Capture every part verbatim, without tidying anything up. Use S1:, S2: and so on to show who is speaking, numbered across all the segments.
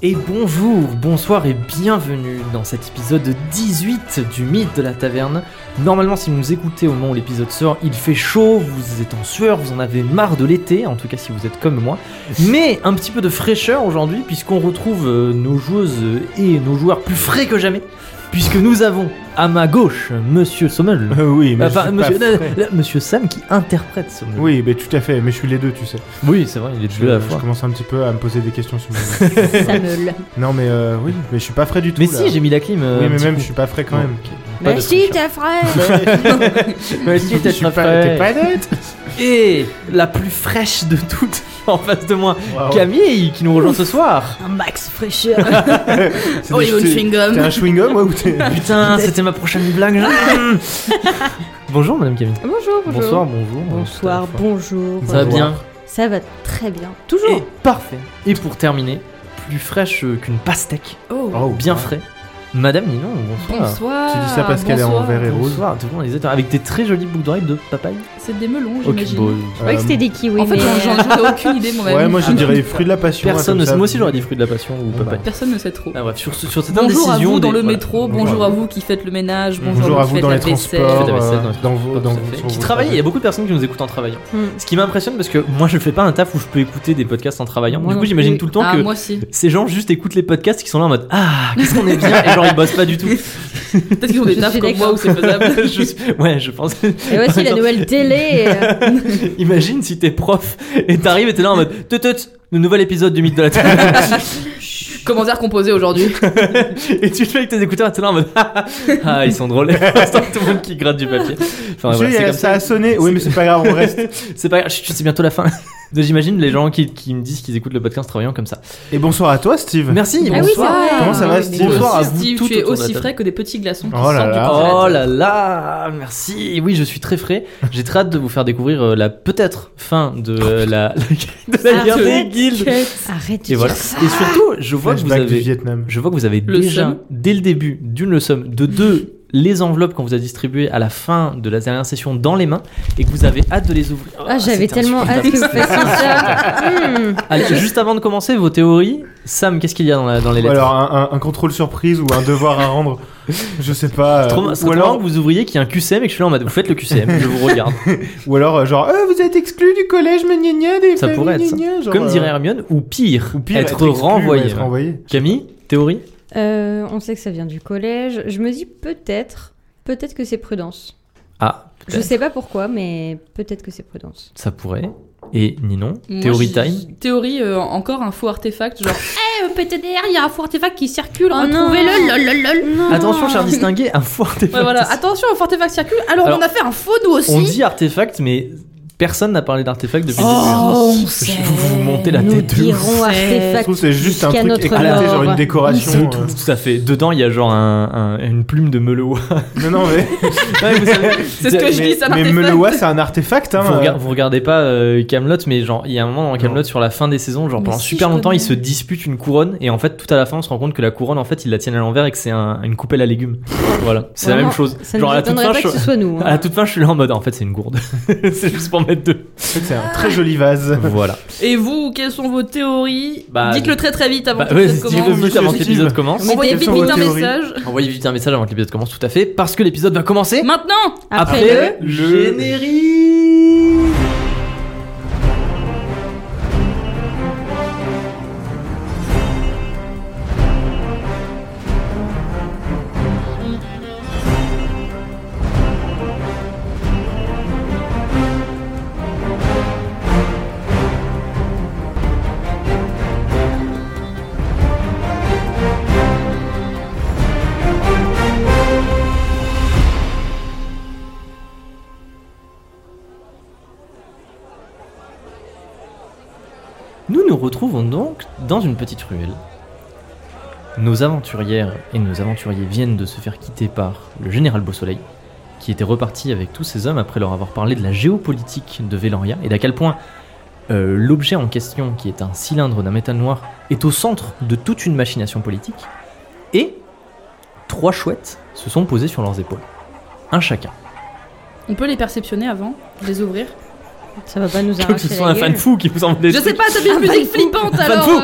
S1: Et bonjour, bonsoir et bienvenue dans cet épisode dix-huit du Mythe de la Taverne. Normalement, si vous nous écoutez au moment où l'épisode sort, il fait chaud, vous êtes en sueur, vous en avez marre de l'été, en tout cas si vous êtes comme moi. Mais un petit peu de fraîcheur aujourd'hui, puisqu'on retrouve euh, nos joueuses et nos joueurs plus frais que jamais. Puisque nous avons à ma gauche Monsieur Sommel.
S2: Euh, oui, mais
S1: enfin,
S2: je suis
S1: monsieur,
S2: pas
S1: euh,
S2: frais.
S1: Monsieur Sam qui interprète Sommel.
S2: Oui, mais tout à fait, mais je suis les deux, tu sais.
S1: Oui, c'est vrai, il est
S2: Je,
S1: deux à la
S2: je
S1: fois.
S2: commence un petit peu à me poser des questions sur mon
S3: Samuel.
S2: Non, mais euh, oui, mais je suis pas frais du tout.
S1: Mais
S2: là.
S1: si, j'ai mis la clim. euh,
S2: Oui,
S1: un
S2: mais
S1: petit
S2: même,
S1: coup.
S2: je suis pas frais quand
S1: Bon,
S2: même.
S1: ok. Pas
S3: Mais
S1: de
S3: si,
S1: fraîcheur.
S3: t'es frère.
S1: Mais si,
S2: Je
S1: t'es
S2: suis
S1: pas
S2: pas,
S1: frais.
S2: t'es pas net.
S1: Et la plus fraîche de toutes en face de moi,
S2: Wow.
S1: Camille qui nous rejoint ce soir.
S3: Un max fraîcheur.
S2: C'est
S3: Oh,
S2: des-
S3: il y a une
S2: t'es-
S3: chewing-gum.
S2: T'es un chewing-gum, ouais, ou t'es.
S1: Putain, c'était ma prochaine blague. Bonjour Madame Camille.
S3: Bonjour, bonjour.
S1: Bonsoir, bonjour.
S3: Bonsoir, bonjour.
S1: Ça va bien.
S3: Ça va très bien. Toujours.
S1: Et parfait. Et pour terminer, plus fraîche qu'une pastèque,
S3: Oh.
S2: Oh,
S1: bien frais. Madame Ninon, bonsoir.
S4: Bonsoir.
S2: Tu dis ça parce qu'elle est en
S4: bonsoir.
S2: vert et rose.
S1: Bonsoir, toujours les états- avec des très jolies boucles d'oreilles de papaye.
S4: C'est des melons,
S1: Ok,
S4: j'imagine.
S1: bon,
S3: Je croyais que c'était des kiwis.
S4: En fait,
S3: mais...
S4: j'en j'en ai aucune idée moi-même.
S2: Ouais, moi je dirais les fruits de la passion.
S1: personne
S2: hein,
S1: ne
S2: comme
S1: sait.
S2: ça.
S1: Moi aussi j'aurais dit fruits de la passion ou
S2: Bon,
S1: papaye.
S4: Personne ne sait trop.
S1: Ah bref, sur, ce- sur cette
S4: Bonjour à
S1: indécision.
S4: vous dans
S1: des-
S4: le
S1: voilà.
S4: métro,
S2: Bonjour
S4: bonjour
S2: à
S4: à
S2: vous.
S4: vous qui faites le ménage, bonjour,
S2: Bonjour à vous
S4: qui
S2: dans les
S4: faites la vaisselle.
S2: transports,
S1: Faites la vaisselle,
S2: euh,
S1: dans les
S2: dans vos, dans
S1: Tout à
S2: vos,
S1: fait.
S2: sur
S1: Qui
S2: vos
S1: travaillent, il y a
S2: trajets.
S1: beaucoup de personnes qui nous écoutent en travaillant.
S3: Hmm.
S1: Ce qui m'impressionne parce que moi je fais pas un taf où je peux écouter des podcasts en travaillant.
S3: Moi
S1: du
S3: non
S1: coup j'imagine
S3: plus.
S1: tout le temps
S4: Ah,
S1: que
S4: moi aussi.
S1: ces gens juste écoutent les podcasts qui sont là en mode ah qu'est-ce qu'on est bien et genre ils bossent pas du tout.
S4: Peut-être qu'ils ont des
S3: Je
S4: tafs
S3: suis
S4: comme moi
S3: d'accord.
S4: où c'est faisable.
S1: Je- ouais je pense.
S3: Et voici la nouvelle télé. euh,
S1: Imagine si t'es prof et t'arrives et t'es là en mode tut tut le nouvel épisode du Mythe de la Taverne.
S4: Commentaire composé aujourd'hui.
S1: Et tu le fais avec tes écouteurs et t'es là en mode ah, ah ils sont drôles. Et pour l'instant, tout le monde qui gratte du papier. Enfin
S2: Monsieur,
S1: voilà, c'est
S2: il y a-
S1: comme
S2: ça
S1: ça.
S2: a sonné. Oui, mais c'est pas grave, on reste.
S1: C'est pas grave, chut, chut, c'est bientôt la fin. Donc, j'imagine les gens qui, qui me disent qu'ils écoutent le podcast en travaillant comme ça.
S2: Et bonsoir à toi, Steve.
S1: Merci,
S3: Ah oui,
S1: bonsoir.
S3: c'est vrai.
S2: Comment ça va,
S3: Ah oui,
S2: Steve
S3: mais-
S1: Bonsoir à vous
S4: Steve,
S1: tout
S4: tu es
S1: autour de la
S4: aussi
S1: table.
S4: frais que des petits glaçons qui
S2: Oh là
S4: sortent du
S2: là.
S4: congélateur.
S1: Oh là là, merci. Oui, je suis très frais. J'ai très hâte de vous faire découvrir euh, la peut-être fin de euh, la, de la guerre des guildes.
S3: Arrête de
S1: Et voilà.
S3: dire ça.
S1: Et surtout, je vois que vous
S2: Flashback du
S1: avez,
S2: Vietnam.
S1: je vois que vous avez
S4: Le
S1: déjà
S4: seum.
S1: dès le début d'une le somme, de deux les enveloppes qu'on vous a distribuées à la fin de la dernière session dans les mains et que vous avez hâte de les ouvrir.
S3: Ah, j'avais
S1: c'était
S3: tellement hâte que vous
S1: insupportable.
S3: fassiez ça. Hmm.
S1: Allez, juste avant de commencer vos théories, Sam, qu'est-ce qu'il y a dans, la, dans les
S2: Ou
S1: lettres?
S2: alors un, un- un contrôle surprise ou un devoir à rendre. Je sais pas. euh,
S1: Trop-
S2: ou,
S1: c'est
S2: ou
S1: trop marrant
S2: alors,
S1: que vous ouvriez qu'il y a un Q C M et que je suis là en mode vous faites le Q C M, je vous regarde.
S2: ou alors euh, genre, euh, vous êtes exclu du collège, mais gna gna, des
S1: Ça
S2: familles,
S1: pourrait être ça.
S2: gna gna, genre,
S1: Comme
S2: euh,
S1: dirait Hermione, ou pire,
S2: ou pire,
S1: être,
S2: exclu,
S1: renvoyé.
S2: ouais, être renvoyé.
S1: Camille, théorie?
S3: Euh, on sait que ça vient du collège. Je me dis peut-être, peut-être que c'est Prudence.
S1: Ah,
S3: Je sais pas pourquoi, mais peut-être que c'est Prudence.
S1: ça pourrait. Et Ninon,
S4: Moi,
S1: théorie
S4: j'ai-
S1: time?
S4: Théorie, euh, encore un faux artefact. Genre, eh, P T D R, il y a un faux artefact qui circule,
S3: Oh
S4: retrouvez-le, lol, lol, lol.
S3: Non.
S1: Attention, cher distingué, un faux artefact.
S4: Ouais, voilà. Attention, un faux artefact circule. Alors,
S1: Alors,
S4: on a fait un faux, nous aussi.
S1: On dit artefact, mais personne n'a parlé d'artefact depuis le
S3: Oh,
S1: début.
S3: on sait.
S1: vous vous montez la
S3: Nous
S1: tête de ouf.
S3: dirons
S4: C'est-
S3: artefact
S2: Je trouve que c'est juste un
S3: jusqu'à
S2: truc
S3: notre
S2: éclaté, genre
S3: mort.
S2: une décoration.
S1: Tout,
S2: euh.
S1: tout à fait. Dedans, il y a genre un, un- une plume de Melewa.
S2: Non, non, mais.
S1: Ouais, vous savez,
S4: C'est ce que je
S2: mais,
S4: dis, ça
S2: mais
S4: l'artefact.
S2: Melewa, c'est un artefact, hein.
S1: vous,
S2: euh.
S1: regardez, vous regardez pas euh, Camelot, mais genre il y a un moment dans Camelot sur la fin des saisons, genre
S4: Mais
S1: pendant
S4: si,
S1: super
S4: je
S1: longtemps,
S4: connais.
S1: ils se disputent une couronne et en fait tout à la fin, on se rend compte que la couronne, en fait, ils la tiennent à l'envers et que c'est un- une coupelle à légumes. Voilà, c'est la
S3: Vraiment,
S1: même chose.
S3: Ça
S1: Genre à
S3: ne
S1: la toute fin,
S3: m'étonnerait pas
S1: je,
S3: que ce soit nous.
S1: à
S3: hein.
S1: la toute fin, je suis là en mode, en fait, c'est une gourde. C'est juste pour mettre deux.
S2: En fait, c'est un très joli vase.
S1: Voilà.
S4: Et vous, quelles sont vos théories?
S1: Bah,
S4: Dites-le très très vite avant
S1: Bah,
S4: que
S1: ouais,
S4: l'épisode
S1: dis-le
S4: commence.
S1: vite avant que
S2: Steve.
S1: l'épisode commence.
S3: Mais
S4: Envoyez
S2: quelles
S4: vite
S2: sont
S4: vite
S2: vos
S4: un
S2: théories
S4: message.
S1: Envoyez vite un message avant que l'épisode commence, tout à fait, parce que l'épisode va commencer
S4: Maintenant.
S3: Après,
S1: le
S2: le-
S1: générique. Nous nous retrouvons donc dans une petite ruelle. Nos aventurières et nos aventuriers viennent de se faire quitter par le général Beausoleil, qui était reparti avec tous ses hommes après leur avoir parlé de la géopolitique de Véloria et d'à quel point euh, l'objet en question, qui est un cylindre d'un métal noir, est au centre de toute une machination politique. Et trois chouettes se sont posées sur leurs épaules, un chacun.
S4: On peut les perceptionner avant, les ouvrir.
S3: ça va pas nous
S1: Comme
S3: arracher
S1: ce soit
S3: la
S1: un fan
S3: gueule.
S1: fou qui vous envoie des
S4: Je sais
S1: trucs.
S4: pas, t'as mis une
S3: Ah,
S4: musique
S3: fan fou.
S4: flippante
S1: Fan
S4: alors.
S1: fou.
S4: euh,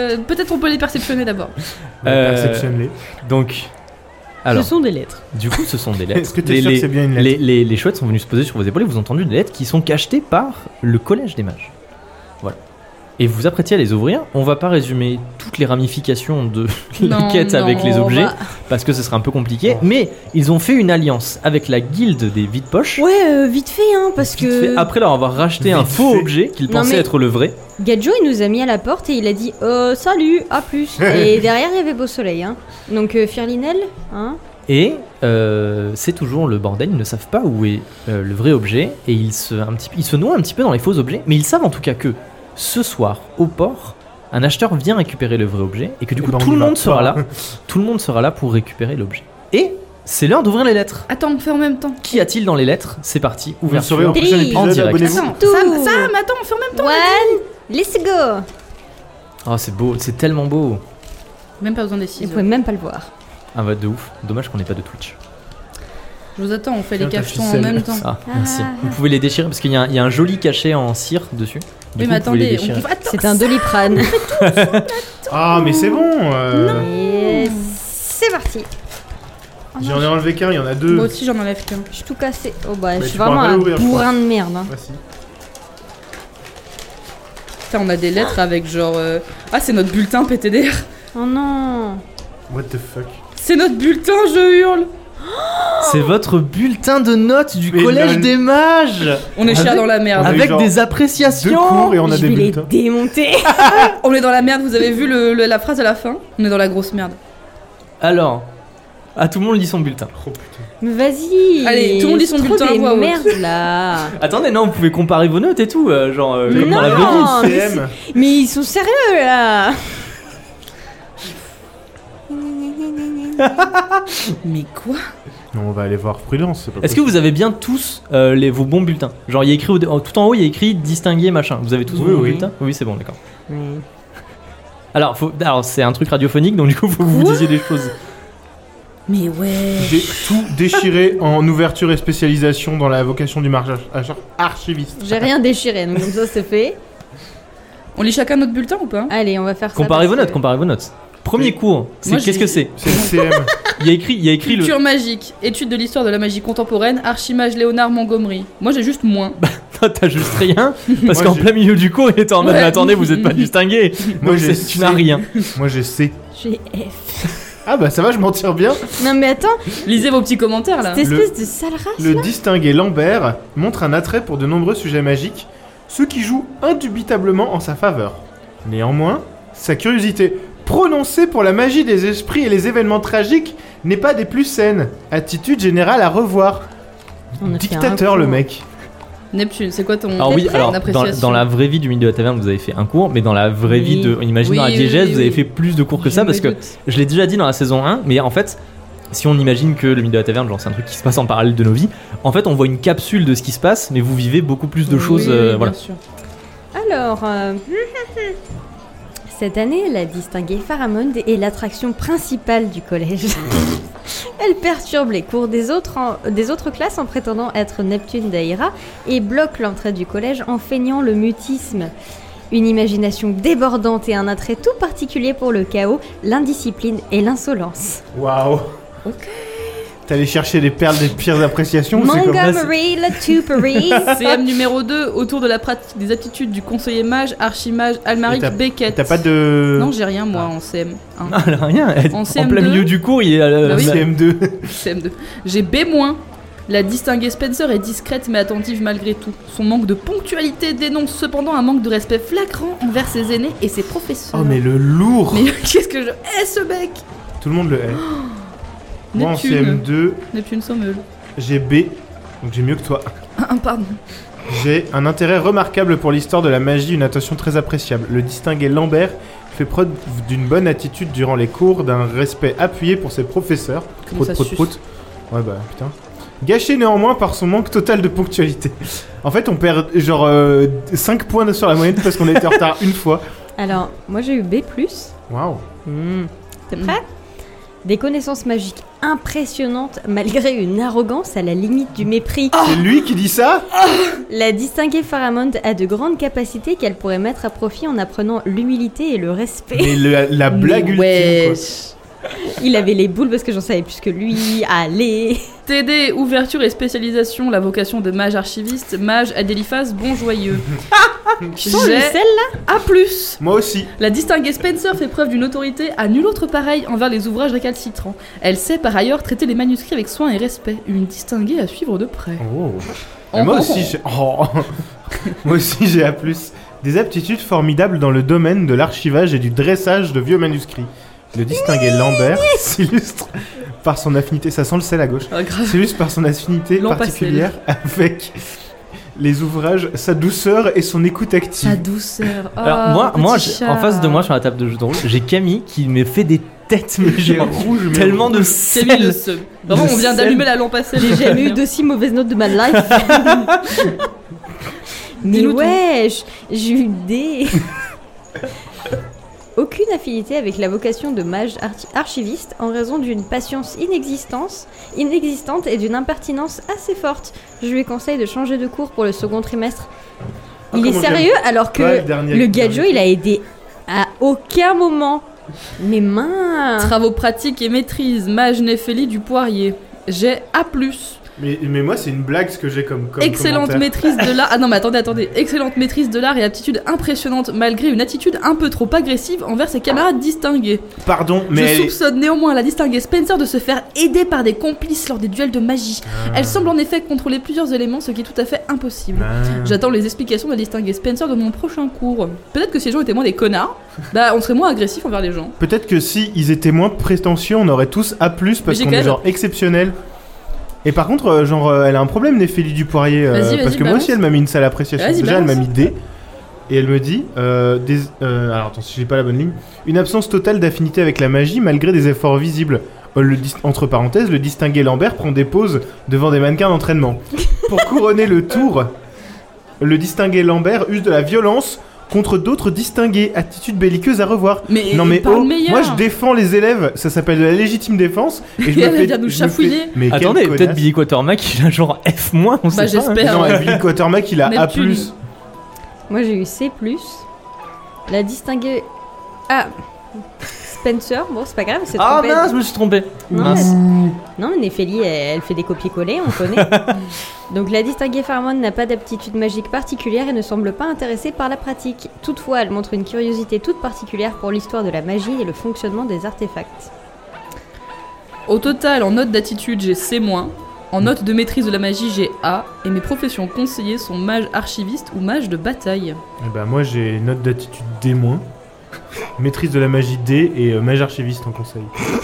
S4: euh, peut-être on peut les perceptionner d'abord.
S1: Euh,
S2: Perceptionne-les.
S1: Donc, alors,
S3: Ce sont des lettres.
S1: du coup, ce sont des lettres.
S2: Est-ce que t'es
S1: les,
S2: sûr que
S1: les-
S2: c'est bien une lettre
S1: les, les, les chouettes sont venus se poser sur vos épaules et vous avez entendu des lettres qui sont cachetées par le collège des mages. Voilà. Et vous vous apprêtez à les ouvrir. On va pas résumer toutes les ramifications de la
S4: Non,
S1: quête
S4: non,
S1: avec les
S3: on
S1: objets
S3: va-
S1: parce que ce serait un peu compliqué.
S2: Oh.
S1: Mais ils ont fait une alliance avec la guilde des vides poches.
S3: Ouais, euh, vite fait, hein, parce
S1: Vite
S3: que
S1: fait, après leur avoir racheté un
S2: Vite
S1: faux
S2: fait.
S1: objet qu'ils
S3: Non,
S1: pensaient
S3: mais-
S1: être le vrai.
S3: Gadjo il nous a mis à la porte et il a dit euh, salut, à plus. Et derrière il y avait Beau Soleil, hein. Donc euh, Firlinel, hein.
S1: Et euh, c'est toujours le bordel, ils ne savent pas où est euh, le vrai objet et ils se, un petit, ils se noient un petit peu dans les faux objets, mais ils savent en tout cas que ce soir, au port, un acheteur vient récupérer le vrai objet et que du
S2: Eh
S1: coup
S2: ben, on
S1: tout
S2: y
S1: le
S2: va
S1: monde sera
S2: pas.
S1: là, tout le monde sera là pour récupérer l'objet. Et c'est l'heure d'ouvrir les lettres.
S4: Attends, on fait en même temps.
S1: Qu'y a-t-il dans les lettres? C'est parti,
S2: Vous le saurez
S1: ouverture.
S2: au prochain
S3: Tri.
S1: En
S2: épisode,
S1: direct.
S2: abonnez-vous.
S4: Attends,
S3: Tout.
S4: Sam, Sam, attends, on fait en même temps.
S3: One, let's go.
S1: Oh c'est beau, c'est tellement beau.
S4: Même pas besoin des
S3: Vous
S4: ciseaux.
S3: pouvez même pas le voir.
S1: Ah bah de ouf, dommage qu'on n'ait pas de Twitch.
S4: Je vous attends, on fait
S2: Tiens,
S4: les
S2: ta
S4: cachetons en
S2: ficelle.
S4: même temps.
S1: Ah, merci.
S3: Ah.
S1: Vous pouvez les déchirer parce qu'il y, a un- il y a un joli cachet en cire dessus. Du
S4: Oui,
S1: coup,
S4: mais
S1: vous pouvez les
S4: attendez,
S1: déchirer.
S4: on... attends,
S3: C'est un doliprane.
S2: Ah, mais c'est bon euh,
S3: Et c'est parti. Oh non,
S2: J'en ai enlevé qu'un, il y en a deux.
S4: Moi aussi j'en enlève qu'un.
S3: je suis tout cassé. Oh bah,
S2: Mais
S3: je
S2: tu
S3: suis
S2: pourras
S3: vraiment
S2: pas
S3: un
S2: l'ouvrir, je
S3: bourrin de merde. Hein.
S2: Voici.
S4: Putain, on a des lettres avec genre. euh, Ah, c'est notre bulletin P T D R.
S3: Oh non.
S2: What the fuck.
S4: C'est notre bulletin, je hurle.
S1: C'est votre bulletin de notes du
S2: Mais
S1: collège
S2: lol.
S1: des mages
S4: On est
S1: Avec-
S4: chiant dans la merde.
S2: a eu
S1: avec
S2: genre
S1: des
S2: Deux
S1: appréciations.
S2: cours et on a
S3: je
S2: des
S3: vais les
S2: bulletins.
S3: démonter.
S4: On est dans la merde, vous avez vu le, le- la phrase à la fin? On est dans la grosse merde.
S1: Alors, à tout le monde lit son bulletin.
S2: Oh putain.
S3: Mais vas-y.
S4: Allez, tout le monde lit son
S3: c'est trop
S4: bulletin à
S3: des
S4: voix haute.
S3: merdes là.
S1: Attendez, non, vous pouvez comparer vos notes et tout, euh, genre euh, comme
S3: Non.
S1: dans la vraie vie.
S3: Oh, mais
S2: C M.
S3: Mais ils sont sérieux là.
S4: Mais quoi?
S2: Non, on va aller voir Prudence. c'est pas
S1: Est-ce que
S2: possible.
S1: vous avez bien tous euh, les, vos bons bulletins? Genre, il y a écrit au dé- oh, tout en haut, il y a écrit distinguer machin. Vous avez tous
S2: Oui,
S1: vos
S2: oui.
S1: bulletins? Oui, c'est bon, d'accord. Alors, faut- alors c'est un truc radiophonique, donc du coup, faut que vous
S4: Quoi
S1: disiez des choses.
S4: Mais ouais.
S2: J'ai tout déchiré en ouverture et spécialisation dans la vocation du marge archiviste.
S3: J'ai rien déchiré, donc comme ça c'est fait.
S4: On lit chacun notre bulletin ou pas?
S3: Allez, on va faire ça.
S1: Comparez
S3: parce
S1: vos notes,
S3: que-
S1: comparez vos notes. Premier
S2: Oui.
S1: cours, c'est-
S4: Moi,
S1: qu'est-ce
S4: j'ai-
S1: que c'est?
S2: C'est le C M.
S1: Il y a écrit, il y a écrit le.
S4: Culture magique, étude de l'histoire de la magie contemporaine, Archimage Léonard Montgomery. Moi j'ai juste moins.
S1: T'as juste rien, parce
S2: Moi,
S1: qu'en
S2: j'ai-
S1: plein milieu du cours, il était en mode
S4: Ouais.
S1: mais attendez, vous êtes pas distingué.
S2: Moi,
S1: Donc
S2: j'ai
S1: c'est- tu n'as
S2: C.
S1: rien.
S2: Moi j'ai C.
S3: J'ai F.
S2: Ah bah ça va, je m'en tire bien.
S3: Non mais attends,
S4: Lisez vos petits commentaires là.
S3: cette
S2: Le-
S3: espèce de sale race.
S2: Le distingué Lambert montre un attrait pour de nombreux sujets magiques, ce qui joue indubitablement en sa faveur. Néanmoins, sa curiosité prononcée pour la magie des esprits et les événements tragiques n'est pas des plus saines. Attitude générale à revoir.
S3: On a fait
S2: Dictateur
S3: un
S2: le
S3: cours.
S2: mec.
S4: Neptune, c'est quoi ton
S1: Alors oui,
S4: ton
S1: alors dans,
S4: appréciation?
S1: dans la vraie vie du milieu de la taverne, vous avez fait un cours, mais dans la vraie
S3: Oui.
S1: vie de Imagine dans la
S4: Oui,
S1: diégèse,
S4: oui,
S1: vous avez
S4: oui.
S1: fait plus de cours que
S4: Je
S1: ça
S4: me
S1: parce que
S4: doute.
S1: je l'ai déjà dit dans la saison un, mais en fait, si on imagine que le milieu de la taverne, genre c'est un truc qui se passe en parallèle de nos vies, en fait, on voit une capsule de ce qui se passe, mais vous vivez beaucoup plus de
S4: Oui,
S1: choses.
S4: oui,
S1: euh,
S4: bien
S1: voilà.
S4: sûr.
S3: Alors, euh, cette année, la distinguée Faramond est l'attraction principale du collège. Elle perturbe les cours des autres, en- des autres classes en prétendant être Neptune d'Aïra et bloque l'entrée du collège en feignant le mutisme. Une imagination débordante et un attrait tout particulier pour le chaos, l'indiscipline et l'insolence.
S2: Waouh.
S4: Ok.
S2: T'allais chercher les perles des pires appréciations, c'est comme
S3: Montgomery Latupery.
S4: C M numéro deux, autour de la pratique des aptitudes du conseiller mage, archimage, Almaric,
S2: Et t'as-
S4: Beckett.
S2: T'as pas de...
S4: Non, j'ai rien moi en C M un.
S1: Ah, elle a rien. elle-
S4: En
S1: en
S4: C M
S1: plein
S4: deux.
S1: milieu du cours, il est. euh,
S4: Bah oui.
S1: bah-
S2: C M deux.
S4: C M deux. J'ai B-. La distinguée Spencer est discrète mais attentive malgré tout. Son manque de ponctualité dénonce cependant un manque de respect flagrant envers ses aînés et ses professeurs.
S2: Oh mais le lourd.
S4: Mais qu'est-ce que je hais ce mec?
S2: Tout le monde le hait. Moi en C
S4: Neptune.
S2: M deux,
S4: Neptune Sommel.
S2: j'ai B, donc j'ai mieux que toi.
S4: Ah, pardon.
S2: J'ai un intérêt remarquable pour l'histoire de la magie, une attention très appréciable. Le distingué Lambert fait preuve d'une bonne attitude durant les cours, d'un respect appuyé pour ses professeurs.
S4: Comment ça
S2: prout,
S4: suce
S2: prout. Ouais bah putain. Gâché néanmoins par son manque total de ponctualité. En fait on perd genre euh, cinq points sur la moyenne parce qu'on a été en retard une fois.
S3: Alors, moi j'ai eu B plus.
S2: Waouh.
S3: Hmm. T'es prêt Des connaissances magiques impressionnantes malgré une arrogance à la limite du mépris.
S2: C'est lui qui dit ça?
S3: La distinguée Pharamond a de grandes capacités qu'elle pourrait mettre à profit en apprenant l'humilité et le respect.
S2: Mais le- la blague ultime,
S4: Ouais.
S2: quoi.
S3: Il avait les boules parce que j'en savais plus que lui. Allez.
S4: T D, ouverture et spécialisation, la vocation de mage archiviste, mage Adéliphas, bon joyeux.
S3: Tu sens le
S4: J'ai
S3: sel là?
S4: A plus.
S2: Moi aussi.
S4: La distinguée Spencer fait preuve d'une autorité à nul autre pareil envers les ouvrages récalcitrants. Elle sait par ailleurs traiter les manuscrits avec soin et respect. Une distinguée à suivre de près.
S2: Oh. Et moi
S4: Oh.
S2: aussi, j'ai... Oh. Moi aussi, j'ai A+. Des aptitudes formidables dans le domaine de l'archivage et du dressage de vieux manuscrits. Le distingué Lambert s'illustre par son affinité... Ça sent le sel à gauche.
S4: Ah, grave.
S2: S'illustre par son affinité
S4: Lampastel.
S2: particulière avec les ouvrages, sa douceur et son écoute active.
S4: Sa douceur.
S1: Alors
S4: Oh,
S1: moi,
S4: petit
S1: moi j'ai-
S4: chat.
S1: en face de moi sur la table de jeu de rôle, j'ai Camille qui me fait des têtes, mais
S2: J'ai
S1: j'ai
S2: rouge, mais
S1: tellement de
S4: Camille le
S1: sel.
S4: seum. Vraiment,
S1: Le
S4: on vient
S1: sel.
S4: d'allumer la lampe à sel.
S3: J'ai jamais eu d'aussi mauvaise note de ma life. Mais
S4: Dis-nous tout.
S3: wesh, j'ai eu des... Aucune affinité avec la vocation de mage archi- archiviste en raison d'une patience inexistence, inexistante et d'une impertinence assez forte. Je lui conseille de changer de cours pour le second trimestre.
S2: Ah,
S3: Il est
S2: comment
S3: sérieux alors que
S2: Ouais, le dernier-
S3: le gadjo il a aidé à aucun moment. Mais mince.
S4: Travaux pratiques et maîtrise, mage Néphélie du Poirier. J'ai A plus.
S2: Mais, mais moi, c'est une blague ce que j'ai comme, comme
S4: Excellente
S2: commentaire.
S4: maîtrise de l'art. Ah non, mais attendez, attendez. Excellente maîtrise de l'art et aptitude impressionnante malgré une attitude un peu trop agressive envers ses camarades distingués.
S2: Pardon, mais
S4: Je
S2: elle est-
S4: soupçonne néanmoins la distinguée Spencer de se faire aider par des complices lors des duels de magie.
S2: Ah.
S4: Elle semble en effet contrôler plusieurs éléments, ce qui est tout à fait impossible.
S2: Ah.
S4: J'attends les explications de la distinguée Spencer de mon prochain cours. Peut-être que si les gens étaient moins des connards, bah on serait moins agressif envers les gens.
S2: Peut-être que si ils étaient moins prétentieux, on aurait tous A+, parce
S4: Mais j'ai
S2: qu'on
S4: quand
S2: est
S4: même-
S2: genre exceptionnel. Et par contre, euh, genre, euh, elle a un problème, Néphélie du Poirier, euh,
S4: Vas-y, vas-y,
S2: parce que moi
S4: balance.
S2: aussi, elle m'a mis une sale appréciation.
S4: Vas-y,
S2: Déjà, elle m'a
S4: balance.
S2: mis D, et elle me dit, euh, des, euh, alors attends, si j'ai pas la bonne ligne, une absence totale d'affinité avec la magie malgré des efforts visibles. Euh, le dis- entre parenthèses, le distingué Lambert prend des pauses devant des mannequins d'entraînement. Pour couronner le tour, le distingué Lambert use de la violence contre d'autres distingués, attitude belliqueuse à revoir.
S4: Mais
S2: Non mais
S4: parle
S2: oh,
S4: meilleur.
S2: moi je défends les élèves, ça s'appelle de la légitime défense et je
S4: Et
S2: me
S4: elle
S2: fais
S4: vient nous
S2: je me fais-
S4: chafouiner.
S2: Mais quelle
S1: Attendez, peut-être
S2: connasse.
S1: Billy Quatermack il a genre F-, on
S4: Bah,
S1: sait pas. hein.
S4: j'espère.
S2: Non, et Billy Quatermack il a A+.
S4: Neptune.
S3: Moi j'ai eu C plus. La distinguée... Ah, Spencer, bon c'est pas grave, c'est
S1: Ah
S3: trompé.
S1: mince, je me suis trompé.
S3: Non,
S1: Mince.
S3: Non, mais Néphélie, elle, elle fait des copier-coller, on connaît. Donc la distinguée Pharamond n'a pas d'aptitude magique particulière et ne semble pas intéressée par la pratique. Toutefois, elle montre une curiosité toute particulière pour l'histoire de la magie et le fonctionnement des artefacts.
S4: Au total, en note d'attitude, j'ai C-. En note de maîtrise de la magie, j'ai A. Et mes professions conseillées sont mage archiviste ou mage de bataille.
S2: Et bah moi j'ai note d'attitude D-, maîtrise de la magie D et euh, mage archiviste en conseil.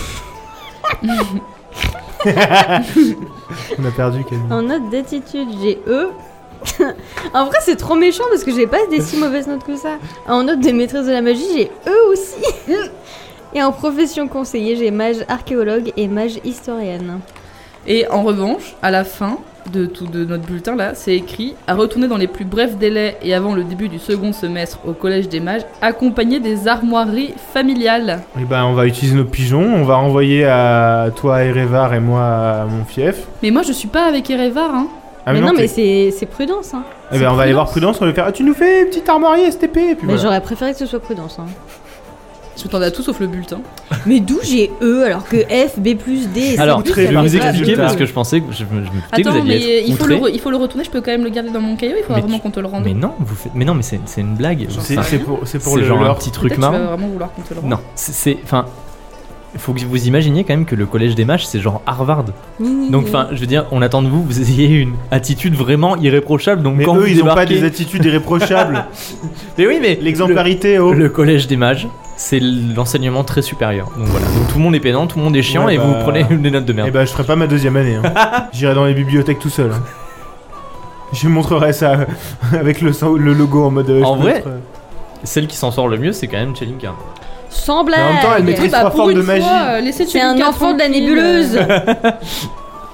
S2: On a perdu Camille.
S3: En note d'attitude, j'ai E. En vrai, c'est trop méchant parce que j'ai pas des si mauvaises notes que ça. En note de maîtrise de la magie, j'ai E aussi. Et en profession conseillée, j'ai mage archéologue et mage historienne.
S4: Et en revanche, à la fin de tout de notre bulletin là, c'est écrit à retourner dans les plus brefs délais et avant le début du second semestre au collège des mages, accompagné des armoiries familiales.
S2: Et bah on va utiliser nos pigeons, on va renvoyer à toi Erevar et moi à mon fief.
S4: Mais moi je suis pas avec Erevar, hein.
S2: Ah
S3: mais non, mais
S2: t'es-
S3: c'est c'est Prudence. Hein.
S2: Eh ben on va aller voir Prudence, on va lui faire ah, tu nous fais une petite armoirie S T P et puis
S3: Mais
S2: voilà.
S3: j'aurais préféré que ce soit Prudence. Hein.
S4: Je m'attendais à tout sauf le bulletin.
S3: Mais d'où j'ai E alors que F, B plus D et C
S1: Alors,
S3: plus,
S2: très
S3: ça
S1: je vais
S3: va
S1: vous
S3: pas.
S1: expliquer
S2: résultat.
S1: parce que je pensais que je, me- je me doutais que vous
S4: Attends,
S1: alliez
S4: mais
S1: être
S4: il faut, le
S1: outrés.
S4: re- il faut le retourner, je peux quand même le garder dans mon cahier, il faudra
S1: Mais
S4: vraiment
S1: tu-
S4: qu'on te le rende.
S1: Mais non, vous faites. Mais non, mais c'est c'est une blague.
S2: C'est
S1: Enfin,
S2: c'est pour, c'est pour
S1: c'est
S2: le
S1: genre un
S2: leur.
S1: petit truc
S4: Peut-être que tu vas
S1: marrant.
S4: vraiment vouloir qu'on te le rende.
S1: Non, c'est- c'est. Enfin. Il faut que vous imaginiez quand même que le collège des mages c'est genre Harvard.
S3: Ni, ni,
S1: Donc,
S3: ni.
S1: enfin, je veux dire, on attend de vous, vous ayez une attitude vraiment irréprochable. Donc,
S2: Mais
S1: quand
S2: eux
S1: vous
S2: ils ont pas
S1: débarquez-
S2: des attitudes irréprochables.
S1: Mais oui, mais
S2: L'exemplarité oh.
S1: le, le collège des mages, c'est l'enseignement très supérieur. Donc voilà. Donc tout le monde est pédant, tout le monde est chiant
S2: Ouais,
S1: et
S2: bah-
S1: vous prenez des notes de merde.
S2: Et bah je ferai pas ma deuxième année. Hein. J'irai dans les bibliothèques tout seul. hein. Je montrerai ça avec le, le logo en mode. euh,
S1: En
S2: je peux
S1: vrai,
S2: être, euh,
S1: Celle qui s'en sort le mieux, c'est quand même Chelinka.
S3: Sans
S2: Mais en même temps, elle
S3: blague.
S2: maîtrise
S4: Oui, bah
S2: trois
S4: pour
S2: formes
S4: une
S2: de
S4: fois,
S2: magie.
S4: euh, laissez
S3: C'est un
S4: Chelinka
S3: enfant de la
S4: tranquille.
S3: nébuleuse.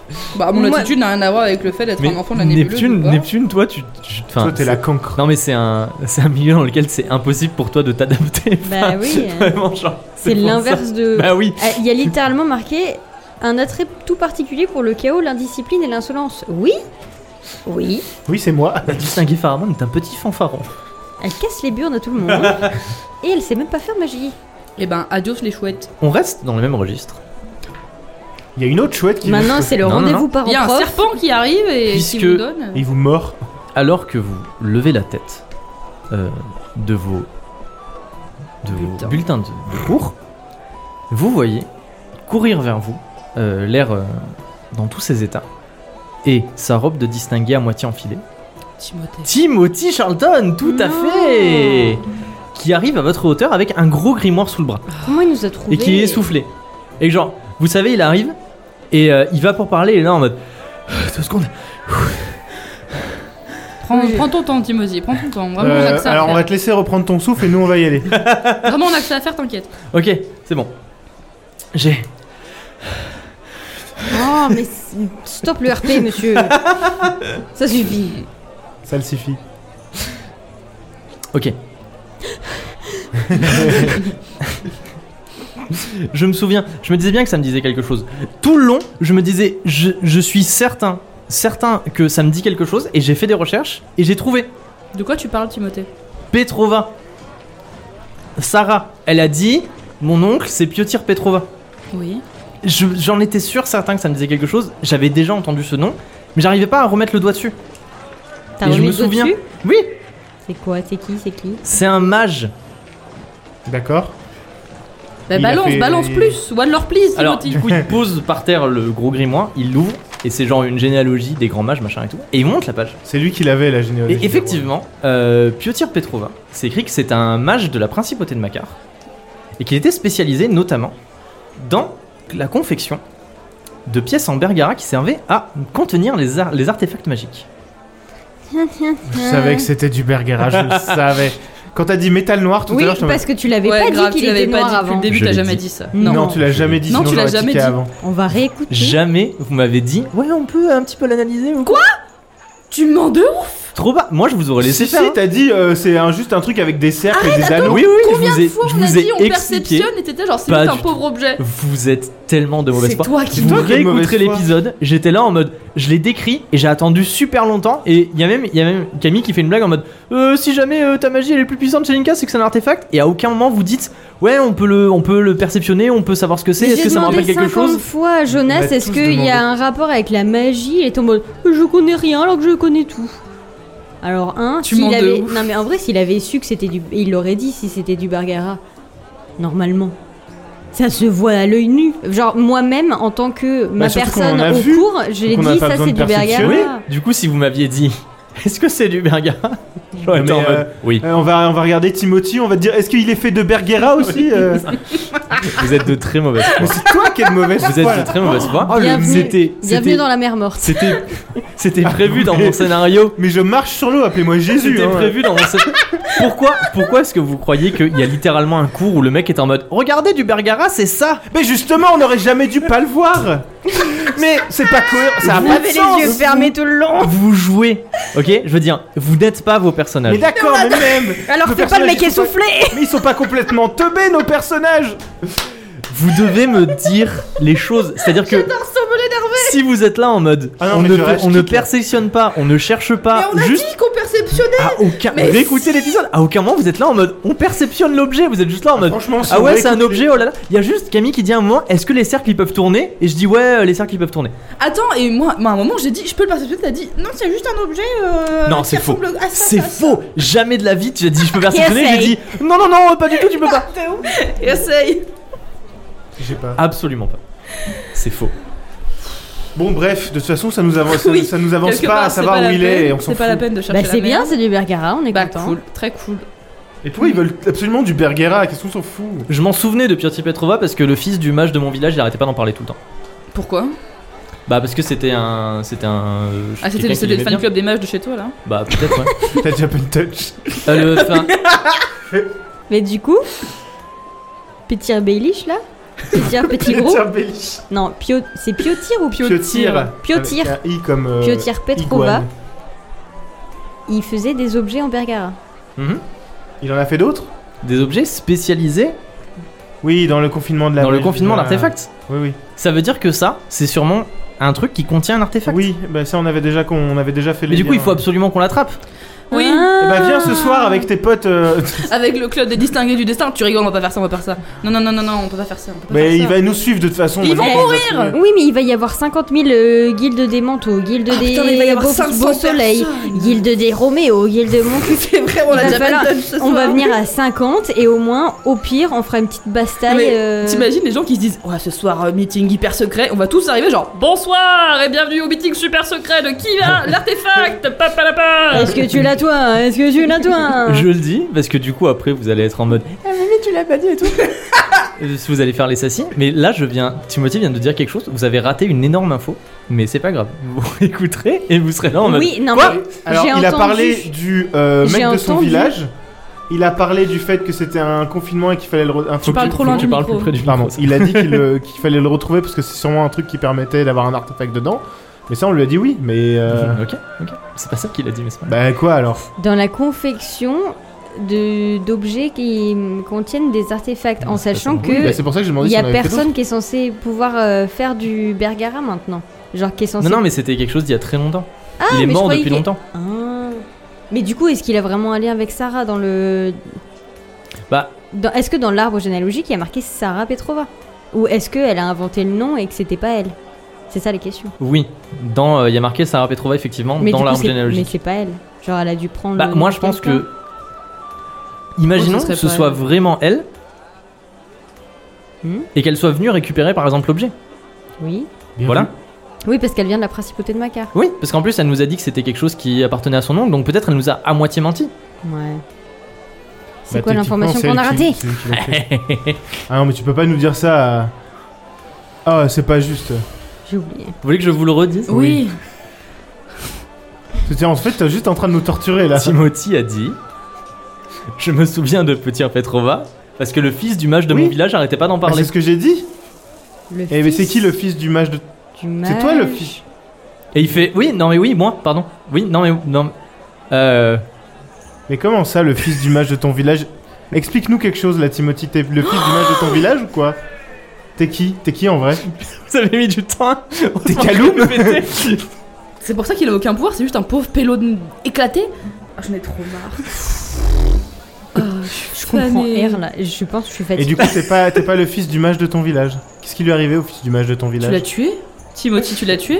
S4: Bah, mon
S3: Moi-
S4: attitude n'a rien à voir avec le fait d'être
S1: Mais
S4: un enfant de la nébuleuse.
S1: Neptune,
S4: ou pas.
S1: Neptune, toi, tu. tu- enfin,
S2: Toi, t'es la
S1: c'est-
S2: cancre.
S1: Non, mais c'est un, c'est un milieu dans lequel c'est impossible pour toi de t'adapter.
S3: Bah
S1: Enfin,
S3: oui,
S1: c'est
S3: euh,
S1: vraiment genre.
S3: C'est
S1: pour ça.
S3: l'inverse de.
S1: Bah oui.
S3: Ah, il y a littéralement marqué un attrait tout particulier pour le chaos, l'indiscipline et l'insolence. Oui, oui.
S2: Oui, c'est moi.
S1: La distinguée Pharamond est un petit fanfaron.
S3: Elle casse les burnes à tout le monde. Et elle sait même pas faire magie.
S4: Eh ben, adios les chouettes.
S1: On reste dans le même registre.
S2: Il y a une autre chouette qui
S3: Maintenant,
S2: vient
S3: c'est le
S1: Non, non,
S3: rendez-vous
S1: non.
S3: parent
S4: Il y a un
S3: prof.
S4: serpent qui arrive et
S1: Puisque-
S4: qui vous donne.
S2: et il vous mord.
S1: Alors que vous levez la tête euh, de vos, de vos
S4: Bulletins.
S1: bulletins de, de cours, vous voyez courir vers vous euh, l'air euh, dans tous ses états et sa robe de distingué à moitié enfilée.
S4: Timothée.
S1: Timothy Charlton, tout à
S3: Non.
S1: fait, qui arrive à votre hauteur avec un gros grimoire sous le bras
S3: Comment il nous a trouvé
S1: et qui est essoufflé. Et genre, vous savez, il arrive et euh, il va pour parler et là en mode deux secondes.
S4: Prends,
S3: Oui.
S4: prends ton temps, Timothy, prends ton temps. Vraiment, on a
S2: Euh,
S4: que ça à
S2: alors, on
S4: faire.
S2: va te laisser reprendre ton souffle et nous, on va y aller.
S4: Vraiment, on a que ça à faire, t'inquiète.
S1: Ok, c'est bon. J'ai
S3: Oh, mais c- stop le R P, monsieur. Ça suffit.
S2: Ça le suffit.
S1: Ok. Je me souviens, je me disais bien que ça me disait quelque chose. Tout le long, je me disais, je, je suis certain, certain que ça me dit quelque chose, et j'ai fait des recherches, et j'ai trouvé
S4: De quoi tu parles, Timothée?
S1: Petrova. Sarah, elle a dit, mon oncle, c'est Piotr Petrova.
S4: Oui.
S1: Je- J'en étais sûr, certain que ça me disait quelque chose, j'avais déjà entendu ce nom, mais j'arrivais pas à remettre le doigt dessus.
S3: T'as
S1: Et je
S3: remis
S1: me
S3: le doigt
S1: souviens.
S3: dessus
S1: Oui,
S3: C'est quoi? C'est qui? C'est qui?
S1: c'est un mage.
S2: D'accord.
S4: Bah,
S2: Il a
S4: balance,
S2: fait-
S4: balance plus. One leur please,
S1: Alors,
S4: Timothy.
S1: du coup, il pose par terre le gros grimoire, il l'ouvre, et c'est genre une généalogie des grands mages, machin et tout, et il monte la page.
S2: C'est lui qui l'avait, la généalogie.
S1: Et effectivement, euh, Piotr Petrova, c'est écrit que c'est un mage de la principauté de Makar, et qu'il était spécialisé notamment dans la confection de pièces en bergara qui servaient à contenir les, ar- les artefacts magiques.
S3: Tiens, tiens,
S2: Je
S3: tiens.
S2: savais que c'était du bergara, je le savais. Quand t'as dit métal noir tout
S3: Oui,
S2: à l'heure, je t'en
S3: parce que tu l'avais
S4: Ouais,
S3: pas
S4: grave,
S3: dit
S4: tu
S3: qu'il
S4: l'avais
S3: était
S4: pas
S3: noir
S4: dit depuis
S3: avant.
S4: le début,
S1: Je
S4: t'as
S1: l'ai
S4: jamais
S1: dit.
S4: dit ça.
S3: Non.
S2: Non, tu l'as jamais dit,
S4: Non,
S2: sinon
S4: tu l'as
S2: j'aurais
S4: jamais
S2: tiqué
S4: dit.
S2: avant.
S3: On va réécouter.
S1: Jamais vous m'avez dit, ouais, on peut un petit peu l'analyser ou quoi.
S4: Tu mens de ouf.
S1: Trop bas. Moi, je vous aurais laissé
S2: Si,
S1: faire.
S2: si,
S1: hein.
S2: t'as dit euh, c'est un- juste un truc avec des cercles et des anneaux.
S1: Oui, oui, oui,
S4: Combien
S1: je vous ai,
S4: de fois
S1: je
S4: on a
S1: vous ai
S4: dit on
S1: expliqué.
S4: perceptionne et t'étais genre c'est
S1: Pas
S4: juste un
S1: du
S4: pauvre objet.
S1: Vous êtes tellement de mauvaise
S4: C'est
S1: foi.
S4: toi qui
S1: Vous
S2: toi qui es de mauvaise
S1: réécouterez
S2: foi.
S1: l'épisode, j'étais là en mode, je l'ai décrit et j'ai attendu super longtemps. Et il y a même, il y a même Camille qui fait une blague en mode, euh, si jamais euh, ta magie elle est plus puissante chez Linka, c'est que c'est un artefact. Et à aucun moment vous dites, ouais, on peut le, on peut le perceptionner, on peut savoir ce que c'est.
S3: Mais
S1: Est-ce
S3: j'ai
S1: que ça me
S3: demandé
S1: rappelle quelque
S3: cinquante
S1: chose?
S3: fois à
S2: On
S3: Jonas,
S2: va
S3: est-ce
S2: tous
S3: qu'il y
S2: demander.
S3: a un rapport avec la magie? Il est en mode je connais rien alors que je connais tout. Alors un,
S4: Tu
S3: s'il
S4: mens de
S3: avait...
S4: ouf.
S3: non mais en vrai s'il avait su que c'était du, il l'aurait dit si c'était du bergara. Normalement, ça se voit à l'œil nu. Genre moi-même en tant que ma
S2: surtout qu'on
S3: personne
S2: en a
S3: au
S2: vu,
S3: cours, je l'ai
S2: donc on a
S3: dit
S2: pas
S3: ça
S2: besoin
S3: c'est
S2: de
S3: du bergara.
S2: perceptionner.
S1: Du coup, si vous m'aviez dit, est-ce que c'est du bergara? J'aurais été
S2: Mais,
S1: en mode,
S2: euh,
S1: oui.
S2: Euh, on, va, on va regarder Timothy, on va te dire est-ce qu'il est fait de bergara aussi euh
S1: Vous êtes de très mauvaise foi.
S2: Mais c'est toi qui es de mauvaise
S1: Vous
S2: foi,
S1: êtes
S2: là.
S1: de très mauvaise foi.
S2: Oh, le-
S3: Bienvenue,
S1: C'était,
S3: bienvenue
S1: c'était,
S3: dans la mer morte.
S1: c'était, c'était prévu dans
S2: mais-
S1: mon scénario.
S2: Mais je marche sur l'eau, appelez-moi Jésus.
S1: C'était
S2: hein.
S1: prévu dans mon scénario. Pourquoi, pourquoi est-ce que vous croyez qu'il y a littéralement un cours où le mec est en mode, regardez du bergara, c'est ça.
S2: Mais justement, on aurait jamais dû pas le voir. Mais c'est pas cohérent, ça a
S3: Vous
S2: pas de
S3: avez les
S2: sens.
S3: yeux fermés tout le long.
S1: Vous jouez, ok? Je veux dire, vous n'êtes pas vos personnages.
S2: Mais d'accord, mais même.
S3: Alors
S2: nos
S3: fais pas le mec
S2: personnages, ils sont
S3: essoufflé.
S2: pas- Mais ils sont pas complètement teubés, nos personnages.
S1: Vous devez me dire les choses. C'est-à-dire que si vous êtes là en mode,
S2: Ah non,
S1: on,
S2: mais
S1: ne,
S2: je reste
S1: on ne
S2: quitte, là.
S1: perceptionne pas, on ne cherche pas,
S4: Mais on a
S1: juste
S4: dit qu'on perceptionnait.
S1: à aucun.
S4: Mais
S1: Réécoutez l'épisode. À aucun moment vous êtes là en mode, on perceptionne l'objet. Vous êtes juste là en mode.
S2: Franchement, si
S1: Ah
S2: on
S1: ouais, c'est un
S2: réécoute
S1: objet, oh là là. Il y a juste Camille qui dit à un moment, est-ce que les cercles ils peuvent tourner? Et je dis ouais, euh, les cercles ils peuvent tourner.
S4: Attends, et moi, moi, à un moment j'ai dit je peux le perceptionner, t'as dit non, c'est juste un objet. euh,
S1: Non,
S4: qui
S1: c'est faux.
S4: ressemble à ça,
S1: C'est
S4: ça, ça.
S1: faux. Jamais de la vie, tu as dit je peux perceptionner. J'ai
S3: Essaye.
S1: dit non, non, non, pas du tout, tu peux pas.
S4: Essaye.
S2: J'ai pas.
S1: Absolument pas. C'est faux.
S2: Bon, bref, de toute façon, ça nous avance, ça-
S4: Oui,
S2: ça nous avance
S4: Quelque
S2: pas
S4: part,
S2: à
S4: c'est
S2: savoir
S4: pas
S2: où
S4: la
S2: il
S4: peine,
S2: est et on s'en
S4: C'est
S2: fout.
S4: pas la peine de chercher
S3: Bah
S4: la
S3: c'est bien,
S4: merde.
S3: c'est du bergara, on est
S4: Bah
S3: content.
S4: cool, très cool.
S2: Et pourquoi ils veulent absolument du bergara? Qu'est-ce qu'on s'en fout?
S1: Je m'en souvenais de Piotr Petrova parce que le fils du mage de mon village, il arrêtait pas d'en parler tout le temps.
S4: Pourquoi?
S1: Bah parce que c'était un, c'était un. euh,
S4: Ah, c'était
S1: quelqu'un
S4: c'était
S1: qui
S4: le
S1: l'aimait
S4: fan
S1: bien.
S4: club des mages de chez toi là?
S1: Bah peut-être ouais.
S2: T'as Japan Touch.
S1: Euh, le, enfin,
S3: Mais du coup, petit Baelish là, Piotir petit gros.
S2: Piotir Belliche.
S3: Non, Pio... c'est Piotir ou Piotir
S2: Piotir.
S3: Piotir.
S2: Avec un I comme. Euh,
S3: Piotir Petrova.
S2: iguane.
S3: Il faisait des objets en Bergara.
S1: Mhm.
S2: Il en a fait d'autres?
S1: Des objets spécialisés
S2: Oui, dans le confinement de la
S1: dans le
S2: magie,
S1: confinement
S2: euh,
S1: d'artefacts.
S2: Oui, oui.
S1: Ça veut dire que ça, c'est sûrement un truc qui contient un artefact.
S2: Oui, bah ça on avait déjà, qu'on on avait déjà fait les
S1: Mais du coup,
S2: liens.
S1: il faut absolument qu'on l'attrape.
S4: Oui.
S3: Ah.
S2: Eh bah viens ce soir avec tes potes. euh,
S4: Avec le club des distingués du destin, tu rigoles, on va pas faire ça, on va pas faire ça. Non, non, non, non, non, on peut pas faire ça. On peut pas
S2: Mais
S4: faire
S2: il
S4: ça.
S2: va nous suivre de toute façon.
S4: Ils
S2: moi,
S4: vont
S2: je
S3: mourir.
S2: vais trouver.
S3: Oui, mais il va y avoir cinquante mille euh, guildes des manteaux, guildes
S4: Ah,
S3: des
S4: putain, mais il va y avoir
S3: beaux,
S4: cinq cents
S3: beaux soleils,
S4: personnes.
S3: guilde des Roméo, guilde de mon cul.
S4: C'est vrai, on
S3: Il
S4: l'a
S3: va
S4: déjà
S3: falloir-
S4: pas le ce
S3: On va
S4: soir.
S3: venir à cinquante et au moins, au pire, on fera une petite bastaille.
S4: Mais
S3: euh,
S4: T'imagines les gens qui se disent ouais ce soir euh, meeting hyper secret, on va tous arriver genre bonsoir et bienvenue au meeting super secret de qui va l'artefact papalapa.
S3: Est-ce que tu l'as toi? Est-ce que tu l'as toi?
S1: Je le dis parce que du coup, après, vous allez être en mode ah, mais tu l'as pas dit et tout. Euh, Vous allez faire les sassies. Mais là, je viens. Timothy vient de dire quelque chose. Vous avez raté une énorme info. Mais c'est pas grave. Vous écouterez et vous serez là en mode.
S3: Oui, non
S1: Quoi
S3: mais
S2: Alors
S3: j'ai
S2: il a
S3: entendu-
S2: parlé du euh,
S3: J'ai
S2: mec de son
S3: entendu.
S2: village. Il a parlé du fait que c'était un confinement et qu'il fallait le. Re... un
S4: Tu
S2: faut
S4: parles
S2: que-
S4: trop
S2: faut-
S4: loin
S1: Tu
S4: du
S1: parles
S4: micro.
S1: plus près du
S2: Pardon.
S1: micro, ça.
S2: Il a dit qu'il le- qu'il fallait le retrouver parce que c'est sûrement un truc qui permettait d'avoir un artefact dedans. Mais ça on lui a dit oui. Mais euh...
S1: Ok, ok. C'est pas ça qu'il a dit, mais c'est pas.
S2: bah quoi alors?
S3: dans la confection de d'objets qui mm, contiennent des artefacts, en
S1: c'est
S3: sachant
S1: pas
S3: que
S2: Oui, bah, c'est pour ça que j'ai demandé
S3: il y
S2: si
S3: a
S2: on avait fait d'autres.
S3: personne qui est censé pouvoir euh, faire du Bergara maintenant, genre qui est censé.
S1: Non, non, mais c'était quelque chose d'il y a très longtemps.
S3: Ah,
S1: Il est
S3: mais je
S1: mort
S3: croyais
S1: depuis
S3: qu'il-
S1: longtemps.
S3: Ah. Mais du coup, est-ce qu'il a vraiment un lien avec Sarah dans le
S1: Bah,
S3: dans... Est-ce que dans l'arbre généalogique il y a marqué Sarah Petrova, ou est-ce qu'elle a inventé le nom et que c'était pas elle? C'est ça les questions.
S1: oui. Dans, euh, il y a marqué Sarah Petrova, effectivement,
S3: Mais
S1: dans
S3: du coup,
S1: l'arbre
S3: c'est- mais
S1: généalogique.
S3: c'est pas elle. Genre elle a dû prendre.
S1: Bah,
S3: le
S1: moi,
S3: nom
S1: je
S3: de
S1: pense
S3: quelqu'un.
S1: que. Imaginons
S4: Oh, ce serait
S1: que ce
S4: pas
S1: soit
S4: elle.
S1: vraiment elle.
S3: Hmm.
S1: Et qu'elle soit venue récupérer par exemple l'objet.
S3: Oui.
S2: Bien
S1: Voilà.
S2: vu.
S3: Oui, parce qu'elle vient de la principauté de Macar.
S1: Oui, parce qu'en plus elle nous a dit que c'était quelque chose qui appartenait à son oncle, donc peut-être elle nous a à moitié menti.
S3: Ouais. C'est
S2: Bah,
S3: quoi
S2: techniquement,
S3: l'information
S2: c'est
S3: qu'on a
S2: elle qui-
S3: ratée?
S2: c'est elle qui l'a fait. Ah non mais tu peux pas nous dire ça. à- Ah c'est pas juste.
S3: J'ai oublié.
S1: Vous voulez que je vous le redise
S4: Oui.
S2: C'était en fait t'es juste en train de nous torturer là.
S1: Timothy a dit je me souviens de Petit Petrova parce que le fils du mage de
S2: Oui.
S1: mon village arrêtait pas d'en
S2: Bah,
S1: parler.
S2: c'est ce que j'ai dit.
S3: Le
S2: Eh mais c'est
S3: fils
S2: qui le fils du mage de...
S3: du
S2: C'est toi le
S3: mage.
S2: fils.
S1: Et il fait oui, non mais oui, moi, pardon. Oui, non mais non. Euh
S2: Mais comment ça le fils du mage de ton village? Explique-nous quelque chose là Timothy. T'es le fils du mage de ton village ou quoi? T'es qui? T'es qui en vrai?
S1: vous avez mis du temps. hein.
S2: T'es
S1: Heureusement
S2: Kaloum
S1: que je le pétais.
S4: C'est pour ça qu'il a aucun pouvoir, c'est juste un pauvre pélo de- éclaté. Ah, j'en ai trop marre. Ah,
S3: Je comprends
S4: fanée.
S3: R là. Je pense que je suis
S2: Et
S3: fatiguée.
S2: du coup t'es pas, t'es pas le fils du mage de ton village. Qu'est-ce qui lui est arrivé au fils du mage de ton
S4: Tu l'as
S2: village?
S4: tué Timothy, tu l'as tué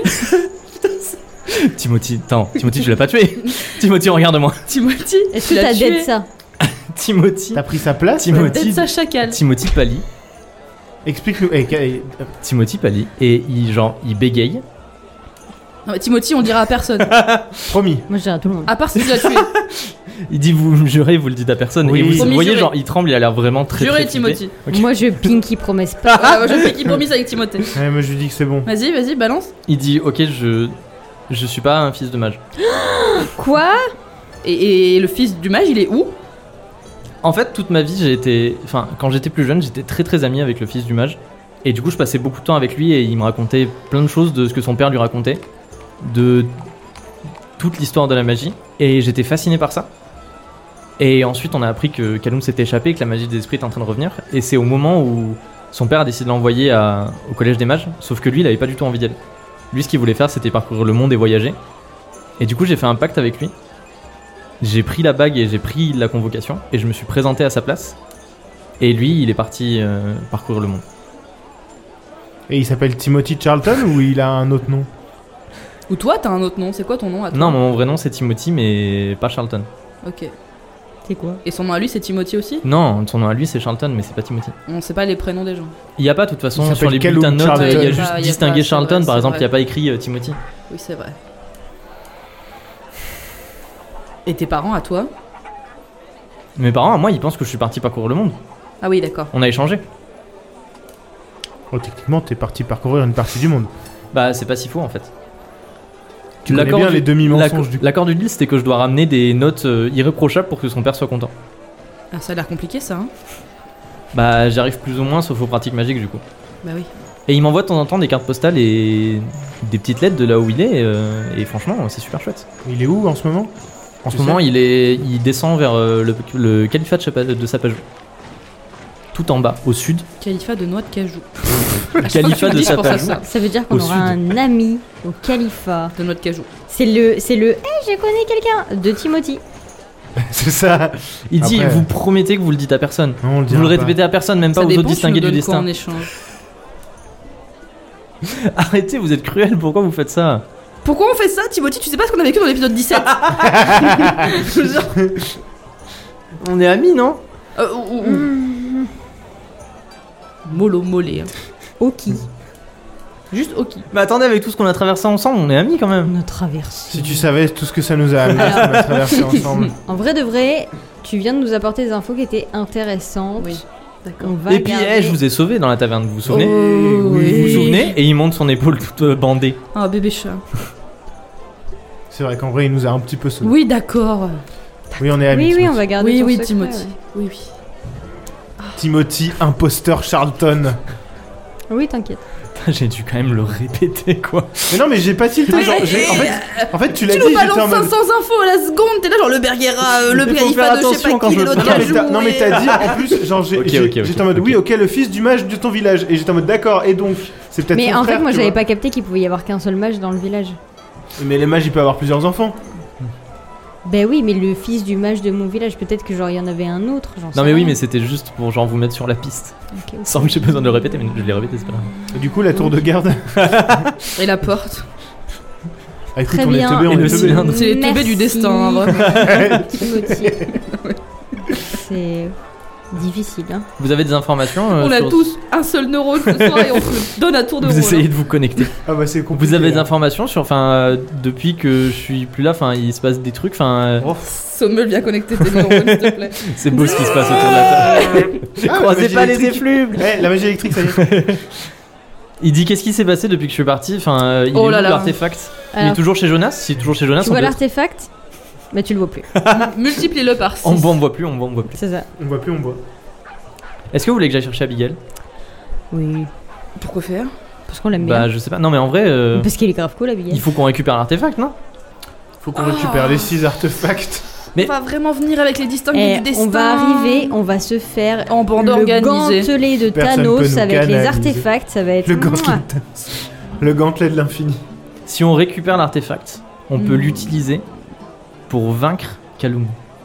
S1: Timothy, attends, Timothy, je l'ai pas tué. Timothy, regarde-moi.
S4: Timothy,
S3: Est-ce
S4: tu
S3: que
S4: l'as
S3: t'as
S4: tué
S3: dead ça?
S1: Timothy,
S2: T'as pris sa place?
S1: Timothy.
S4: Dead sa chacal.
S1: Timothy pâlit.
S2: Explique-nous. Eh, eh,
S1: Timothy pâlit et il genre il bégaye.
S4: Non, mais Timothy, on le dira à personne.
S2: promis.
S3: Moi je dirais à tout le monde.
S4: À part si tu l'as tué.
S1: Il dit vous me jurez, vous le dites à personne.
S2: Oui.
S1: Et vous
S4: Promis,
S1: voyez
S4: juré.
S1: genre il tremble, il a l'air vraiment très
S4: Juré,
S1: très flippé.
S4: Timothy.
S1: Ok.
S3: Moi je pinky promesse pas.
S4: Ouais, moi, je fais qui promise avec Timothée.
S2: Ouais, moi je lui dis que c'est bon.
S4: Vas-y, vas-y, balance.
S1: Il dit ok je je suis pas un fils de mage.
S3: Quoi?
S4: Et, et le fils du mage, il est où
S1: En fait toute ma vie j'ai été, enfin quand j'étais plus jeune j'étais très très ami avec le fils du mage et du coup je passais beaucoup de temps avec lui et il me racontait plein de choses de ce que son père lui racontait, de toute l'histoire de la magie et j'étais fasciné par ça. Et ensuite on a appris que Kaloum s'était échappé, que la magie des esprits était en train de revenir et c'est au moment où son père a décidé de l'envoyer à- au collège des mages, sauf que lui il avait pas du tout envie d'y aller. Lui ce qu'il voulait faire c'était parcourir le monde et voyager et du coup j'ai fait un pacte avec lui. J'ai pris la bague et j'ai pris la convocation et je me suis présenté à sa place. Et lui, il est parti euh, parcourir le monde.
S2: Et il s'appelle Timothy Charlton ou il a un autre nom?
S4: Ou toi, t'as un autre nom. C'est quoi ton nom à toi
S1: Non, mon vrai nom c'est Timothy, mais pas Charlton.
S4: Ok.
S3: C'est quoi?
S4: Et son nom à lui, c'est Timothy aussi
S1: Non, son nom à lui c'est Charlton, mais c'est pas Timothy.
S4: On sait pas les prénoms des gens.
S1: Il y a pas, de toute
S2: Il
S1: façon,
S2: s'appelle
S1: sur les
S2: Kaloum
S1: bulletins de notes, euh, il y a
S2: Charlton.
S1: juste
S4: Il y a pas,
S1: distingué
S4: c'est
S1: Charlton,
S4: vrai,
S1: par
S4: c'est
S1: exemple, il n'y a
S4: vrai.
S1: pas écrit euh, Timothy.
S4: Oui, c'est vrai. Et tes parents à toi
S1: Mes parents, à moi, ils pensent que je suis parti parcourir le monde.
S4: Ah oui, d'accord.
S1: On a échangé.
S2: Oh, techniquement, t'es parti parcourir une partie du monde.
S1: Bah, c'est pas si faux en fait.
S2: Tu connais
S1: L'accord
S2: bien
S1: du-
S2: les demi-mensonges
S1: l'acc-
S2: du coup.
S1: L'accord du deal, c'était que je dois ramener des notes euh, irréprochables pour que son père soit content.
S4: Ah, ça a l'air compliqué ça, hein
S1: Bah, j'arrive plus ou moins, sauf aux pratiques magiques du coup.
S4: Bah oui.
S1: Et il m'envoie de temps en temps des cartes postales et des petites lettres de là où il est, euh, et franchement, c'est super chouette.
S2: Il est où en ce moment?
S1: En
S2: Tu
S1: ce
S2: sais
S1: moment, il, est, il descend vers euh, le, le califat de, Chapa- de Sapajou. Tout en bas, au sud.
S4: Califat de noix de cajou.
S1: Califat de
S4: Je pense à
S1: Sapajou.
S4: ça.
S3: Ça veut dire qu'on
S1: Au
S3: aura
S1: sud.
S3: un ami au califat.
S4: De noix de cajou.
S3: C'est le, c'est le, hey, je connais quelqu'un de Timothy.
S2: C'est ça.
S1: Il dit,
S2: Après-
S1: vous promettez que vous le dites à personne.
S2: Non, on le
S1: Vous le
S2: dira pas.
S1: répétez à personne, même pas
S4: Ça
S1: aux
S4: dépend,
S1: autres
S4: tu
S1: distingués
S4: nous
S1: du
S4: donnes quoi
S1: destin.
S4: en échange.
S1: Arrêtez, vous êtes cruel, pourquoi vous faites ça?
S4: Pourquoi on fait ça, Timothy? Tu sais pas ce qu'on a vécu dans l'épisode dix-sept? Genre,
S1: On est amis, non?
S4: euh, ou- ou- ou- Mollo mollet. hein.
S3: Ok.
S4: Juste ok.
S1: Mais attendez, avec tout ce qu'on a traversé ensemble, on est amis quand même.
S3: On a traversé.
S2: Si tu savais tout ce que ça nous a amené, ce qu'on a traversé ensemble.
S3: En vrai de vrai, tu viens de nous apporter des infos qui étaient intéressantes.
S4: Oui. D'accord.
S3: On va
S1: Et puis,
S3: garder-
S1: eh, je vous ai sauvé dans la taverne, vous vous souvenez?
S4: Oh,
S1: Vous
S4: oui.
S1: vous souvenez? Et il monte son épaule toute euh, bandée.
S4: Ah, bébé chat.
S2: C'est vrai qu'en vrai, il nous a un petit peu sauvé.
S4: Oui, d'accord.
S2: Oui, on est amis.
S3: Oui, oui,
S2: Timothy.
S3: on va garder
S4: Oui,
S3: ton
S4: oui,
S3: secret,
S4: Timothy.
S3: ouais.
S4: Oui, oui.
S2: Timothy, imposteur Charlton.
S3: Oui, t'inquiète.
S1: J'ai dû quand même le répéter, quoi.
S2: Mais non, mais j'ai pas tilté. Genre, j'ai- en fait, en fait, tu l'as
S4: Tu
S2: dit,
S4: nous
S2: j'étais
S4: balances
S2: en mode.
S4: cinq cents infos à la seconde, t'es là genre le Bergera, euh, le
S1: Il faut
S4: califat
S1: faire
S4: de je sais
S1: attention
S4: pas
S1: quand
S4: qui,
S1: je
S4: de
S1: le
S4: l'autre
S2: Non mais,
S4: cajou.
S2: t'as, non mais t'as dit en plus, genre j'ai,
S1: Ok,
S2: j'ai-
S1: ok, ok,
S2: j'étais en mode
S1: ok.
S2: oui ok le fils du mage de ton village et j'étais en mode d'accord et donc c'est peut-être
S3: Mais
S2: son
S3: en
S2: frère,
S3: fait, moi
S2: tu
S3: j'avais
S2: vois.
S3: pas capté qu'il pouvait y avoir qu'un seul mage dans le village.
S2: Mais les mages il peut avoir plusieurs enfants.
S3: Ben oui, mais le fils du mage de mon village, peut-être que genre il y en avait un autre. J'en sais
S1: Non, mais oui,
S3: rien.
S1: mais c'était juste pour genre vous mettre sur la piste.
S3: Ok, ok.
S1: Sans que j'ai besoin de le répéter, mais je l'ai répété, c'est pas grave.
S2: Et du coup la tour de garde.
S4: Et la porte.
S2: Ah, écoute
S3: Très
S2: on
S3: bien.
S2: est teubés,
S1: Et
S2: on
S1: le
S2: est teubés.
S1: cylindre.
S4: C'est les tombées du
S3: Merci.
S4: destin, hein, vraiment.
S3: Timothy. C'est difficile, hein.
S1: Vous avez des informations euh,
S4: On a
S1: sur-
S4: tous un seul neurone ce soir et on se le donne à tour de
S1: Vous
S4: rôle.
S1: essayez
S4: hein.
S1: de vous connecter.
S2: Ah bah c'est compliqué.
S1: Vous avez des
S2: là.
S1: informations sur, enfin, euh, depuis que je suis plus là, enfin, il se passe des trucs, enfin, euh,
S2: Oh.
S4: Sommel, viens connecter tes neurones, s'il te plaît.
S1: c'est beau ce qui se passe autour de la table.
S2: Ah, la
S1: Croisez
S2: magie
S1: pas les
S2: électrique.
S1: effluves.
S2: Eh, la magie électrique ça y est.
S1: Il dit qu'est-ce qui s'est passé depuis que je suis parti, enfin, euh, il
S4: Oh
S1: est
S4: là
S1: où
S4: là.
S1: l'artefact? Il est
S3: Alors,
S1: toujours chez Jonas? Si toujours chez Jonas,
S3: tu
S1: on,
S3: vois
S1: peut-
S3: l'artefact, mais tu le vois plus.
S4: Multiplie-le par six.
S1: on, on me voit plus, on me voit, on me voit plus.
S3: C'est ça.
S2: On voit plus on voit.
S1: Est-ce que vous voulez que j'aille chercher Abigail?
S3: Oui.
S4: Pourquoi faire?
S3: Parce qu'on l'aime
S1: Bah,
S3: bien.
S1: je sais pas. Non, mais en vrai, euh,
S3: Parce qu'il est grave cool, Abigail.
S1: il faut qu'on récupère l'artefact, non?
S2: Faut qu'on récupère les six artefacts.
S1: Mais-
S4: On va vraiment venir avec les distingués
S3: Eh,
S4: du destin.
S3: on va arriver, on va se faire
S4: en bande
S3: le
S4: organisée.
S3: gantelet de
S2: Personne peut
S3: Thanos
S2: nous
S3: avec les
S2: canaliser.
S3: artefacts, ça va être
S2: Le
S3: mouah.
S2: gantelet de Thanos. Le gantelet de l'infini.
S1: Si on récupère l'artefact, on peut
S4: Hmm.
S1: l'utiliser pour vaincre Kaloum.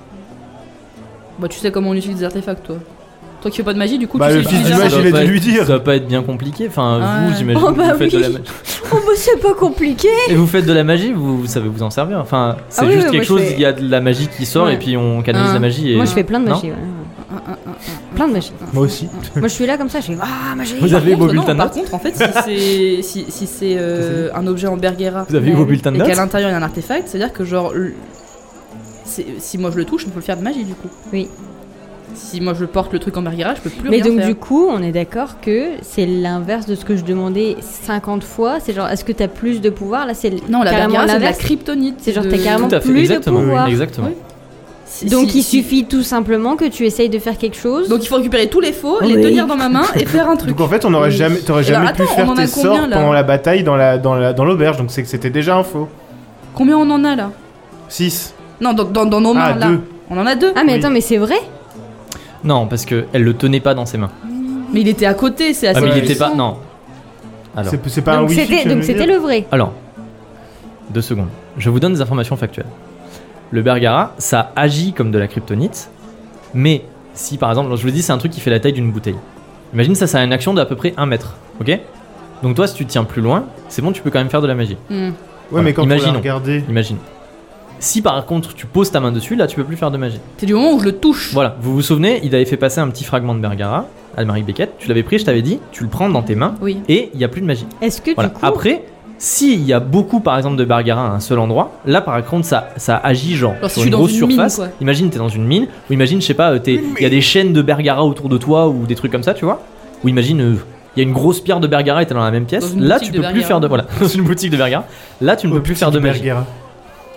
S4: Bah, tu sais comment on utilise les artefacts, toi. Toi qui fais pas de magie, du coup,
S2: Bah,
S4: tu
S2: le
S4: sais
S2: fils
S4: utiliser
S2: du
S4: un
S2: mage,
S1: Ça
S2: il
S1: va
S2: a
S1: pas
S2: dû
S1: être-
S2: lui dire.
S1: Ça va pas être bien compliqué. Enfin,
S4: Ouais.
S1: vous, j'imagine
S3: Oh,
S1: que
S3: bah
S1: vous faites de
S3: oui.
S1: la magie.
S3: Oh bah c'est pas compliqué.
S1: Et vous faites de la magie, vous, vous savez vous en servir. Enfin, c'est
S3: Ah oui,
S1: juste
S3: oui,
S1: quelque
S3: moi,
S1: chose,
S3: je fais-
S1: il y a de la magie qui sort
S3: Ouais.
S1: et puis on canalise
S4: Ah.
S1: la magie. Et...
S3: Moi je fais plein de
S1: Non
S3: magie, ouais.
S4: Un, un, un, un.
S3: Plein de magie.
S2: Moi aussi.
S3: Moi je suis là comme ça, je fais ah magie.
S1: Vous avez
S4: Par
S1: vos
S4: contre, non,
S1: bulletins de
S4: par
S1: notes
S4: contre, en fait, si c'est si, si c'est euh, un objet en Bergera
S1: Vous avez
S3: Ouais.
S1: vos bulletins de
S4: et qu'à
S1: notes
S4: l'intérieur il y a un artefact, c'est-à-dire que genre le- c'est- si moi je le touche, on peut le faire de magie du coup.
S3: Oui.
S4: Si moi je porte le truc en Bergera, je peux plus
S3: Mais
S4: rien
S3: donc
S4: faire.
S3: du coup, on est d'accord que c'est l'inverse de ce que je demandais cinquante fois. C'est genre, est-ce que t'as plus de pouvoir? Là, c'est
S4: Non, la
S3: carrément
S4: Bergera c'est de la
S3: l'inverse.
S4: kryptonite.
S3: C'est genre,
S4: de-
S3: t'as carrément
S1: Tout à fait,
S3: plus de
S1: exactement.
S3: pouvoir.
S1: Exactement.
S4: Oui. Si-
S3: Donc
S4: si-
S3: il
S4: si-
S3: suffit tout simplement que tu essayes de faire quelque chose.
S4: Donc il faut récupérer tous les faux, les
S3: Oui.
S4: tenir dans ma main et faire un truc.
S2: Donc en fait, on aurait
S3: Oui.
S2: jamais, t'aurais
S4: Et alors,
S2: jamais pu
S4: attends,
S2: faire
S4: on en a
S2: tes
S4: combien,
S2: sorts
S4: là
S2: pendant la bataille dans la dans la dans l'auberge. Donc c'est que c'était déjà un faux.
S4: Combien on en a là?
S2: six.
S4: Non, dans, dans, dans nos mains
S2: Ah,
S4: là.
S2: deux.
S4: On en a deux.
S3: Ah mais
S2: Oui.
S3: attends, mais c'est vrai?
S1: Non, parce que elle le tenait pas dans ses mains.
S4: Mais il était à côté, c'est assez
S1: Ah, mais il
S2: Ouais.
S1: était pas.
S4: puissant.
S1: Non. Alors.
S2: C'est, c'est pas un
S3: Donc
S2: wifi.
S3: c'était
S2: tu veux
S3: donc
S2: me
S3: c'était
S2: dire
S3: le vrai.
S1: Alors, deux secondes. Je vous donne des informations factuelles. Le Bergara, ça agit comme de la kryptonite, mais si par exemple, je vous dis, c'est un truc qui fait la taille d'une bouteille. Imagine ça, ça a une action d'à peu près un mètre, ok? Donc toi, si tu te tiens plus loin, c'est bon, tu peux quand même faire de la magie.
S4: Hmm.
S2: Ouais, mais quand on
S1: Imaginons.
S2: l'a regardé.
S1: Imagine. Si par contre tu poses ta main dessus, là, tu peux plus faire de magie.
S4: C'est du moment où je le touche.
S1: Voilà, vous vous souvenez, il avait fait passer un petit fragment de Bergara, Almaric Beckett, tu l'avais pris, je t'avais dit, tu le prends dans tes mains,
S4: Oui.
S1: et il n'y a plus de magie.
S3: Est-ce que
S1: Voilà.
S3: du coup
S1: Après, s'il y a beaucoup par exemple de Bergara à un seul endroit, là par contre ça, ça agit genre,
S4: Genre, si
S1: sur
S4: je suis
S1: une
S4: dans
S1: grosse
S4: une mine,
S1: surface.
S4: quoi.
S1: Imagine t'es dans une mine, ou imagine je sais pas, euh, t'es- il y a des chaînes de Bergara autour de toi ou des trucs comme ça, tu vois. Ou imagine euh, il y a une grosse pierre de Bergara et t'es dans la même pièce.
S4: Dans une
S1: Là
S4: boutique
S1: tu
S4: de
S1: peux plus
S4: Bergara.
S1: faire de voilà dans une boutique de Bergara. Là tu ne
S2: Au
S1: peux plus
S2: petit
S1: faire de magie.
S2: Bergera.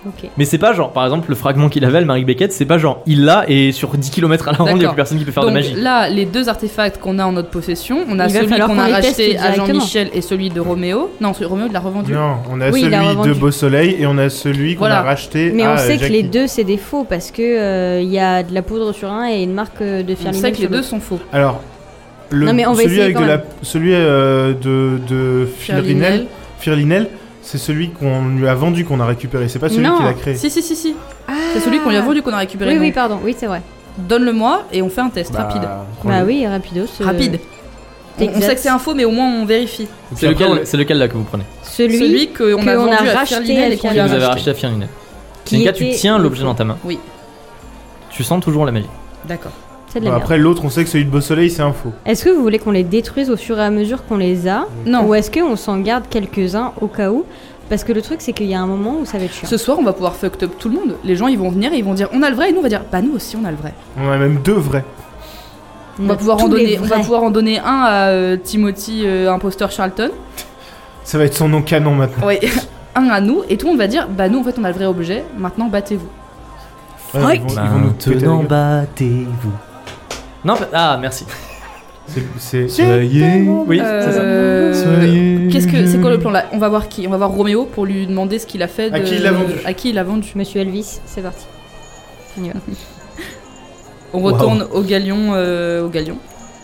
S3: Ok.
S1: Mais c'est pas genre, par exemple, le fragment qu'il avait, le Marie Beckett, c'est pas genre, il l'a et sur dix kilomètres à la ronde, il n'y a
S4: D'accord.
S1: plus personne qui peut faire
S4: Donc
S1: de magie.
S4: là, les deux artefacts qu'on a en notre possession, on a
S3: Il va
S4: celui
S3: falloir
S4: qu'on
S3: qu'on
S4: a
S3: les teste
S4: racheté à
S3: directement.
S4: Jean-Michel et celui de Roméo. Non, celui Roméo, il l'a revendu.
S2: Non, on a
S3: Oui, il a
S2: celui de
S3: revendu.
S2: Beau Soleil et on a celui qu'on
S4: Voilà.
S2: a racheté
S3: Mais
S2: à
S3: on sait
S2: euh,
S3: que les
S2: Jackie.
S3: deux c'est des faux parce que euh, il y a de la poudre sur un et une marque euh, de
S4: On
S3: Firlinel
S4: sait que les
S3: sur
S4: deux
S3: l'autre.
S4: sont faux.
S2: Alors, le,
S3: Non, mais on va
S2: celui
S3: essayer
S2: avec
S3: quand
S2: de la,
S3: même.
S2: celui euh, de, de Firlinel,
S4: Firlinel.
S2: Firlinel, c'est celui qu'on lui a vendu qu'on a récupéré. C'est pas celui
S3: Non.
S2: qu'il a créé.
S4: Si, si, si, si.
S3: Ah.
S4: C'est celui qu'on lui a vendu qu'on a récupéré.
S3: Oui,
S4: nous.
S3: oui, pardon, oui, c'est vrai.
S4: Donne-le-moi et on fait un test rapide.
S2: qu'on
S3: Bah
S2: le-
S3: oui, rapidos. euh,
S4: Rapide. On, on
S3: exact.
S4: sait que c'est un faux, mais au moins on vérifie.
S2: Et
S1: C'est
S2: puis après,
S1: lequel,
S2: on-
S1: c'est lequel là que vous prenez
S3: Celui,
S4: Celui qu'on a
S3: qu'on
S4: vendu
S3: a
S4: à
S3: racheté
S4: Firlinel
S3: à
S4: et qu'on
S1: que
S4: lui a
S1: vous avez
S4: racheté.
S1: racheté à Firlinel.
S3: qui
S1: Ninka, tu
S3: était
S1: tiens
S3: le
S1: l'objet
S3: faux.
S1: dans ta main.
S4: Oui,
S1: Tu sens toujours la magie.
S4: d'accord.
S3: C'est de la
S2: Bon,
S3: merde.
S2: après, l'autre, on sait que celui de Beau Soleil, c'est un faux.
S3: Est-ce que vous voulez qu'on les détruise au fur et à mesure qu'on les a
S4: Non.
S3: Ou est-ce qu'on s'en garde quelques-uns au cas où Parce que le truc, c'est qu'il y a un moment où ça va être chiant.
S4: Ce soir, on va pouvoir fuck up tout le monde. Les gens, ils vont venir et ils vont dire on a le vrai, et nous, on va dire bah nous aussi, on a le vrai.
S2: On a même deux vrais.
S4: On va pouvoir, en
S3: Tous les
S4: donner, on va
S3: vrais.
S4: pouvoir en donner un à euh, Timothy, euh, imposteur Charlton.
S2: Ça va être son nom canon maintenant.
S4: Oui. Un à nous, et tout le monde va dire bah nous, en fait, on a le vrai objet. Maintenant, battez-vous.
S2: Ouais, ils, vont, ils vont nous péter la gueule.
S1: battez-vous. Non, bah- ah, merci.
S2: C'est- C'est.
S1: Soyez. Oui, c'est ça.
S4: Euh,
S1: Soyez
S4: Qu'est-ce que c'est quoi le plan là? On va voir qui? On va voir Roméo pour lui demander ce qu'il a fait.
S2: À
S4: de-
S2: qui il l'a vendu.
S4: À qui il l'a vendu.
S3: Monsieur Elvis, c'est parti. On y va.
S4: On retourne au galion. euh, au galion.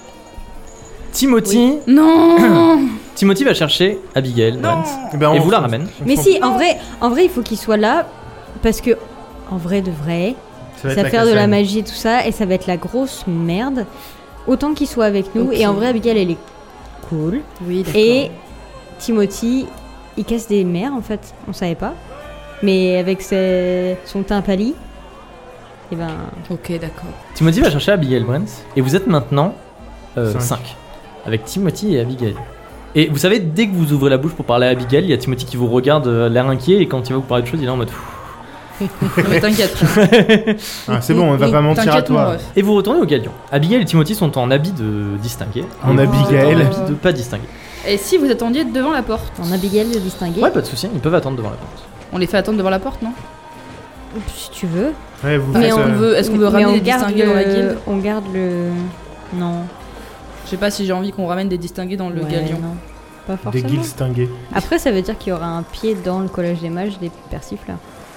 S1: Timothy.
S4: Non.
S1: Timothy va chercher Abigail Brent,
S2: Eh ben,
S1: et
S2: on
S1: vous la
S2: s'en-
S1: ramène.
S2: on
S3: Mais
S2: s'en-
S3: si, en vrai, en vrai, il faut qu'il soit là parce que, en vrai de vrai,
S2: ça va
S3: ça
S2: être
S3: va faire de la
S2: cassette.
S3: magie et tout ça, et ça va être la grosse merde. Autant qu'il soit avec nous,
S4: Ok.
S3: et en vrai, Abigail, elle est cool.
S4: Oui, d'accord.
S3: Et Timothy, il casse des mers en fait, on savait pas. Mais avec ses- son teint pâli, et ben.
S4: Ok, d'accord.
S1: Timothy va chercher Abigail Brent, et vous êtes maintenant
S2: Cinq.
S1: cinq. Avec Timothy et Abigail. Et vous savez, dès que vous ouvrez la bouche pour parler à Abigail, il y a Timothy qui vous regarde, euh, l'air inquiet, et quand il va vous parler de choses, il est en mode.
S4: Mais t'inquiète.
S2: Ah, c'est bon, on va pas mentir à
S4: T'inquiète, mon
S2: toi.
S4: ref.
S1: Et vous retournez au galion. Abigail et Timothy sont en habit de distingué.
S2: En
S1: Et vous
S2: Abigail.
S1: êtes En habit de pas distingué.
S4: Et si vous attendiez devant la porte?
S3: En Abigail de distinguer.
S1: Ouais, pas de souci, ils peuvent attendre devant la porte.
S4: On les fait attendre devant la porte, non?
S3: Si tu veux.
S2: Ouais, vous
S3: Mais
S2: faites,
S3: on
S2: euh,
S4: veut- Est-ce qu'on veut
S3: Mais
S4: ramener
S3: on
S4: des
S3: garde
S4: distingués dans la
S3: le-
S4: guilde?
S3: On garde le. Non.
S4: Je sais pas si j'ai envie qu'on ramène des distingués dans le
S3: Ouais,
S4: galion.
S3: non. Pas
S2: des
S3: forcément.
S2: guilds stingués.
S3: Après, ça veut dire qu'il y aura un pied dans le collège des mages des persifleurs.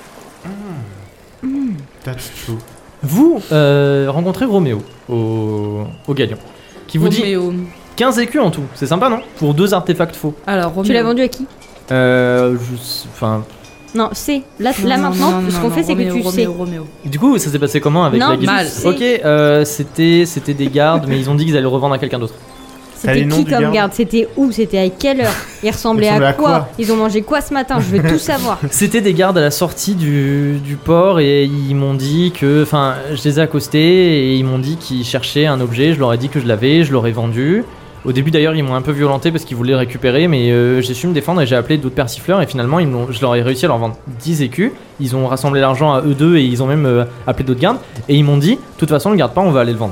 S2: That's true.
S1: Vous euh, rencontrez Roméo au, au galion, qui vous dit
S4: Roméo.
S1: quinze écus en tout. C'est sympa, non? Pour deux artefacts faux.
S4: Alors, Roméo.
S3: Tu l'as vendu à qui
S1: Euh, je sais- Enfin,
S3: Non, c'est. Là,
S4: Non,
S3: là
S4: non,
S3: maintenant,
S4: non,
S3: ce
S4: non,
S3: qu'on
S4: non,
S3: fait, c'est que
S4: Roméo,
S3: tu sais.
S4: Roméo, Roméo.
S1: du coup, ça s'est passé comment avec
S3: Non,
S1: la guilde?
S4: mal.
S3: sais.
S1: Ok, euh, c'était c'était des gardes, mais ils ont dit qu'ils allaient le revendre à quelqu'un d'autre.
S2: T'as les
S3: C'était
S2: noms
S3: qui
S2: du
S3: comme
S2: garde
S3: garde C'était où? C'était à quelle heure? Ils ressemblaient
S2: Ils ressemblaient
S3: à,
S2: à
S3: quoi,
S2: quoi
S3: Ils ont mangé quoi ce matin? Je veux tout savoir.
S1: C'était des gardes à la sortie du, du port et ils m'ont dit que, enfin, je les ai accostés et ils m'ont dit qu'ils cherchaient un objet. Je leur ai dit que je l'avais, je leur ai vendu. Au début d'ailleurs, ils m'ont un peu violenté parce qu'ils voulaient le récupérer, mais euh, j'ai su me défendre et j'ai appelé d'autres persifleurs et finalement, ils m'ont- je leur ai réussi à leur vendre dix écus. Ils ont rassemblé l'argent à eux deux et ils ont même euh, appelé d'autres gardes et ils m'ont dit, de toute façon, le garde pas, on va aller le vendre.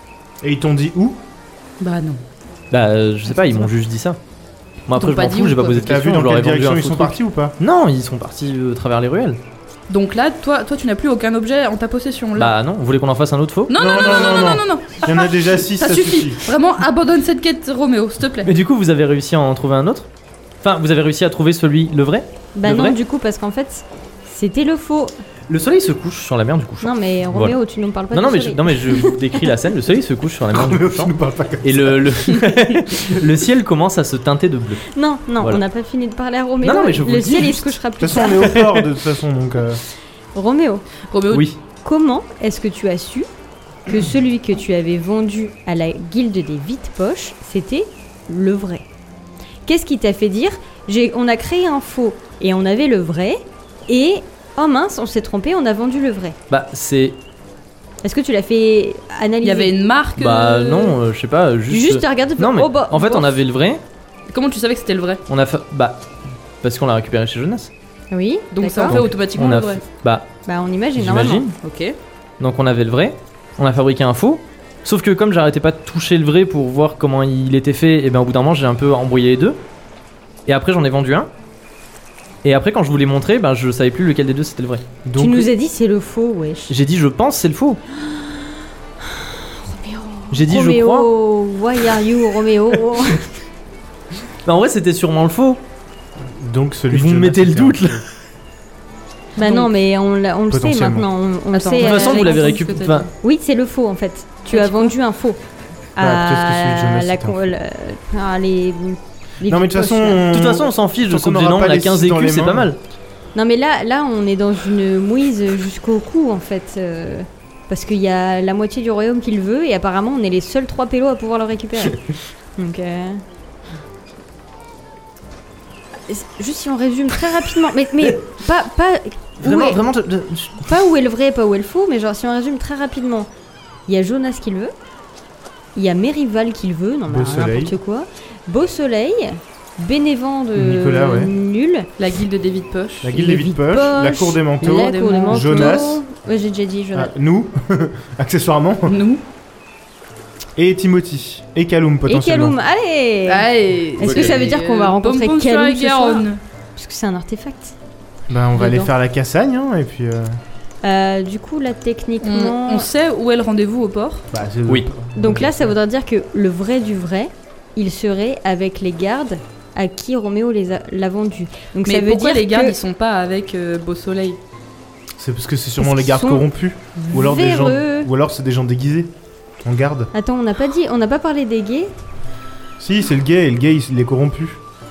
S2: Et ils t'ont dit où?
S4: Bah non.
S1: Bah, euh, je sais pas, ils m'ont juste dit ça. Moi après,
S4: Ils
S1: je
S4: t'ont
S1: m'en
S4: pas dit
S1: fous,
S4: où,
S1: j'ai pas
S4: quoi.
S1: posé de
S2: T'as vu
S1: questions,
S2: dans
S1: je leur ai
S2: quelle
S1: vendu
S2: direction
S1: un
S2: ils
S1: faux
S2: sont
S1: truc.
S2: partis ou pas?
S1: Non, ils sont partis euh, travers les ruelles.
S4: Donc là, toi, toi, tu n'as plus aucun objet en ta possession. Là.
S1: Bah non, vous voulez qu'on en fasse un autre faux?
S4: non, non, non, non, non, non, non, non.
S2: Il y en a déjà six,
S4: Ça
S2: ça
S4: suffit.
S2: suffit.
S4: Vraiment, abandonne cette quête, Roméo, s'il te plaît.
S1: Mais du coup, vous avez réussi à en trouver un autre? Enfin, vous avez réussi à trouver celui, le vrai?
S3: Bah
S1: Le
S3: non,
S1: vrai
S3: du coup, parce qu'en fait, c'était le faux.
S1: Le soleil se couche sur la mer du couchant.
S3: Non, mais
S1: Voilà.
S3: Roméo, tu nous parles pas
S1: Non,
S3: du
S1: non, mais je,
S3: soleil.
S1: non, mais je vous décris la scène. Le soleil se couche sur la mer du
S2: Roméo, tu
S1: couchant.
S2: nous parles pas comme
S1: Et le, le, le ciel commence à se teinter de bleu.
S3: Non, non,
S1: Voilà.
S3: on n'a pas fini de parler à Roméo.
S1: Non, non, mais je vous
S3: le
S1: le dis
S3: ciel, il
S1: juste.
S3: se couchera
S2: De
S3: plus
S2: toute façon,
S3: tard.
S2: on est au port de toute façon, donc. euh,
S3: Roméo,
S4: Roméo,
S1: Oui.
S3: comment est-ce que tu as su que celui que tu avais vendu à la guilde des vides poches, c'était le vrai? Qu'est-ce qui t'a fait dire j'ai, on a créé un faux et on avait le vrai et oh mince, on s'est trompé, on a vendu le vrai?
S1: Bah, c'est.
S3: Est-ce que tu l'as fait analyser?
S4: il y avait une marque.
S1: Bah,
S4: euh,
S1: non, euh, je sais pas. Juste.
S3: Juste à regarder.
S1: Non, mais
S3: oh, bah,
S1: en fait,
S3: bon.
S1: on avait le vrai.
S4: Comment tu savais que c'était le vrai?
S1: On a fait. Bah, parce qu'on l'a récupéré chez Jonas.
S3: Oui.
S4: Donc ça en
S3: d'accord.
S4: fait
S1: Donc,
S4: automatiquement
S1: On
S4: le
S1: a
S4: vrai.
S1: fait- Bah,
S3: Bah on imagine. normalement.
S1: j'imagine.
S4: Ok.
S1: Donc on avait le vrai, on a fabriqué un faux. Sauf que comme j'arrêtais pas de toucher le vrai pour voir comment il était fait, et ben au bout d'un moment j'ai un peu embrouillé les deux. Et après j'en ai vendu un. Et après, quand je vous l'ai montré, ben, je savais plus lequel des deux c'était le vrai.
S2: Donc,
S3: Tu nous as dit c'est le faux, wesh.
S1: J'ai dit je pense, c'est le faux.
S3: Roméo.
S1: J'ai dit je crois.
S3: Roméo, why are you, Roméo?
S1: Ben, en vrai, c'était sûrement le faux.
S2: donc celui
S1: Vous
S2: de
S1: me
S2: Jonas,
S1: mettez le
S2: c'était un
S1: doute, là.
S2: faux.
S3: Bah
S4: Donc,
S3: non, mais on, l'a- on le sait
S2: potentiellement.
S3: maintenant. On, on le
S4: Attends,
S3: sait.
S1: De toute
S3: euh,
S1: façon, vous
S4: j'ai
S1: l'avez
S4: compris ce que
S1: récupéré.
S4: t'as
S1: Enfin,
S3: Oui, c'est le faux en fait. Tu
S4: Ah,
S3: as
S4: tu
S3: vendu un faux.
S2: Bah, peut-être que celui de Jonas,
S3: à la
S2: c'était un
S3: con-
S2: faux.
S3: le- à les, les
S2: Non mais de toute
S3: poches,
S2: façon,
S3: là.
S2: on...
S1: de toute façon, on s'en fiche de
S2: Tant
S1: ce
S2: qu'on
S1: objet.
S2: n'aura
S1: Non,
S2: pas
S1: on a
S2: les
S1: quinze
S2: six dans
S1: écus,
S2: les
S1: c'est
S2: mains.
S1: pas mal.
S3: Non mais là, là, on est dans une mouise jusqu'au cou en fait. euh, parce qu'il y a la moitié du royaume qui le veut et apparemment on est les seuls trois pélos à pouvoir le récupérer. Donc... euh, Juste si on résume très rapidement, mais, mais pas, pas, où
S1: Vraiment,
S3: est,
S1: vraiment. je- je-
S3: pas où est le vrai, pas où est le faux, mais genre si on résume très rapidement, il y a Jonas qui le veut, il y a Merival qui le veut, non mais
S2: Beau Soleil.
S3: n'importe quoi, Beau Soleil, Bénévent de
S2: Nicolas, ouais.
S3: Nul,
S4: La guilde des vides poches.
S2: La guilde
S3: les
S2: des vides
S3: vides
S2: poches, la
S3: poches,
S2: cour des manteaux,
S3: la cour des manteaux,
S2: Jonas.
S3: ouais j'ai déjà dit Jonas.
S2: ah, nous, accessoirement,
S4: Nous.
S2: et Timothy, et Kaloum
S3: Et
S2: potentiellement.
S3: Kaloum, allez
S4: Allez.
S3: Est-ce que ça veut dire qu'on va rencontrer
S4: Bonbon sur
S3: Kaloum
S4: la
S3: ce soir
S4: Garonne.
S3: Parce que c'est un artefact.
S2: Bah on va aller
S3: Dedans.
S2: faire la cassagne, hein, et puis... euh,
S3: Euh, du coup là
S4: On,
S3: techniquement...
S4: on sait où est le rendez-vous au port.
S2: bah, c'est-
S1: Oui.
S3: Donc là, ça voudrait dire que le vrai du vrai, il serait avec les gardes à qui Roméo les a- l'a vendu. Donc
S4: Mais
S3: ça veut
S4: pourquoi
S3: dire
S4: les gardes
S3: que
S4: ils sont pas avec euh, Beau Soleil?
S2: C'est parce que c'est sûrement
S3: Parce
S2: les gardes
S3: qu'ils sont
S2: corrompus. Ou alors, des gens...
S3: véreux.
S2: Ou alors c'est des gens déguisés. En garde.
S3: Attends, on n'a pas dit, on n'a pas parlé des gays.
S2: Si, c'est le gay, et le gay il, il est corrompu.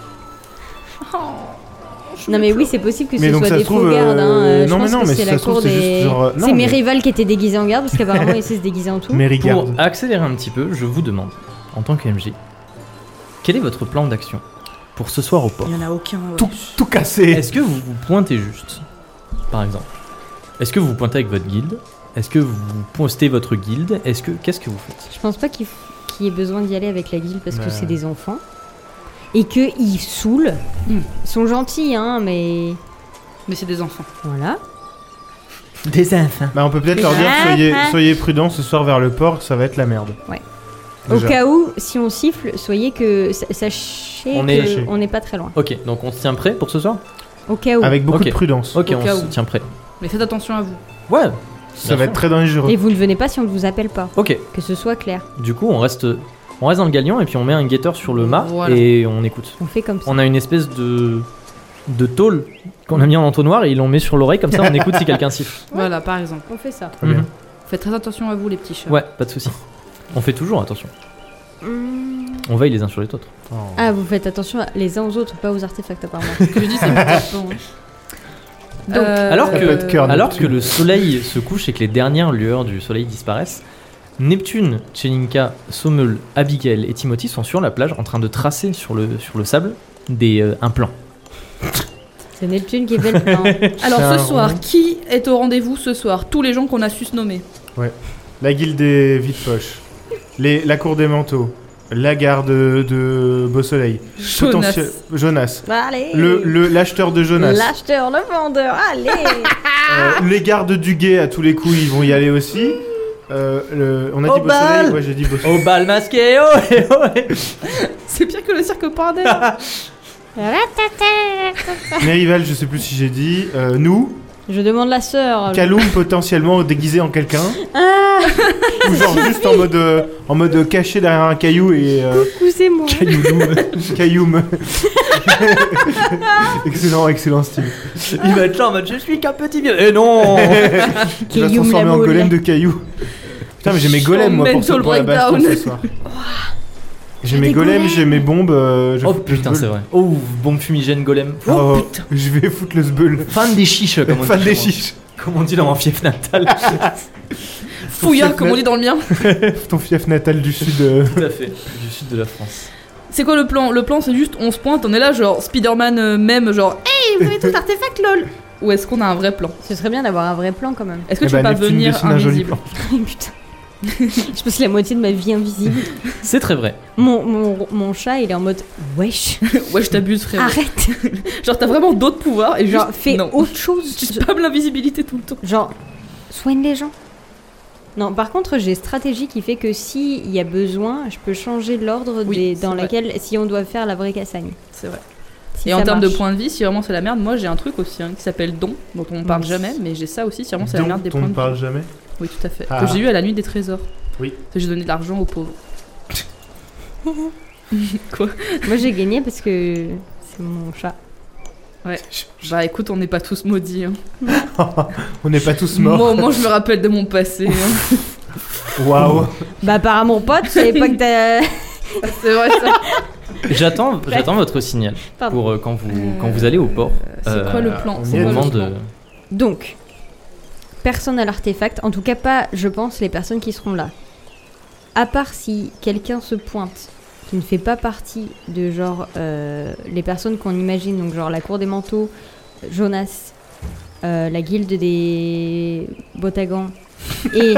S3: Non mais oui, c'est possible que
S2: Mais
S3: ce
S2: donc
S3: soit
S2: ça
S3: des
S2: se trouve,
S3: faux gardes. Hein.
S2: euh,
S3: euh, je
S2: non, mais
S3: pense
S2: non,
S3: que
S2: mais
S3: c'est
S2: ça
S3: la
S2: se trouve,
S3: cour
S2: c'est
S3: des.
S2: juste genre, euh, non,
S3: C'est
S2: mais-
S3: Merival qui était déguisé en garde parce qu'apparemment il sait se déguiser en tout.
S2: Mary
S1: Pour
S2: garde.
S1: accélérer un petit peu, je vous demande, en tant que M J, quel est votre plan d'action pour ce soir au port?
S4: Il y en a aucun. ouais.
S2: Tout, tout cassé.
S1: Est-ce que vous vous pointez juste, par exemple? Est-ce que vous vous pointez avec votre guilde? Est-ce que vous postez votre guilde? Est-ce que qu'est-ce que vous faites?
S3: Je pense pas qu'il f- qu'il y ait besoin d'y aller avec la guilde parce que
S2: Ouais.
S3: c'est des enfants et que ils saoulent.
S4: Hmm.
S3: Ils sont gentils, hein, mais
S4: Mais c'est des enfants.
S3: voilà.
S1: Des enfants.
S2: Bah on peut peut-être leur dire soyez, soyez prudents ce soir vers le port, ça va être la merde.
S3: Ouais.
S2: Déjà.
S3: Au cas où, si on siffle, soyez que sa- sachez
S1: On
S3: qu'on
S1: est-
S3: on n'est pas très loin.
S1: Ok, donc on se tient prêt pour ce soir?
S3: Au cas où.
S2: Avec beaucoup
S1: Ok.
S2: de prudence.
S1: Ok,
S4: Au
S1: on
S4: cas
S1: se
S4: où.
S1: tient prêt.
S4: Mais faites attention à vous.
S1: Ouais.
S2: Ça
S1: bien
S2: va
S1: sûr.
S2: être très dangereux.
S3: Et vous ne venez pas si on ne vous appelle pas.
S1: Ok,
S3: Que ce soit clair.
S1: du coup on reste, on reste dans le galion et puis on met un guetteur sur le mât
S4: Voilà.
S1: et on écoute.
S3: On fait comme ça.
S1: On a une espèce de de tôle qu'on a mis en entonnoir et ils l'ont mis sur l'oreille comme ça on écoute si quelqu'un siffle.
S4: Voilà, par exemple.
S3: On fait ça.
S2: Très bien.
S1: Mhm.
S4: Faites très attention à vous, les petits chats.
S1: Ouais, pas de souci. On fait toujours attention.
S3: Hmm.
S1: On veille les uns sur les autres.
S2: Oh.
S3: Ah, vous faites attention les uns aux autres, pas aux artefacts apparemment.
S4: Ce que je dis, c'est pas important.
S3: Donc,
S1: Alors
S2: Ça
S1: que,
S2: peut être cœur
S1: alors
S2: Neptune.
S1: que le soleil se couche et que les dernières lueurs du soleil disparaissent, Neptune, Chelinka, Sommel, Abigail et Timothy sont sur la plage en train de tracer sur le, sur le sable des, euh, un plan.
S3: c'est Neptune qui fait le plan.
S4: Alors
S2: C'est un
S4: ce soir,
S2: rond.
S4: qui est au rendez-vous ce soir? Tous les gens qu'on a su se nommer.
S2: La guilde des vides poches. Les, la cour des manteaux. La garde de Beau Soleil.
S4: Jonas.
S2: Potentiel- Jonas.
S3: Bah, allez.
S2: Le, le, l'acheteur de Jonas.
S3: L'acheteur, le vendeur, allez.
S2: Euh, les gardes du guet, à tous les coups, ils vont y aller aussi. Euh, le- on a
S1: Au
S2: dit Beau
S1: bal.
S2: Soleil. Ouais, j'ai dit Beau Soleil.
S1: Au bal masqué, oh, eh, oh, eh.
S4: C'est pire que le cirque Parnell.
S2: Merival, je sais plus si j'ai dit. Euh, nous.
S3: Je demande la sœur.
S2: Kaloum potentiellement déguisé en quelqu'un.
S3: Ah,
S2: Ou genre juste en mode, euh, en mode caché derrière un caillou et. Euh,
S3: coucou, c'est moi.
S2: Cailloum. Cailloum. excellent, excellent style.
S1: Il va être là en mode je suis qu'un petit vieux. Eh non.
S2: Il va se
S3: Cailloum
S2: transformer
S3: la
S2: en
S3: moule.
S2: golem de cailloux. Putain, mais j'ai mes golems moi pour, ce,
S4: Mental
S2: pour la baston
S4: breakdown.
S2: ce soir. J'ai
S3: T'as
S2: mes
S3: des
S2: golems,
S3: golems.
S2: j'ai mes bombes. euh, je
S1: Oh
S2: fous le
S1: putain,
S2: sbeul.
S1: c'est vrai. Oh, bombe fumigène golem.
S2: Oh,
S1: Oh putain.
S2: je vais foutre le sbeul.
S1: Fan des chiches, comme on dit.
S2: Fan des
S1: chez moi.
S2: chiches.
S1: Comme on dit dans mon fief natal.
S4: Fouillard, comme on dit dans le mien.
S2: Ton fief natal du sud. euh.
S1: Tout à fait. Du sud de la France.
S4: C'est quoi le plan? Le plan, c'est juste on se pointe, on est là, genre Spider-Man euh, même, genre hey, vous avez tout l'artefact, lol. Ou est-ce qu'on a un vrai plan?
S3: Ce serait bien d'avoir un vrai plan quand même.
S4: Est-ce que
S2: Eh
S4: tu peux
S2: bah,
S4: pas
S2: Neptune
S4: venir
S2: dessine un joli
S4: invisible?
S2: plan.
S3: Putain. Je passe la moitié de ma vie invisible.
S1: C'est très vrai.
S3: Mon, mon, mon chat, il est en mode wesh,
S4: Ouais, je t'abuse, frère.
S3: arrête.
S4: Genre, t'as vraiment d'autres pouvoirs et
S3: Genre,
S4: juste.
S3: fais
S4: non.
S3: autre chose.
S4: Tu spams l'invisibilité tout le temps.
S3: Genre, soigne les gens. Non, par contre, j'ai stratégie qui fait que s'il y a besoin, je peux changer l'ordre
S4: Oui,
S3: des-
S4: c'est
S3: dans
S4: vrai.
S3: laquelle, si on doit faire la vraie cassagne.
S4: C'est vrai.
S3: Si
S4: Et
S3: ça
S4: en termes de
S3: marche.
S4: points de vie, si vraiment c'est la merde, moi j'ai un truc aussi hein, qui s'appelle don, dont on parle
S3: Oui.
S4: jamais, mais j'ai ça aussi si vraiment c'est la
S2: Dont
S4: merde des
S2: on
S4: points
S2: ne
S4: de vie.
S2: parle jamais.
S4: Oui, tout à fait.
S2: Ah.
S4: Que j'ai eu à la nuit des trésors.
S2: Oui.
S4: Que j'ai donné de l'argent aux pauvres. Quoi?
S3: Moi j'ai gagné parce que c'est mon chat.
S4: Bah écoute, on n'est pas tous maudits. Hein.
S2: On n'est pas tous morts.
S4: Moi, au moins, je me rappelle de mon passé. hein.
S2: Waouh.
S3: Bah par mon pote, je savais pas que t'as...
S4: C'est vrai ça.
S1: J'attends, j'attends votre signal
S3: Pardon.
S1: pour euh, quand vous quand vous allez au port.
S4: C'est
S1: Euh,
S4: quoi le plan?
S2: on
S4: C'est
S2: y
S1: Au
S2: est,
S4: quoi le
S1: moment
S2: tous.
S1: de.
S4: plan
S3: Donc, personne à l'artefact, en tout cas pas, je pense, les personnes qui seront là. À part si quelqu'un se pointe, qui ne fait pas partie de genre euh, les personnes qu'on imagine, donc genre la cour des manteaux, Jonas, euh, la guilde des Botagans et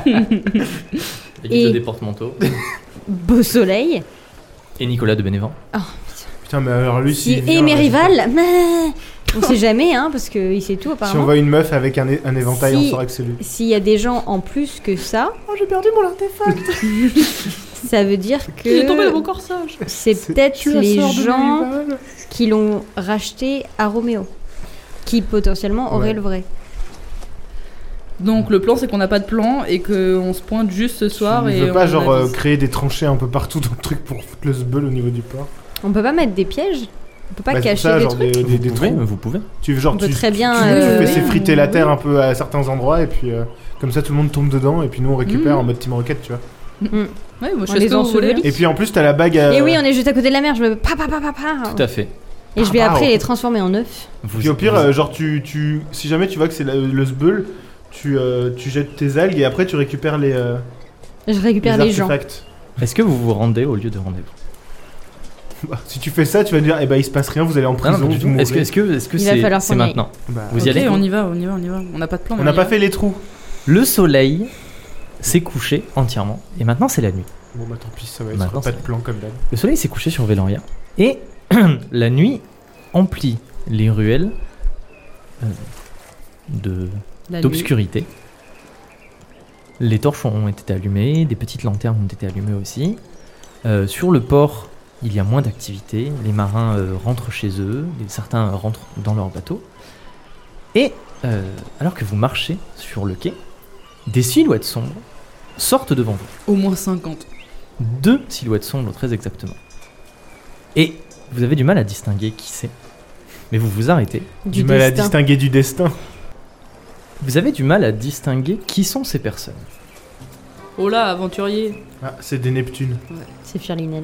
S1: Les
S3: Et-
S1: guides des porte-manteaux.
S3: Beau Soleil.
S1: Et Nicolas de Bénévent.
S2: Putain, mais alors lui,
S3: Si,
S2: s'il vient,
S3: et mes
S2: là,
S3: rivales, mais on sait jamais, hein, parce qu'il sait tout
S2: Si on
S3: apparemment.
S2: voit une meuf avec un, é- un éventail,
S3: Si-
S2: on saura que c'est lui.
S3: S'il y a des gens en plus que ça,
S2: Oh, j'ai perdu mon artefact.
S3: ça veut dire que
S4: Il est tombé dans mon corsage.
S3: c'est
S2: C'est-
S3: peut-être
S2: tu la
S3: les
S2: sors de
S3: gens
S2: mes rivales.
S3: qui l'ont racheté à Roméo, qui potentiellement auraient
S2: Ouais.
S3: le vrai.
S4: Donc le plan, c'est qu'on n'a pas de plan et qu'on se pointe juste ce soir.
S2: Tu
S4: et
S2: veux pas
S4: on
S2: genre euh,
S4: avise.
S2: créer des tranchées un peu partout dans le truc pour foutre le sbeul au niveau du port?
S3: On peut pas mettre des pièges, on peut pas
S2: Bah, c'est pour
S3: cacher
S2: ça,
S3: des
S2: genre
S3: trucs.
S2: des, des, des
S1: Vous pouvez,
S2: trous.
S1: vous pouvez.
S2: Tu veux genre
S3: On peut
S2: tu,
S3: très bien,
S2: tu, tu
S3: euh,
S2: fais
S3: oui,
S2: s'effriter
S3: on-
S2: la terre
S3: oui.
S2: un peu à certains endroits et puis euh, comme ça tout le monde tombe dedans et puis nous on récupère
S4: Mhm.
S2: en mode Team Rocket, tu vois.
S4: Ouais, moi je
S3: On
S4: fais
S3: les
S4: ce que vous voulez.
S3: ensevelit.
S2: Et puis en plus t'as la bague à...
S3: Et oui, on est juste à côté de la mer, je me pa pa pa pa pa.
S1: Tout à fait.
S3: Et je vais
S2: Ah,
S3: après
S2: wow.
S3: les transformer en œufs.
S1: Vous,
S2: Puis au pire,
S1: vous-
S2: euh, genre tu, tu... Si jamais tu vois que c'est la- le sbeul, tu, euh, tu jettes tes algues et après tu récupères les, euh,
S3: Je récupère les, gens.
S2: artefacts.
S1: Est-ce que vous vous rendez au lieu de rendez-vous?
S2: Bah, si tu fais ça, tu vas dire, eh ben il se passe rien, vous allez en
S1: Non,
S2: prison,
S1: non, pas du
S2: vous
S1: tout.
S2: mourrez.
S1: Est-ce que est-ce que est-ce que
S3: Il va
S1: c'est
S3: falloir
S1: c'est
S3: qu'on y aille.
S1: maintenant?
S2: Bah,
S1: Vous
S4: Ok,
S1: y allez?
S4: on y va, on y va, on y va. On n'a pas de plan.
S2: on
S4: mais
S2: n'a
S4: y
S2: pas
S4: va.
S2: fait les trous.
S1: Le soleil s'est couché entièrement et maintenant c'est la nuit.
S2: Bon bah tant pis, ça va être
S1: Maintenant,
S2: pas
S1: c'est-
S2: de plan comme d'hab.
S1: Le soleil s'est couché sur Véloria et la nuit emplit les ruelles euh, de
S4: La nuit.
S1: d'obscurité. Les torches ont été allumées, des petites lanternes ont été allumées aussi. Euh, sur le port, il y a moins d'activité. Les marins euh, rentrent chez eux, et certains rentrent dans leur bateau. Et euh, alors que vous marchez sur le quai, des silhouettes sombres sortent devant vous.
S4: Au moins cinquante.
S1: Deux silhouettes sombres, très exactement. Et vous avez du mal à distinguer qui c'est. Mais vous vous arrêtez.
S2: Du, mal à
S3: destin.
S2: distinguer du destin.
S1: Vous avez du mal à distinguer qui sont ces personnes.
S4: Oh là, aventurier.
S2: Ah, c'est des Neptunes.
S3: C'est Firlinel.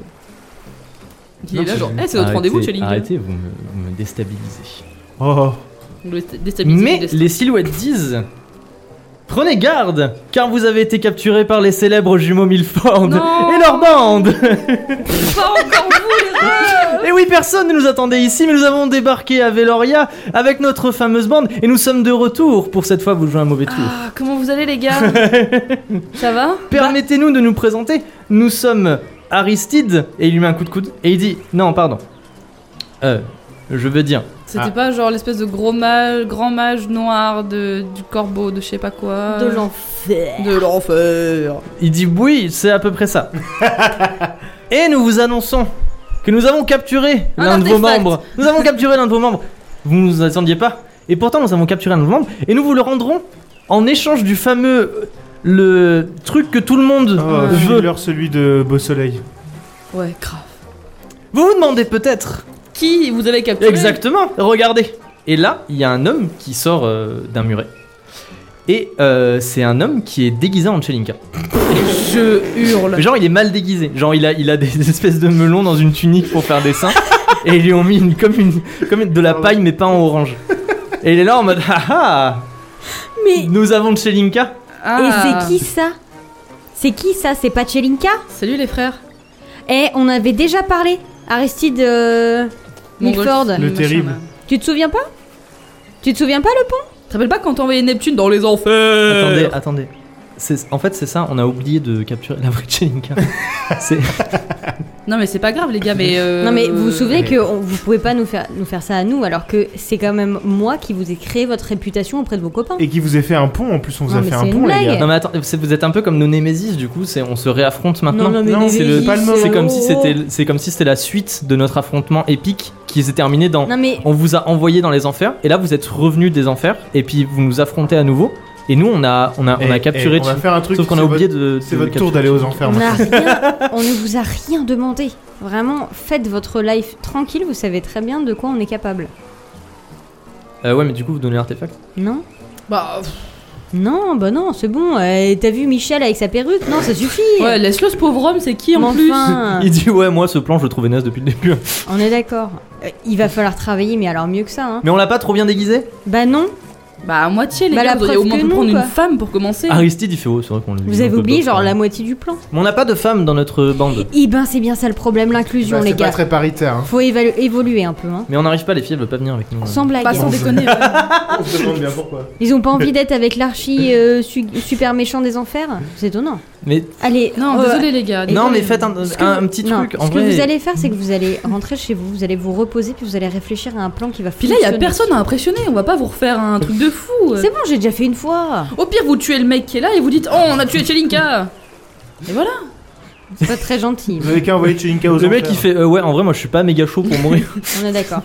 S4: Il
S2: Non,
S4: est là
S2: c'est-
S4: genre, eh, c'est notre
S1: Arrêtez-
S4: rendez-vous, Chelling.
S1: Arrêtez, vous me, vous me déstabilisez.
S2: Oh,
S4: On doit déstabiliser le
S1: Mais
S4: destin.
S1: les silhouettes disent prenez garde, car vous avez été capturés par les célèbres jumeaux Milford
S4: Non.
S1: et leur bande.
S4: Pas encore vous, les rats.
S1: Et oui, personne ne nous attendait ici, mais nous avons débarqué à Veloria avec notre fameuse bande et nous sommes de retour. Pour cette fois, vous jouez un mauvais tour.
S4: Ah, comment vous allez, les gars? Ça va?
S1: Permettez-nous de nous présenter. Nous sommes Aristide et il lui met un coup de coude et il dit non, pardon. Euh, je veux dire.
S4: C'était
S2: Ah.
S4: pas genre l'espèce de gros mage, grand mage noir de, du corbeau, de je sais pas quoi.
S3: De l'enfer.
S4: De l'enfer.
S1: Il dit oui, c'est à peu près ça. Et nous vous annonçons que nous avons capturé
S4: Un
S1: l'un de vos
S4: artefact.
S1: membres. Nous avons capturé l'un de vos membres. Vous ne nous attendiez pas. Et pourtant, nous avons capturé un de vos membres et nous vous le rendrons en échange du fameux euh, le truc que tout le monde
S2: oh
S1: veut.
S2: leur celui de Beau Soleil.
S4: Ouais, grave.
S1: Vous vous demandez peut-être.
S4: Qui vous avez capturé?
S1: Exactement. Regardez. Et là, il y a un homme qui sort euh, d'un muret. Et euh, c'est un homme qui est déguisé en Chelinka.
S4: Je hurle.
S1: Mais genre il est mal déguisé, genre il a, il a des espèces de melons dans une tunique pour faire des seins et ils lui ont mis une, comme, une, comme une- de la paille mais pas en orange. Et il est là en mode haha,
S3: Mais
S1: nous avons Chelinka.
S4: Ah.
S3: et c'est qui ça? C'est qui ça? C'est pas Chelinka?
S4: Salut les frères.
S3: Eh, on avait déjà parlé. Aristide euh, Milford.
S4: Montgolfier,
S2: Le
S4: machin,
S2: terrible.
S4: là.
S3: Tu te souviens pas? Tu te souviens pas le pont?
S4: Tu te rappelles pas quand t'as envoyé Neptune dans les enfers?
S1: Attendez, attendez. C'est- En fait c'est ça, on a oublié de capturer la vraie Chelinka. C'est
S4: Non mais c'est pas grave les gars, mais... Euh...
S3: Non mais vous vous souvenez
S2: euh,
S3: que on- vous pouvez pas nous faire, nous faire ça à nous alors que c'est quand même moi qui vous ai créé votre réputation auprès de vos copains.
S2: Et qui vous a fait un pont, en plus on vous
S3: Non,
S2: a
S3: mais
S2: fait
S3: c'est
S2: un
S3: une
S2: pont, les
S3: blague.
S2: gars.
S1: Non mais attends, c'est- vous êtes un peu comme nos Némésis, du coup, c'est, on se réaffronte maintenant.
S3: Non, non, mais
S2: Non,
S3: Némésis,
S2: c'est le- pas le mot.
S1: C'est comme
S3: oh,
S1: si c'était, c'est comme si c'était la suite de notre affrontement épique qui s'est terminé dans.
S3: Non mais
S1: On vous a envoyé dans les enfers, et là vous êtes revenus des enfers, et puis vous nous affrontez à nouveau. Et nous, on a, on a, on a
S2: Eh,
S1: capturé.
S2: eh, on va
S1: Chi.
S2: faire un truc.
S1: Sauf qu'on a
S2: c'est
S1: oublié
S2: votre-
S1: de.
S2: C'est
S1: de
S2: votre tour
S1: capturer
S2: d'aller aux
S1: Chi.
S2: enfers
S3: on, a
S2: maintenant.
S3: rien, on ne vous a rien demandé. Vraiment, faites votre life tranquille, vous savez très bien de quoi on est capable.
S1: Euh, ouais, mais du coup, vous donnez l'artefact.
S3: Non
S4: Bah, pff,
S3: Non, bah non, c'est bon. euh, T'as vu Michel avec sa perruque? Non, ça suffit.
S4: ouais, laisse-le ce pauvre homme, c'est qui en
S3: Mais
S4: plus
S3: enfin,
S1: Il dit ouais, moi ce plan je le trouvais naze depuis le début.
S3: on est d'accord. Euh, Il va falloir travailler, mais alors mieux que ça. Hein.
S1: Mais on l'a pas trop bien déguisé.
S3: Bah non,
S4: Bah à moitié les
S3: Bah,
S4: gars,
S3: la
S4: vous auriez au
S3: preuve
S4: moins
S3: que
S4: pu
S3: non,
S4: prendre
S3: quoi.
S4: une femme pour commencer.
S1: Aristide il fait oh, c'est vrai qu'on l'a
S3: vous avez oublié genre la moitié du plan.
S1: Mais on n'a pas de femmes dans notre bande.
S3: Eh ben c'est bien ça le problème, l'inclusion
S2: Bah,
S3: les
S2: c'est pas
S3: gars.
S2: très paritaire. Hein.
S3: Faut évalu- évoluer un peu. Hein.
S1: Mais on n'arrive pas, les filles elles veulent pas venir avec nous.
S3: Sans blague.
S4: Pas sans déconner. ouais.
S2: On se demande bien pourquoi.
S3: Ils ont pas envie d'être avec l'archi euh, su- super méchant des enfers. C'est étonnant.
S1: Mais
S3: Allez,
S4: Non,
S3: euh,
S4: désolé les gars.
S1: non,
S4: désolé.
S1: mais faites un,
S3: ce que
S1: un-
S3: vous-
S1: un petit
S3: non,
S1: truc. En
S3: ce que
S1: vrai,
S3: vous allez faire, c'est que vous allez rentrer chez vous, vous allez vous reposer, puis vous allez réfléchir à un plan qui va
S4: Puis là,
S3: fonctionner.
S4: y a personne à impressionner, on va pas vous refaire un truc de fou.
S3: C'est bon, j'ai déjà fait une fois.
S4: Au pire, vous tuez le mec qui est là et vous dites oh, on a tué Chelinka. Et voilà.
S3: C'est pas très gentil.
S2: Vous avez qu'à envoyer Chelinka aux
S1: le mec
S2: enfers.
S1: il fait euh, ouais, en vrai, moi je suis pas méga chaud pour mourir.
S3: On est d'accord.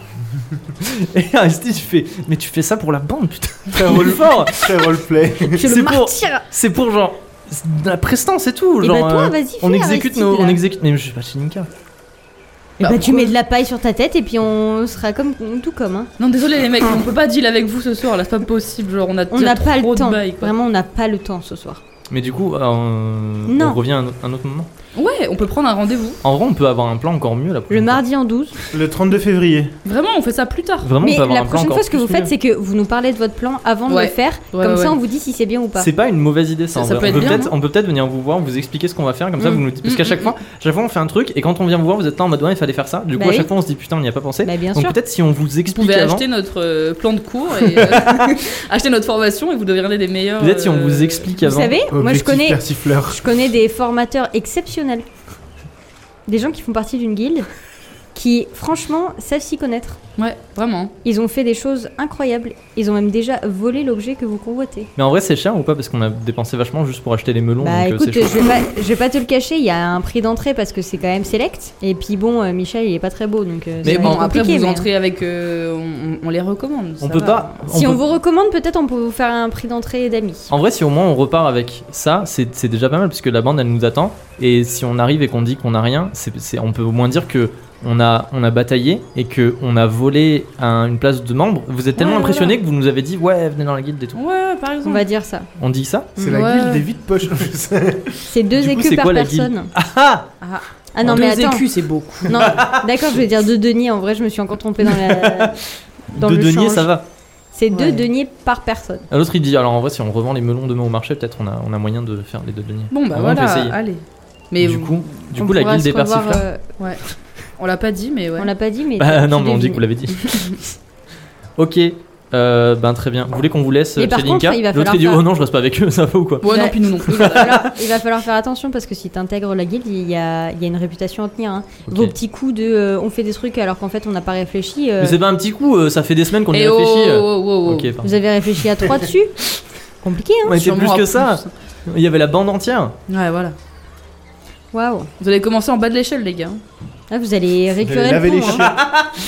S1: Et Aristide il fait mais tu fais ça pour la bande, putain.
S2: Très
S1: Roule
S2: role-
S1: fort.
S2: Très roleplay.
S3: Je
S1: C'est
S3: le
S1: pour-
S3: martyr.
S1: C'est pour genre la prestance et tout.
S3: Et
S1: Genre,
S3: bah toi,
S1: euh,
S3: vas-y,
S1: on
S3: fais,
S1: exécute
S3: Aristide,
S1: nos, on
S3: là.
S1: exécute. Mais je suis pas Chelinka.
S3: Et bah,
S4: Bah,
S3: tu
S4: pourquoi
S3: mets de la paille sur ta tête et puis on sera comme tout comme. Hein.
S4: Non, désolé les mecs, on peut pas deal avec vous ce soir là, c'est pas possible. Genre, on a
S3: On
S4: déjà
S3: n'a pas
S4: trop
S3: le
S4: de
S3: temps.
S4: bail, quoi.
S3: Vraiment, on n'a pas le temps ce soir.
S1: Mais du coup, euh,
S3: Non.
S1: on revient à un, un autre moment.
S4: Ouais, on peut prendre un rendez-vous.
S1: En vrai, on peut avoir un plan encore mieux la
S3: Le
S1: prochaine fois.
S3: mardi en douze.
S2: Le trente-deux février.
S4: Vraiment, on fait ça plus tard.
S1: Vraiment, on
S3: Mais
S1: peut avoir
S3: la
S1: un plan
S3: prochaine
S1: encore
S3: fois, ce que
S1: plus
S3: vous faites,
S1: mieux.
S3: c'est que vous nous parlez de votre plan avant de
S4: Ouais.
S3: le faire.
S4: Ouais,
S3: Comme
S4: ouais,
S3: ça,
S4: ouais.
S3: on vous dit si c'est bien ou pas.
S1: C'est pas une mauvaise idée ça.
S4: Ça-
S1: en
S4: ça
S1: vrai.
S4: peut
S1: on,
S4: être
S1: peut
S4: bien,
S1: peut-être,
S4: non
S1: on peut peut-être venir vous voir, vous expliquer ce qu'on va faire, comme ça
S3: Mm.
S1: vous nous dites. Parce qu'à
S4: Mm,
S1: chaque
S4: mm,
S1: fois, chaque fois on fait un truc et quand on vient vous voir, vous êtes là en mode ouais, il fallait faire ça. Du coup,
S3: Bah
S1: à chaque
S3: oui.
S1: fois on se dit putain, on n'y a pas pensé.
S3: Bah bien
S1: Donc
S3: sûr.
S1: peut-être si on vous
S4: Vous
S1: explique
S4: pouvez
S1: avant.
S4: acheter notre euh, plan de cours et euh, acheter notre formation et vous deviendrez des meilleurs.
S1: Peut-être si on
S4: euh,
S1: vous explique
S3: Vous
S1: avant.
S3: savez, moi je
S2: Objectif
S3: connais,
S2: persifleur.
S3: je connais des formateurs exceptionnels. Des gens qui font partie d'une guilde qui, franchement, savent s'y connaître.
S4: Ouais, vraiment.
S3: Ils ont fait des choses incroyables. Ils ont même déjà volé l'objet que vous convoitez.
S1: Mais en vrai, c'est cher ou pas? Parce qu'on a dépensé vachement juste pour acheter les melons.
S3: Bah
S1: donc, euh,
S3: écoute,
S1: c'est
S3: je
S1: chaud.
S3: vais, pas, je vais pas te le cacher, il y a un prix d'entrée parce que c'est quand même select. Et puis bon, euh, Michel il est pas très beau donc. euh,
S1: Mais
S3: ça va
S1: bon,
S3: être
S4: Après,
S3: compliqué,
S4: vous
S3: mais-
S4: entrez avec. euh, on, on les recommande.
S1: On
S4: ça
S1: peut
S4: va.
S1: pas.
S3: Si
S1: on
S3: on
S1: peut-
S3: vous recommande, peut-être on peut vous faire un prix d'entrée d'amis.
S1: En vrai, si au moins on repart avec ça, c'est c'est déjà pas mal parce que la bande elle nous attend. Et si on arrive et qu'on dit qu'on a rien, c'est c'est- on peut au moins dire que on a, on a bataillé et que on a volé un- une place de membre. Vous êtes tellement
S4: Ouais,
S1: impressionné
S4: voilà.
S1: que vous nous avez dit ouais, venez dans la guilde et tout.
S4: Ouais, par exemple.
S3: On va dire ça.
S1: On dit ça?
S2: C'est la
S4: Ouais.
S2: guilde des vides poches. je sais.
S3: C'est deux
S1: Du coup,
S3: écus
S1: c'est
S3: par
S1: quoi la guilde
S3: personne.
S1: Ah ah
S4: Ah,
S3: Ah non
S4: deux
S3: mais attends.
S4: écus, c'est beaucoup.
S3: Non, d'accord, je vais dire deux deniers. En vrai, je me suis encore trompée dans la. Dans
S1: Deux
S3: le
S1: deniers,
S3: change.
S1: ça va.
S3: C'est deux
S4: Ouais.
S3: deniers par personne.
S1: Ah, l'autre il dit alors en vrai, si on revend les melons demain au marché, peut-être on a, on a moyen de faire les deux deniers.
S4: Bon, bah
S1: En vrai, on peut
S4: voilà,
S1: essayer.
S4: allez. Mais
S1: du
S4: vous-
S1: coup, du
S3: On
S1: coup la
S3: pourra
S1: guilde
S3: se
S1: des
S3: revoir,
S1: persifleurs.
S3: euh,
S4: Ouais. On l'a pas dit, mais ouais.
S3: On l'a pas dit, mais.
S1: Bah
S3: tu-
S1: non,
S3: tu
S1: mais on dit
S3: devines.
S1: que vous l'avez dit. Ok, euh, ben très bien. Vous voulez qu'on vous laisse
S3: Et
S1: chez
S3: par
S1: Linka?
S3: contre, il va
S1: L'autre
S3: falloir
S1: il dit
S3: faire-
S1: oh non, je reste pas avec eux, ça va ou quoi?
S4: Ouais, non,
S3: Bah,
S4: puis nous non plus.
S3: Il va, falloir, il va falloir faire attention parce que si t'intègres la guilde, il y a, il y a une réputation à tenir. Hein.
S1: Ok.
S3: Vos petits coups de euh, on fait des trucs alors qu'en fait on n'a pas réfléchi. euh,
S1: Mais c'est pas un petit coup, euh, ça fait des semaines qu'on y
S4: Et oh,
S1: réfléchit. euh.
S4: oh, oh, oh.
S1: Ok, pardon.
S3: vous avez réfléchi à trois dessus. Compliqué, hein.
S1: On était
S4: Sûrement
S1: plus
S4: à
S1: que ça. Il y avait la bande entière.
S4: Ouais, voilà.
S3: Waouh.
S4: Vous allez commencer en bas de l'échelle, les gars.
S3: Là, vous allez récurer
S2: Vous allez
S3: le
S2: laver
S3: pont.
S2: les
S3: hein.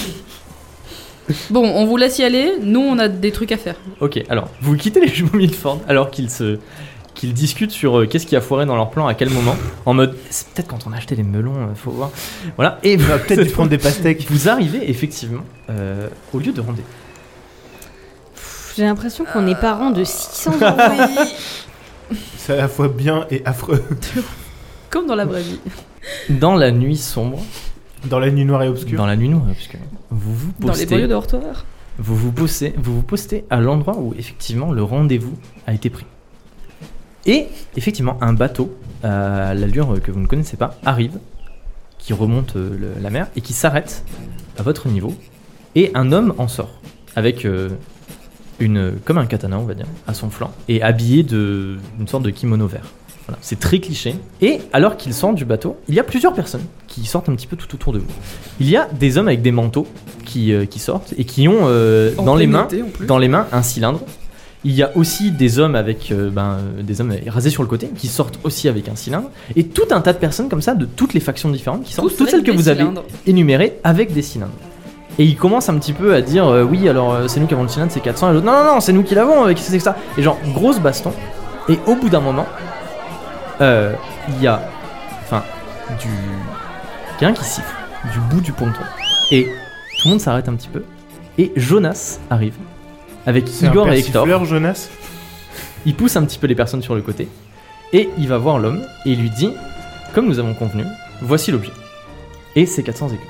S4: Bon, on vous laisse y aller. Nous, on a des trucs à faire.
S1: Ok, alors, vous quittez les jumeaux Milford alors qu'ils se... qu'ils discutent sur euh, qu'est-ce qui a foiré dans leur plan, à quel moment, en mode, c'est peut-être quand on a acheté les melons, euh, faut voir. Voilà, et
S2: On va peut-être dû prendre des pastèques.
S1: vous arrivez effectivement euh, au lieu de rendez-vous.
S3: J'ai l'impression qu'on est parents de six cents enfants.
S2: C'est à la fois bien et affreux.
S4: Comme dans la vraie vie.
S1: Dans la nuit sombre,
S2: Dans la nuit noire et obscure.
S1: dans la nuit noire, parce que vous vous
S4: Dans les
S1: postez,
S4: banlieues de Hortoir.
S1: vous vous postez, vous vous postez à l'endroit où effectivement le rendez-vous a été pris. Et effectivement, un bateau à l'allure que vous ne connaissez pas arrive, qui remonte euh, le- la mer et qui s'arrête à votre niveau. Et un homme en sort avec euh, une, comme un katana, on va dire, à son flanc et habillé de une sorte de kimono vert. Voilà, c'est très cliché. Et alors qu'il sort du bateau, il y a plusieurs personnes qui sortent un petit peu tout autour de vous. Il y a des hommes avec des manteaux qui, euh, qui sortent et qui ont euh, dans, les mains,
S4: Pénété, en plus.
S1: dans les mains un cylindre. Il y a aussi des hommes avec euh, ben, euh, des hommes rasés sur le côté qui sortent aussi avec un cylindre. Et tout un tas de personnes comme ça de toutes les factions différentes qui sortent,
S4: Tous
S1: toutes
S4: avec
S1: celles que
S4: des
S1: vous avez
S4: cylindres.
S1: énumérées avec des cylindres. Et ils commencent un petit peu à dire euh, oui alors euh, c'est nous qui avons le cylindre, c'est quatre cents et l'autre non non non c'est nous qui l'avons, euh, qu'est-ce que c'est que ça. Et genre grosse baston. Et au bout d'un moment euh, il y a enfin du quelqu'un qui siffle du bout du ponton et tout le monde s'arrête un petit peu et Jonas arrive avec
S2: C'est
S1: Igor
S2: un
S1: et Hector.
S2: persifleur, Jonas.
S1: Il pousse un petit peu les personnes sur le côté et il va voir l'homme et il lui dit comme nous avons convenu, voici l'objet. Et c'est quatre cents écus.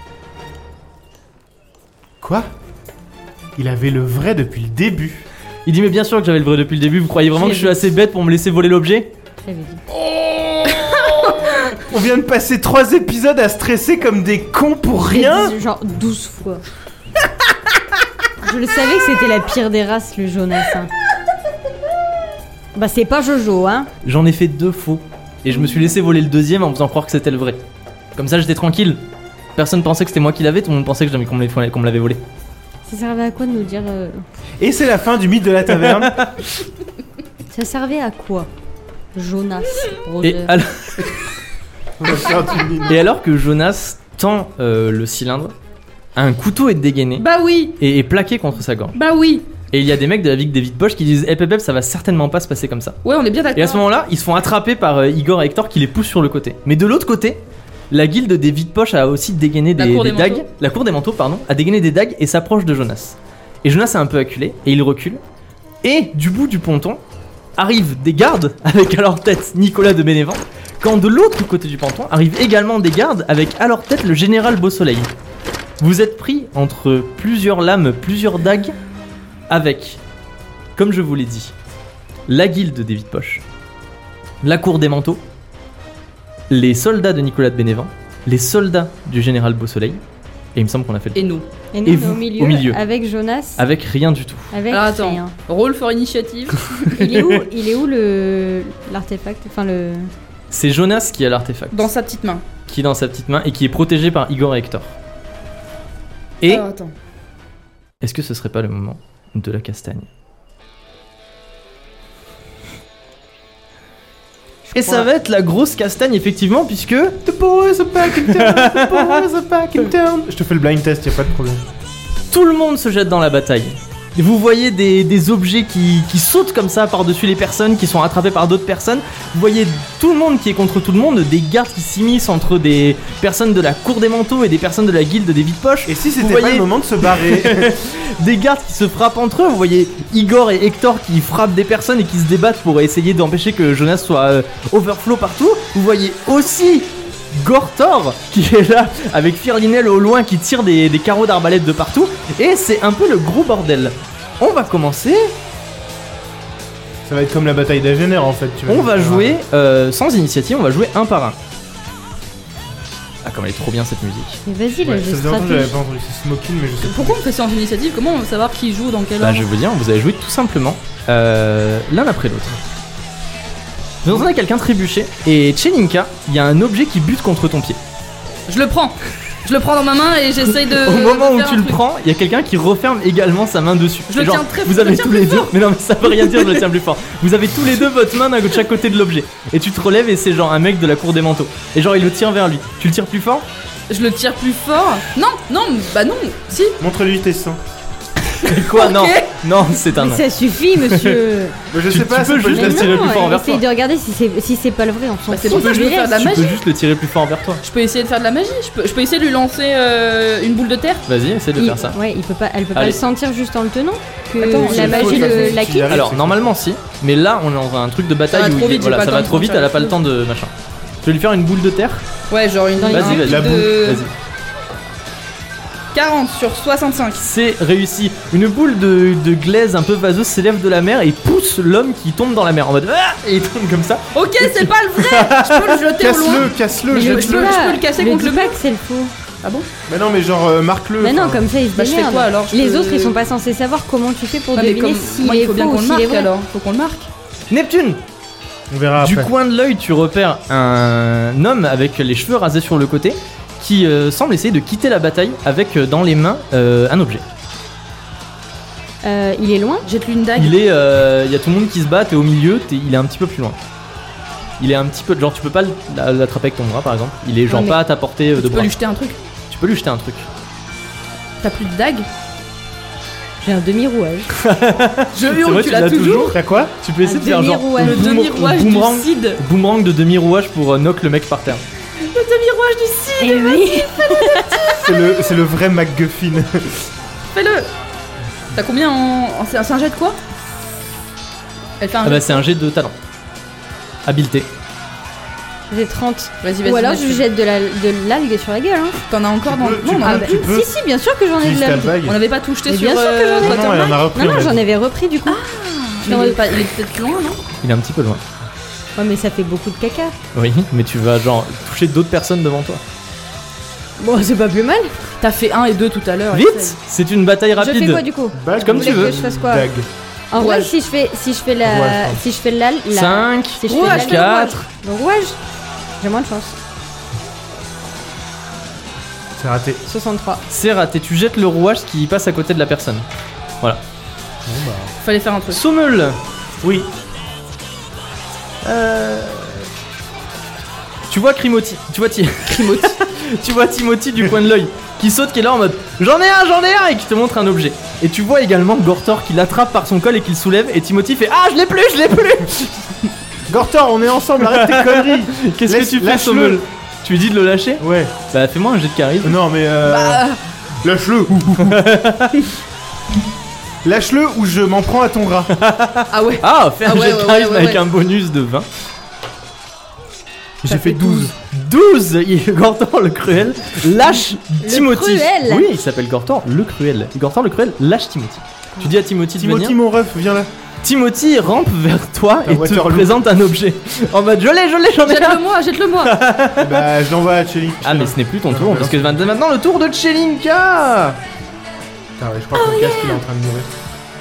S2: Quoi? Il avait le vrai depuis le début.
S1: Il dit mais bien sûr que j'avais le vrai depuis le début, vous croyez vraiment que je suis assez bête pour me laisser voler l'objet?
S3: Très vite.
S2: On vient de passer trois épisodes à stresser comme des cons pour rien.
S3: J'ai dit genre douze fois. Je le savais que c'était la pire des races, le Jonas. hein. Bah c'est pas Jojo, hein.
S1: J'en ai fait deux faux et je me suis laissé voler le deuxième en faisant croire que c'était le vrai. Comme ça j'étais tranquille. Personne pensait que c'était moi qui l'avais, tout le monde pensait que j'avais- qu'on me l'avait- qu'on me l'avait volé.
S3: Ça servait à quoi de nous dire... euh,
S2: Et c'est la fin du mythe de la taverne.
S3: Ça servait à quoi Jonas,
S1: Et,
S3: brother.
S1: al-
S2: On va faire du mime.
S1: et alors que Jonas tend euh, le cylindre, un couteau est dégainé
S4: Bah oui,
S1: et est plaqué contre sa gorge.
S4: bah oui.
S1: Et il y a des mecs de la ville des vides poches qui disent Eh Pep, ça va certainement pas se passer comme ça.
S4: Ouais, on est bien d'accord.
S1: Et à ce moment-là, ils se font attraper par euh, Igor et Hector qui les poussent sur le côté. Mais de l'autre côté, la guilde des vides poches a aussi dégainé
S4: La
S1: des,
S4: cour
S1: des
S4: des
S1: dagues.
S4: manteaux.
S1: La cour des manteaux, pardon, a dégainé des dagues et s'approche de Jonas. Et Jonas est un peu acculé et il recule. Et du bout du ponton arrivent des gardes avec à leur tête Nicolas de Bénévent. Quand de l'autre côté du ponton arrivent également des gardes avec à leur tête le général Beausoleil. Vous êtes pris entre plusieurs lames, plusieurs dagues, avec, comme je vous l'ai dit, la guilde des vides poches, la cour des manteaux, les soldats de Nicolas de Bénévent, les soldats du général Beausoleil, et il me semble qu'on a fait le
S4: Et nous.
S3: Et nous,
S1: et
S3: on est
S1: vous,
S3: au milieu,
S1: au milieu.
S3: avec Jonas,
S1: avec rien du tout.
S3: avec
S4: Alors attends,
S3: rien.
S4: roll for initiative.
S3: Il est où, il est où le l'artefact Enfin le.
S1: C'est Jonas qui a l'artefact,
S4: Dans sa petite main.
S1: qui est dans sa petite main et qui est protégé par Igor et Hector. Et
S4: Alors, attends.
S1: est-ce que ce serait pas le moment de la castagne? Et ça va être la grosse castagne effectivement puisque
S2: The boys are back in town. The boys are back in town. Je te fais le blind test, y a pas de problème.
S1: tout le monde se jette dans la bataille. Et vous voyez des, des objets qui, qui sautent comme ça par-dessus les personnes, qui sont attrapés par d'autres personnes. Vous voyez tout le monde qui est contre tout le monde, des gardes qui s'immiscent entre des personnes de la cour des manteaux et des personnes de la guilde des vides poches.
S2: Et si
S1: Vous
S2: c'était pas
S1: voyez-
S2: le moment de se barrer?
S1: Des gardes qui se frappent entre eux. Vous voyez Igor et Hector qui frappent des personnes et qui se débattent pour essayer d'empêcher que Jonas soit euh, overflow partout. Vous voyez aussi Gortor qui est là avec Firlinel au loin qui tire des, des carreaux d'arbalète de partout. Et c'est un peu le gros bordel. On va commencer.
S2: Ça va être comme la bataille d'Agener en fait. Tu vas
S1: On
S2: nous
S1: va
S2: faire
S1: jouer euh, sans initiative. On va jouer un par un. Ah, comme elle est trop bien cette musique.
S3: Mais vas-y,
S2: Ouais,
S3: le
S2: ça
S3: jeu
S2: faisait longtemps que j'avais
S3: stratégie.
S2: pas entendu ce smoking, mais je sais
S4: Pourquoi on fait ça en initiative? Comment on va savoir qui joue dans quel
S1: Bah,
S4: ordre?
S1: je vais vous dire, vous allez jouer tout simplement euh, l'un après l'autre. Vous entendez quelqu'un trébucher et Chelinka, il y a un objet qui bute contre ton pied.
S4: Je le prends. Je le prends dans ma main et j'essaye de.
S1: Au moment
S4: de
S1: où
S4: faire
S1: tu
S4: un
S1: le
S4: truc.
S1: prends, il y a quelqu'un qui referme également sa main dessus.
S4: Je le
S1: Et genre,
S4: tiens très-
S1: Vous
S4: je le
S1: avez
S4: tiens
S1: tous
S4: plus
S1: les deux.
S4: fort.
S1: Mais non, mais ça veut rien dire, je le tiens plus fort. Vous avez tous les deux votre main d'un de chaque côté de l'objet. Et tu te relèves et c'est genre un mec de la cour des manteaux. Et genre il le tire vers lui. Tu le tires plus fort?
S4: Je le tire plus fort. Non, non, bah non. Si.
S2: Montre-lui tes seins.
S1: Et quoi?
S4: Ok.
S1: Non, non, c'est un
S3: Mais
S1: non.
S3: ça suffit, monsieur.
S2: Mais je
S1: Tu-
S2: sais
S1: tu
S2: pas,
S1: peux
S2: ça peut
S1: juste
S2: être-
S1: le tirer
S3: non,
S1: plus fort envers
S3: essaye
S1: toi.
S3: de regarder si c'est si c'est pas le vrai. On s'en
S4: Bah, c'est
S3: fout.
S4: pour ça que je
S3: Je
S4: veux faire de la
S3: laisse.
S1: Tu peux
S4: magie.
S1: juste le tirer plus fort envers toi.
S4: Je peux essayer de faire de la magie. Je peux, je peux essayer de lui lancer euh, une boule de terre.
S1: Vas-y, essaie de
S3: Il-
S1: faire ça.
S3: Ouais, il peut pas, elle peut pas
S1: Allez.
S3: le sentir juste en le tenant. Que
S4: Attends,
S3: la
S2: il faut
S3: magie
S2: le faire,
S3: le,
S2: faut
S3: la
S2: qu'il
S3: quitte.
S2: arrive.
S1: Alors
S2: c'est-
S1: normalement si, mais là on est dans un truc de bataille
S4: Ça va
S1: où
S4: trop
S1: il-
S4: vite, j'ai
S1: voilà,
S4: pas
S1: ça
S4: le
S1: va
S4: temps
S1: trop
S4: de
S1: vite,
S4: faire
S1: elle a
S4: la
S1: pas le
S4: chose.
S1: temps de machin. Je vais lui faire une boule de terre.
S4: Ouais, genre une.
S3: Vas-y,
S4: un
S1: vas-y,
S4: truc
S1: la
S4: de
S1: boule, vas-y.
S4: quarante sur soixante-cinq.
S1: C'est réussi. Une boule de, de glaise un peu vaseuse s'élève de la mer et pousse l'homme qui tombe dans la mer en mode ah et il tombe comme ça.
S4: Ok, c'est pas le vrai. Je peux le jeter au loin.
S2: Casse-le, casse-le,
S3: Mais
S4: je-
S3: le
S2: jette-le.
S4: peux-
S3: dis pas,
S4: je peux le casser
S3: mais
S4: contre
S3: dis
S4: le
S3: pas
S4: mur.
S3: que c'est le faux.
S4: Ah bon?
S2: Mais non, mais genre, euh, marque-le.
S3: Mais non,
S2: enfin.
S3: comme ça, ils se
S4: Bah, je fais
S3: démerdent.
S4: quoi, alors Je
S3: Les
S4: peux-
S3: autres, ils sont pas censés savoir comment tu fais pour
S4: Ah, mais
S3: deviner
S4: comme-
S3: s'il
S4: moi, il
S3: est
S4: faut bien
S3: faux
S4: qu'on
S3: ou
S4: le
S3: s'il est
S4: marque
S3: vrai.
S4: alors. Faut qu'on le marque.
S1: Neptune,
S2: On verra
S1: Du
S2: après.
S1: coin de l'œil, tu repères un homme avec les cheveux rasés sur le côté qui euh, semble essayer de quitter la bataille avec euh, dans les mains euh, un objet.
S3: Euh, il est loin.
S4: Jette-lui une dague.
S1: Il est, euh, il y a tout le monde qui se bat, t'es au milieu, t'es- il est un petit peu plus loin. Il est un petit peu, genre tu peux pas l'attraper avec ton bras par exemple. Il est genre
S3: Ouais, mais
S1: pas à ta portée euh, de
S4: Tu peux
S1: bras.
S4: lui jeter un truc.
S1: Tu peux lui jeter un truc.
S4: T'as plus de dague.
S3: J'ai un demi-rouage.
S4: Je
S1: C'est
S4: hurle,
S1: vrai,
S4: tu
S1: tu
S4: l'as
S1: l'as
S4: toujours.
S2: T'as quoi?
S1: Tu peux essayer
S3: Un
S1: de faire genre
S3: demi-rouage.
S4: Le
S1: boom-
S4: demi-rouage du
S1: boomerang,
S4: Cid.
S1: boomerang de demi-rouage pour euh, knock le mec par terre.
S4: Le demi-rouage du Cid.
S3: Et oui.
S2: C'est le, c'est le vrai MacGuffin.
S4: Fais-le. T'as combien en. en- C'est un c'est un jet de quoi? Elle fait un
S1: Ah
S4: jet.
S1: bah c'est un jet de talent. Habileté.
S3: J'ai trente.
S4: Vas-y, vas-y.
S3: Ou alors
S4: vas-y.
S3: je jette de la- de l'algue sur la gueule. Hein.
S4: T'en as encore
S2: Tu
S4: dans.
S2: peux-
S4: Non,
S2: tu
S4: on en
S2: peux-
S4: a
S3: bah,
S2: tu
S4: plus.
S2: peux.
S3: Si, si, bien sûr que j'en ai
S2: Utilise
S3: de
S2: ta
S3: l'algue.
S2: bague.
S4: On n'avait pas tout jeté
S3: Mais
S4: sur.
S3: bien sûr que
S4: euh,
S3: j'en ai.
S2: Non, non, elle en a
S3: Non,
S2: repris.
S3: non,
S2: on a
S3: j'en
S2: dit.
S3: avais repris du coup.
S4: Mais il est pas- il est peut-être loin, non?
S1: Il est un petit peu loin.
S3: Ouais, mais ça fait beaucoup de caca.
S1: Oui, mais tu vas genre toucher d'autres personnes devant toi.
S3: Bon, c'est pas plus mal.
S4: T'as fait un et deux tout à l'heure.
S1: Vite,
S4: essaye.
S1: c'est une bataille
S3: Je fais
S1: rapide.
S3: quoi du coup?
S2: Bague
S1: Comme
S2: ou
S1: tu
S3: Vous voulez
S1: veux.
S3: que je fasse quoi?
S2: Dague.
S3: En vrai,
S4: Rouage.
S3: si je fais, si je fais la,
S2: Rouage, pardon.
S3: si je fais la, la
S1: cinq,
S3: si je fais
S4: Rouage,
S3: la-
S4: fais le
S1: quatre.
S3: le rouage, j'ai moins de chance.
S2: C'est raté.
S3: soixante-trois.
S1: C'est raté, tu jettes le rouage qui passe à côté de la personne. Voilà.
S2: Bon bah.
S4: Fallait faire un truc.
S1: Sommel.
S2: Oui.
S1: Tu vois Crimoti, tu vois Ti-
S4: Timothy.
S1: tu vois Timothy du coin de l'œil qui saute, qui est là en mode j'en ai un, j'en ai un et qui te montre un objet. Et tu vois également Gortor qui l'attrape par son col et qui le soulève et Timothy fait ah je l'ai plus, je l'ai plus.
S2: Gortor, on est ensemble, arrête tes conneries.
S1: Qu'est-ce
S2: Laisse-
S1: que tu fais
S2: lâche-le.
S1: Sommel? Tu lui dis de le lâcher?
S2: Ouais.
S1: Bah fais-moi un jet de charisme.
S2: Non mais euh...
S4: Bah,
S2: lâche-le. Lâche-le ou je m'en prends à ton rat.
S4: ah ouais.
S1: Ah, fais un
S4: Ah ouais,
S1: jet de
S4: ouais,
S1: charisme
S4: ouais, ouais,
S1: avec
S4: ouais.
S1: un bonus de vingt.
S2: J'ai fait douze.
S1: douze. Il- Gortor le cruel lâche
S3: Le
S1: Timothy.
S3: cruel.
S1: Oui, il s'appelle Gortor le cruel. Gortor le cruel lâche Timothy. Tu dis à Timothy de
S2: Timothy
S1: venir.
S2: mon ref, viens là.
S1: Timothy rampe vers toi
S2: Un
S1: et te
S2: Waterloo.
S1: présente un objet. En mode je l'ai, je l'ai, j'en ai un.
S4: Jette-le moi, jette-le moi.
S2: Bah je l'envoie à Chelly.
S1: Ah mais ce n'est plus ton
S2: Non,
S1: tour
S2: non,
S1: parce
S2: non.
S1: que c'est maintenant le tour de Chelinka.
S2: Putain, ouais, je crois que mon casque il est en train de mourir.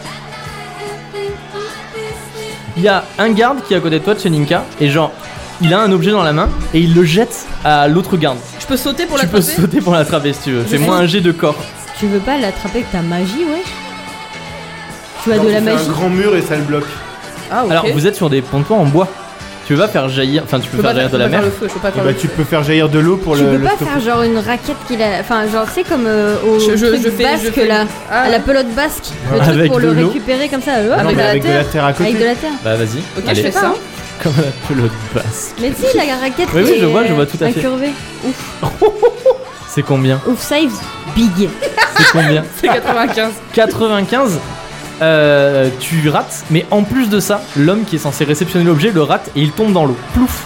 S1: Il y a un garde qui est à côté de toi, Chelinka, et genre il a un objet dans la main et il le jette à l'autre garde.
S4: Je peux sauter pour
S1: Tu peux
S4: l'attraper?
S1: sauter pour l'attraper si tu veux.
S3: Je
S1: Fais-moi
S3: sais.
S1: un jet de corps.
S3: Tu veux pas l'attraper avec ta magie, ouais? Tu as
S2: Genre,
S3: de
S2: tu
S3: la
S2: fais
S3: magie.
S2: un grand mur et ça le bloque.
S4: Ah ok.
S1: Alors vous êtes sur des pontoirs en bois. Tu veux pas faire jaillir, enfin tu
S4: Je
S1: peux
S4: peux
S1: faire
S4: pas
S1: jaillir
S4: je
S1: de
S4: peux
S1: la
S4: pas faire
S1: mer.
S4: le feu, je peux pas
S2: Et
S4: faire
S2: bah
S4: le
S2: tu
S4: feu.
S2: peux faire jaillir de l'eau pour
S3: Tu
S2: le.
S3: peux
S2: le
S3: pas
S2: stopper.
S3: faire genre une raquette qu'il a. Enfin, genre, c'est comme euh, au
S4: Je- je-
S3: truc
S4: je fais-
S3: basque
S4: je fais-
S3: là.
S4: Ah,
S3: À la pelote basque. Le
S2: Ouais.
S3: truc
S1: Avec
S3: pour
S1: de
S3: le
S1: l'eau.
S3: récupérer comme ça. hop,
S2: Non,
S3: avec,
S2: mais
S3: de
S2: avec de la terre à côté.
S3: avec de la terre.
S1: Bah vas-y.
S4: Ok,
S1: Allez.
S4: je fais
S3: ça,
S4: ça.
S3: hein.
S1: Comme la pelote basse.
S3: Mais si, la raquette.
S1: Oui,
S3: qui
S1: oui, je
S3: est,
S1: vois, je vois tout à
S3: euh,
S1: fait.
S3: incurvée.
S1: C'est combien?
S3: Ouf, save big.
S1: C'est combien?
S4: C'est quatre-vingt-quinze.
S1: quatre-vingt-quinze. Euh, tu rates, mais en plus de ça, l'homme qui est censé réceptionner l'objet le rate et il tombe dans l'eau. Plouf.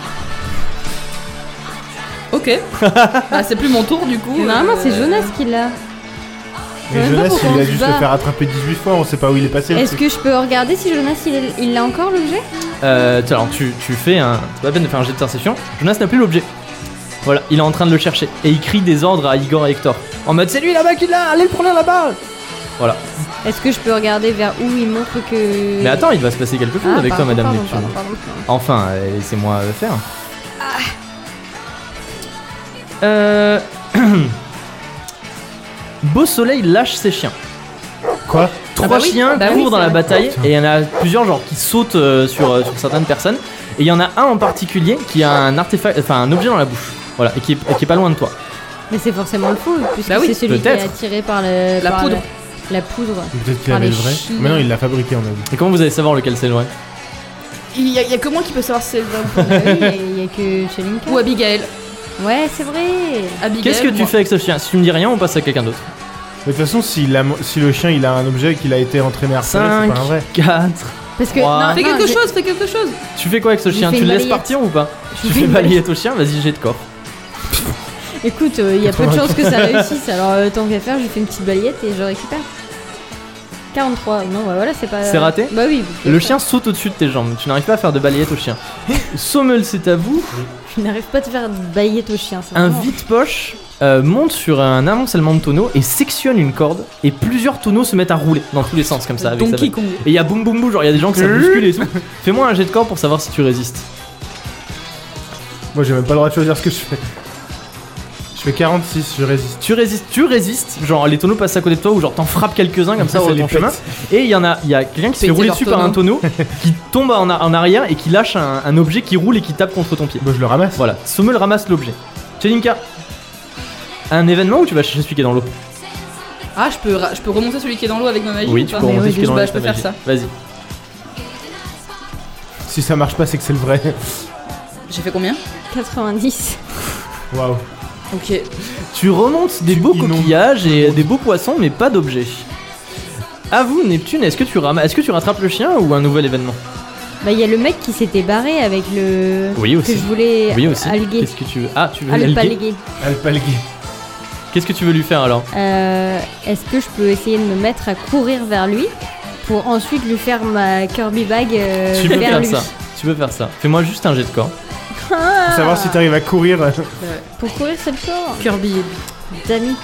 S4: Ok. Bah c'est plus mon tour du coup.
S3: Normalement,
S4: euh,
S3: c'est Jonas qui l'a. Je sais
S2: Mais
S3: même pas
S2: Jonas
S3: pourquoi
S2: il
S3: on
S2: a
S3: se
S2: dû se
S3: bat.
S2: le faire attraper dix-huit fois, on sait pas où il est passé. le
S3: Est-ce
S2: truc.
S3: que je peux regarder si Jonas il est- il l'a encore l'objet?
S1: Euh, tu- alors tu, tu fais un. C'est pas la peine de faire un jet de perception. Jonas n'a plus l'objet. Voilà, il est en train de le chercher. Et il crie des ordres à Igor et Hector. En mode c'est lui là-bas qui l'a, allez le prendre là-bas. Voilà.
S3: Est-ce que je peux regarder vers où il montre que.
S1: Mais attends, il va se passer quelque chose
S3: Ah,
S1: avec toi,
S3: pardon,
S1: Madame
S3: pardon,
S1: Neptune.
S3: pardon, pardon, pardon.
S1: Enfin, euh, laissez-moi le faire. Euh... Beau Soleil lâche ses chiens.
S2: Quoi?
S1: Trois
S4: bah oui,
S1: chiens
S4: bah oui,
S1: courent
S4: c'est
S1: dans la
S4: vrai.
S1: bataille et il y en a plusieurs genre qui sautent euh, sur, euh, sur certaines personnes. Et il y en a un en particulier qui a un artefact, enfin un objet dans la bouche. Voilà, et qui est, et qui est pas loin de toi.
S3: Mais c'est forcément le faux, puisque
S4: Bah oui,
S3: c'est celui qui est
S1: peut-être.
S3: attiré par le,
S4: La
S3: par
S4: poudre.
S3: La, la poudre.
S2: Peut-être qu'il
S3: Par
S2: avait
S3: les
S2: le vrai.
S3: chiens.
S2: Mais non, il l'a fabriqué, on a vu.
S1: Et comment vous allez savoir lequel c'est le vrai?
S4: Il y, a- il y a que moi qui peux savoir si c'est le vrai ou
S3: Bah
S4: pas.
S3: oui, il y a que Chelinka.
S4: Ou Abigail.
S3: Ouais, c'est vrai.
S4: Abigail.
S1: Qu'est-ce que tu
S4: moi.
S1: fais avec ce chien? Si tu me dis rien, on passe à quelqu'un d'autre.
S2: Mais de toute façon, si, la- si le chien il a un objet qu'il a été entraîné à harceler, c'est
S1: cinq,
S2: pas un vrai.
S1: quatre.
S3: Parce que.
S1: Trois.
S3: non,
S4: Fais
S3: non,
S4: quelque
S3: j'ai-
S4: chose, fais quelque chose.
S1: Tu fais quoi avec ce
S3: Je
S1: chien?
S3: fais
S1: Tu
S3: une
S1: le laisses
S3: balayette.
S1: partir ou pas?
S3: Je
S1: Tu
S3: fais
S1: fais
S3: une
S1: balayette au chien? Vas-y, jet de corps.
S3: Écoute, il y a peu de chances que ça réussisse, alors euh, tant qu'à faire, je fais une petite balayette et je récupère. quarante-trois, non, bah voilà, c'est pas.
S1: C'est raté?
S3: Bah oui.
S1: Le chien saute au-dessus de tes jambes. Tu n'arrives pas à faire de balayette au chien. Sommel, c'est à vous.
S3: Je n'arrive pas à te faire de balayette au chien, c'est
S1: Un
S3: vraiment-
S1: vide-poche euh, monte sur un amoncellement de tonneaux et sectionne une corde et plusieurs tonneaux se mettent à rouler dans tous les sens comme ça avec sa
S4: Donkey
S1: bague.
S4: Kong.
S1: Et il y a boum boum boum, genre il y a des gens qui se bousculent et tout. Fais-moi un jet de corps pour savoir si tu résistes.
S2: Moi j'ai même pas le droit de choisir ce que je fais. Je fais quarante-six, je résiste.
S1: Tu résistes, tu résistes, genre les tonneaux passent à côté de toi ou genre t'en frappes quelques-uns comme ça
S2: Ça
S1: sur
S2: les
S1: ton chemin.
S2: pète.
S1: Et il y en a, il y a quelqu'un qui se fait
S4: Péter
S1: rouler
S4: leur
S1: dessus par un tonneau, qui tombe en, a- en arrière et qui lâche un, un objet qui roule et qui tape contre ton pied.
S2: Bah je le ramasse.
S1: Voilà, Sommel ramasse l'objet. Chelinka, un événement ou tu vas chercher celui qui est dans l'eau?
S4: Ah, je peux, ra- je peux remonter celui qui est dans l'eau avec ma magie
S1: Oui,
S4: ou
S1: tu
S4: pas
S1: peux remonter
S3: oui,
S1: celui qui est dans
S4: bah,
S1: l'eau.
S4: je peux
S1: avec ta
S4: faire
S1: magie.
S4: ça.
S1: Vas-y.
S2: Si ça marche pas, c'est que c'est le vrai.
S4: J'ai fait combien?
S3: quatre-vingt-dix.
S2: Waouh.
S4: Ok.
S1: Tu remontes des
S2: Tu
S1: beaux
S2: inondes.
S1: coquillages et des beaux poissons, mais pas d'objets. À vous, Neptune, est-ce que, tu ram- est-ce que tu rattrapes le chien ou un nouvel événement?
S3: Bah, il y a le mec qui s'était barré avec le.
S1: Oui, aussi.
S3: Que je voulais
S1: Oui, aussi.
S3: alguer.
S1: Qu'est-ce que tu veux? Ah, tu veux
S3: Alguer.
S1: l'alguer.
S2: Alpalgué.
S1: Qu'est-ce que tu veux lui faire alors?
S3: Euh, Est-ce que je peux essayer de me mettre à courir vers lui pour ensuite lui faire ma Kirby bag euh,
S1: Tu peux
S3: vers
S1: faire
S3: lui
S1: ça. Tu peux faire ça. Fais-moi juste un jet de corps.
S3: Ah,
S2: Pour savoir si t'arrives à courir.
S3: Pour courir, c'est le corps.
S4: Kirby.
S3: Damit.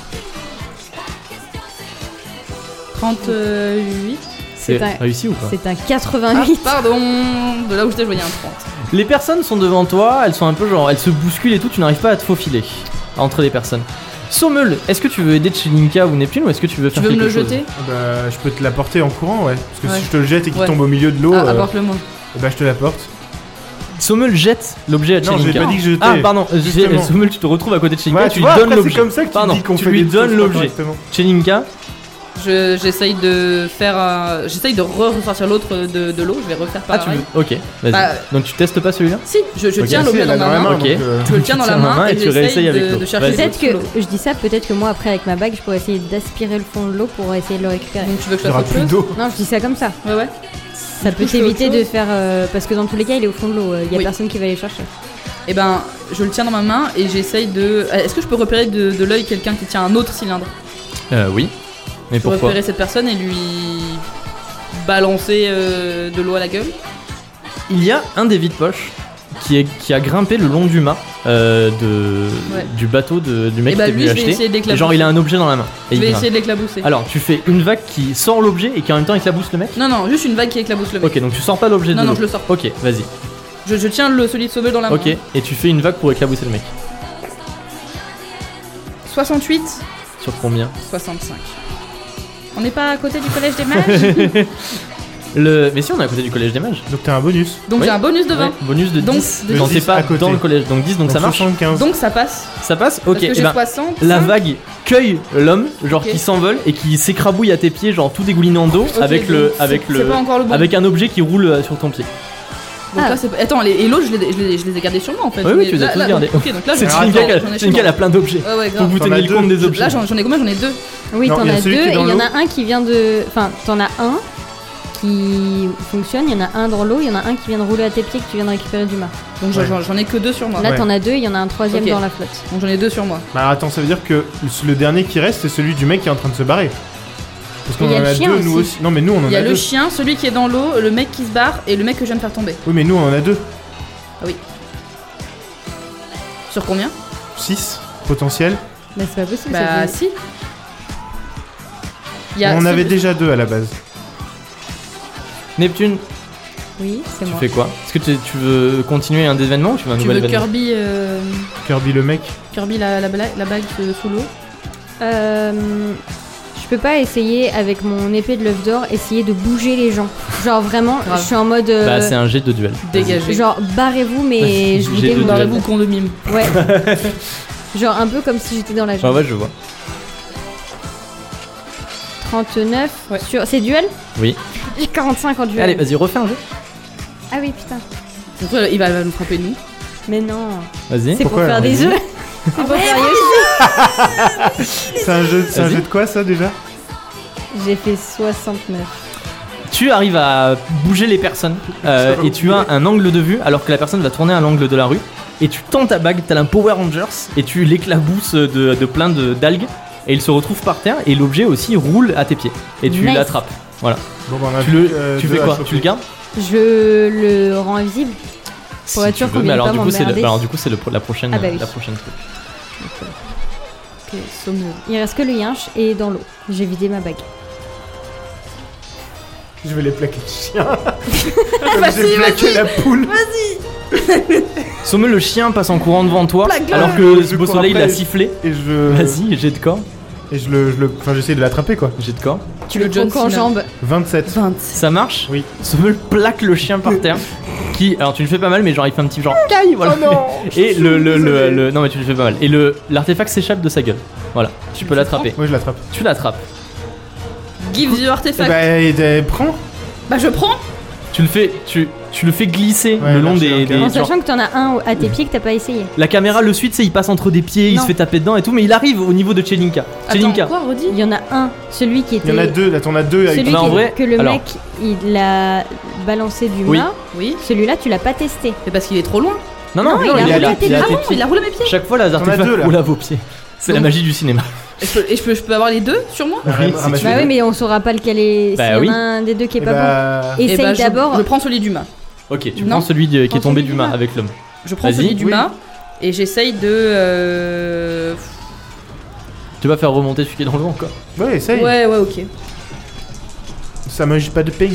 S4: trente-huit.
S1: C'est
S3: C'est un-
S1: réussi ou pas?
S3: C'est un
S4: Ah,
S3: quatre-vingt-huit.
S4: pardon. De là où j'étais, je voyais un trente.
S1: Les personnes sont devant toi, elles sont un peu genre, elles se bousculent et tout, tu n'arrives pas à te faufiler entre les personnes. Sommel, est-ce que tu veux aider Chelinka ou Neptune ou est-ce que tu veux
S4: Tu
S1: faire
S4: veux me
S1: quelque
S4: le
S1: chose?
S4: jeter?
S2: Bah je peux te l'apporter en courant, ouais. Parce que
S4: Ouais.
S2: si je te le jette et qu'il
S4: Ouais.
S2: tombe au milieu de l'eau,
S4: Ah,
S2: euh,
S4: apporte-le-moi.
S2: eh bah je te l'apporte.
S1: Sommel jette l'objet à
S2: Non,
S1: Chelinka.
S2: j'ai pas dit que je jetais.
S1: Ah pardon, j'ai-
S2: Justement.
S1: Sommel, tu te retrouves à côté de Chelinka,
S2: Ouais,
S1: tu
S2: tu
S1: lui
S2: vois,
S1: donnes
S2: après c'est
S1: l'objet.
S2: comme ça que tu
S1: Pardon,
S2: dis qu'on
S1: tu
S2: fait
S1: lui
S2: des
S1: donnes
S2: choses pas
S1: l'objet.
S2: correctement.
S1: Chelinka,
S4: Je- J'essaye de faire un... J'essaye de re-ressortir l'autre de, de l'eau. Je vais refaire
S1: ah
S4: pareil.
S1: tu veux, ok, vas-y.
S4: Bah,
S1: Donc tu testes pas celui-là?
S4: Si, je, je
S1: Ok,
S4: tiens
S2: Si,
S4: l'objet
S2: elle
S4: dans
S2: a
S4: ma main.
S1: ok.
S2: donc, euh,
S4: Je le tiens dans
S1: Tu
S4: la
S1: tiens dans la
S4: main
S1: main
S4: et
S1: et tu
S4: j'essaye
S1: réessayes avec
S4: de,
S1: l'eau.
S4: de chercher
S1: Vas-y.
S3: Peut-être
S4: sous l'eau.
S3: que je dis ça, peut-être que moi après avec ma bague, je pourrais essayer d'aspirer le fond de l'eau pour essayer de le récupérer.
S4: Donc tu veux que je
S2: il y
S4: fasse
S2: aura
S4: autre
S2: plus
S4: chose?
S2: d'eau.
S3: Non, je dis ça comme ça.
S4: Ouais, ouais.
S3: Ça
S4: Du
S3: peut
S4: coup, je fais
S3: t'éviter
S4: autre
S3: de
S4: chose.
S3: faire euh, parce que dans tous les cas, il est au fond de l'eau. Il y a
S4: Oui.
S3: personne qui va aller chercher.
S4: Et ben, je le tiens dans ma main et j'essaye de. Est-ce que je peux repérer de, de l'œil quelqu'un qui tient un autre cylindre?
S1: Euh, oui. Mais
S4: Je peux
S1: pourquoi?
S4: repérer cette personne et lui balancer euh, de l'eau à la gueule.
S1: Il y a un des vides-poches qui, est, qui a grimpé le long du mât euh, de,
S4: Ouais.
S1: du bateau de, du mec
S4: Et bah
S1: qui t'a
S4: lui,
S1: vu
S4: je vais
S1: acheter.
S4: essayer
S1: Et
S4: d'éclabousser.
S1: genre il a un objet dans la main. Et
S4: Je
S1: il
S4: vais
S1: grimpe.
S4: essayer de l'éclabousser.
S1: Alors tu fais une vague qui sort l'objet et qui en même temps éclabousse le mec.
S4: Non, non, juste une vague qui éclabousse le mec.
S1: Ok, donc tu sors pas l'objet de
S4: Non, non,
S1: l'eau.
S4: je le sors.
S1: Ok, vas-y.
S4: Je, je tiens le solide sauvé dans la main.
S1: Ok, et tu fais une vague pour éclabousser le mec.
S4: soixante-huit,
S1: Sur combien?
S4: soixante-cinq. On n'est pas à côté du collège des mages?
S1: le... Mais si, on est à côté du collège des mages.
S2: Donc t'as un bonus.
S4: Donc
S1: Oui.
S4: j'ai un bonus de vingt.
S1: Ouais, bonus de
S4: Donc,
S1: dix.
S4: de
S1: Quand
S2: dix
S1: t'es pas
S2: à côté.
S1: dans le collège. Donc dix, donc, ça marche.
S2: soixante-quinze.
S4: Donc ça passe.
S1: Ça passe. Ok,
S4: Parce que
S1: et
S4: j'ai
S1: ben,
S4: soixante.
S1: la vague cueille l'homme, genre
S4: Ok.
S1: qui s'envole et qui s'écrabouille à tes pieds, genre tout dégoulinant d'eau,
S4: Ok,
S1: avec
S4: donc
S1: le,
S4: c'est-
S1: avec
S4: C'est
S1: le,
S4: pas encore le bon.
S1: avec un objet qui roule euh, sur ton pied.
S4: Donc
S3: Ah.
S4: là, c'est pas- Attends, les, et l'autre, je, les- je, les- je les ai gardés sur moi en fait.
S1: Oui, oui,
S4: Mais
S1: tu les as
S4: là-
S1: tous
S4: là,
S1: gardés.
S4: donc- Ok, donc là,
S1: C'est
S4: j'en ai-
S1: Chelinka qui a-
S4: j'en ai chez
S1: Chelinka,
S4: moi.
S1: elle a plein d'objets.
S4: Ouais, ouais,
S1: Faut que
S4: grave.
S1: vous
S2: T'en
S1: teniez
S2: as
S1: le
S2: deux.
S1: compte des objets.
S4: Là, j'en j'en ai combien? J'en ai deux.
S3: Oui,
S2: Non,
S3: t'en
S2: il y a
S3: as deux
S2: celui qui est
S3: et
S2: dans
S3: il y en
S2: l'eau.
S3: a un qui vient de. Enfin, t'en as un qui fonctionne, il y en a un dans l'eau, il y en a un qui vient de rouler à tes pieds que tu viens de récupérer du mât.
S4: Donc j'en-
S2: Ouais.
S4: j'en j'en ai que deux sur moi.
S3: Là,
S2: Ouais.
S3: t'en as deux, il y en a un troisième
S4: Ok.
S3: dans la flotte.
S4: Donc j'en ai deux sur moi.
S2: Bah alors, attends, ça veut dire que le dernier qui reste, c'est celui du mec qui est en train de se barrer. Parce qu'on
S3: Et il y a
S2: en
S3: le
S2: a
S3: chien
S2: deux, nous
S3: aussi.
S2: aussi. Non, mais nous on en
S4: Il y
S2: a
S4: a le
S2: deux.
S4: chien, celui qui est dans l'eau, le mec qui se barre et le mec que je viens de faire tomber.
S2: Oui, mais nous on en a deux.
S4: Sur combien?
S2: six potentiels.
S3: Mais c'est pas possible.
S4: Bah
S3: ça fait-
S4: si. Il y a
S2: On en
S4: ce-
S2: avait déjà deux à la base.
S1: Neptune,
S3: Oui, c'est
S1: tu
S3: moi.
S1: fais quoi? Est-ce que tu, tu veux continuer un événement ou tu veux un
S4: Tu
S1: nouvel
S4: veux
S1: événement?
S4: Kirby, euh,
S2: Kirby le mec.
S4: Kirby la, la, bla- la bague euh, sous l'eau?
S3: Euh, je peux pas essayer avec mon épée de l'œuf d'or essayer de bouger les gens. Genre vraiment,
S4: Grave.
S3: je suis en mode. euh,
S1: Bah c'est un jet de duel.
S4: Dégagé.
S3: genre barrez-vous mais je vous
S1: J'ai de
S3: déroule.
S1: duel.
S4: Barrez-vous con de mime.
S3: Ouais. Genre un peu comme si j'étais dans la
S1: Ah
S3: jungle.
S1: ouais, je vois.
S3: trente-neuf.
S4: Ouais.
S3: Sur... C'est duel?
S1: Oui.
S3: J'ai quarante-cinq en duel.
S1: Allez, vas-y, refais un jet.
S3: Ah oui, putain.
S4: Surtout, il va, il va nous frapper nous.
S3: Mais non.
S1: Vas-y.
S3: C'est pour
S2: Pourquoi,
S3: faire des
S1: vas-y.
S3: œufs. C'est pour faire Yoshi.
S2: C'est un jeu, c'est un
S1: Vas-y.
S2: jeu de quoi ça déjà?
S3: J'ai fait soixante-neuf.
S1: Tu arrives à bouger les personnes euh, et tu as un angle de vue alors que la personne va tourner à l'angle de la rue et tu tends ta bague, t'as un Power Rangers et tu l'éclabousses de, de plein de- d'algues et il se retrouve par terre et l'objet aussi roule à tes pieds et tu
S3: Nice.
S1: l'attrapes. Voilà.
S2: Bon, bah, on a
S1: Tu,
S2: plus,
S1: le,
S2: euh,
S1: tu
S2: deux
S1: fais
S2: à
S1: quoi?
S2: choper.
S1: Tu le gardes?
S3: Je le rends invisible. Pour
S1: Si
S3: être
S1: tu
S3: sûr
S1: veux,
S3: qu'on
S1: mais
S3: vienne
S1: alors
S3: pas
S1: du coup c'est le,
S3: m'emmerder.
S1: alors du coup c'est le- la prochaine
S3: Ah bah oui.
S1: la prochaine truc.
S4: Ok, Sommel.
S3: Il reste que le yinche et dans l'eau. J'ai vidé ma bague.
S2: Je vais les plaquer le chien. Comme
S4: Vas-y,
S2: j'ai plaqué
S4: vas-y.
S2: la poule.
S1: Sommel le chien passe en courant devant toi,
S4: Plaque-le.
S1: alors que
S2: Je
S1: Beau
S2: cours
S1: Soleil
S2: après.
S1: l'a sifflé.
S2: Et je.
S1: Vas-y, jet de corps.
S2: Et je le. Je le... Enfin, j'essaie de l'attraper quoi.
S1: Jet de corps.
S3: Tu
S4: Le
S3: le
S4: John
S3: croques en
S4: Cena.
S3: jambe.
S2: vingt-sept.
S4: vingt.
S1: Ça marche.
S2: Oui.
S1: Sommel plaque le chien par terre. Qui, alors tu le fais pas mal, mais genre il fait un petit genre caille, voilà.
S2: Oh non.
S1: Et
S2: Je
S1: le,
S2: suis
S1: le, le,
S2: désolé.
S1: le- non mais tu le fais pas mal. Et le l'artefact s'échappe de sa gueule. Voilà, tu peux l'attraper.
S2: Ouais, je l'attrape.
S1: Tu l'attrapes.
S4: Give the
S2: Eh
S4: artefact.
S2: bah, et, et, prends.
S4: Bah, je prends.
S1: Tu le fais, tu, tu le fais glisser
S2: Ouais,
S1: le long
S2: lâcher
S1: des,
S2: un
S1: des-
S2: câble.
S3: En
S1: genre,
S3: sachant que t'en as un à tes pieds que t'as pas essayé.
S1: la caméra le suit, tu sais, il passe entre des pieds, il
S3: Non.
S1: se fait taper dedans et tout, mais il arrive au niveau de Chelinka. Chelinka.
S4: Attends, quoi, redis.
S3: Il y en a un, celui qui était.
S2: Il y en a deux. Là, t'en as deux avec.
S3: Celui
S1: Mais en
S3: qui-
S1: vrai,
S3: que le
S1: alors-
S3: mec il l'a balancé du
S1: Oui.
S3: mât.
S4: Oui.
S3: Celui-là tu l'as pas testé.
S4: C'est parce qu'il est trop loin.
S1: Non, non,
S3: Non, il a
S1: est
S3: roulé
S1: à
S3: à tes
S1: il est à
S3: pieds.
S1: tes
S4: Ah bon,
S1: pieds.
S4: il a roulé mes pieds.
S1: Chaque fois, les
S2: T'en as
S1: artefacts
S2: deux, là.
S1: roulent à vos pieds. C'est la
S4: Donc-
S1: magie du cinéma.
S4: Et je, peux, et je, peux, je peux avoir les deux sur moi
S2: Ah,
S1: Oui,
S2: ram-
S1: si
S2: ramasse
S1: tu
S2: les
S3: Bah
S2: deux.
S3: oui, mais on saura pas lequel est.
S1: Bah
S3: S'il y
S1: oui.
S3: en a un des deux qui est
S2: Eh
S3: pas
S2: bah.
S3: bon.
S4: Et
S3: Essaye
S4: bah, je-
S3: d'abord.
S4: Je prends celui du mât.
S1: Ok, tu
S4: Non.
S1: prends celui de- qui est
S3: Prends
S1: tombé
S3: celui
S1: du
S3: du
S1: mât
S3: mât.
S1: avec l'homme.
S4: Je prends
S1: Vas-y.
S4: celui du
S2: Oui.
S4: mât et j'essaye de. Euh...
S1: Tu vas faire remonter celui qui est dans l'eau encore.
S2: Ouais, essaye.
S4: Ouais, ouais, ok.
S2: Ça mange pas de pain.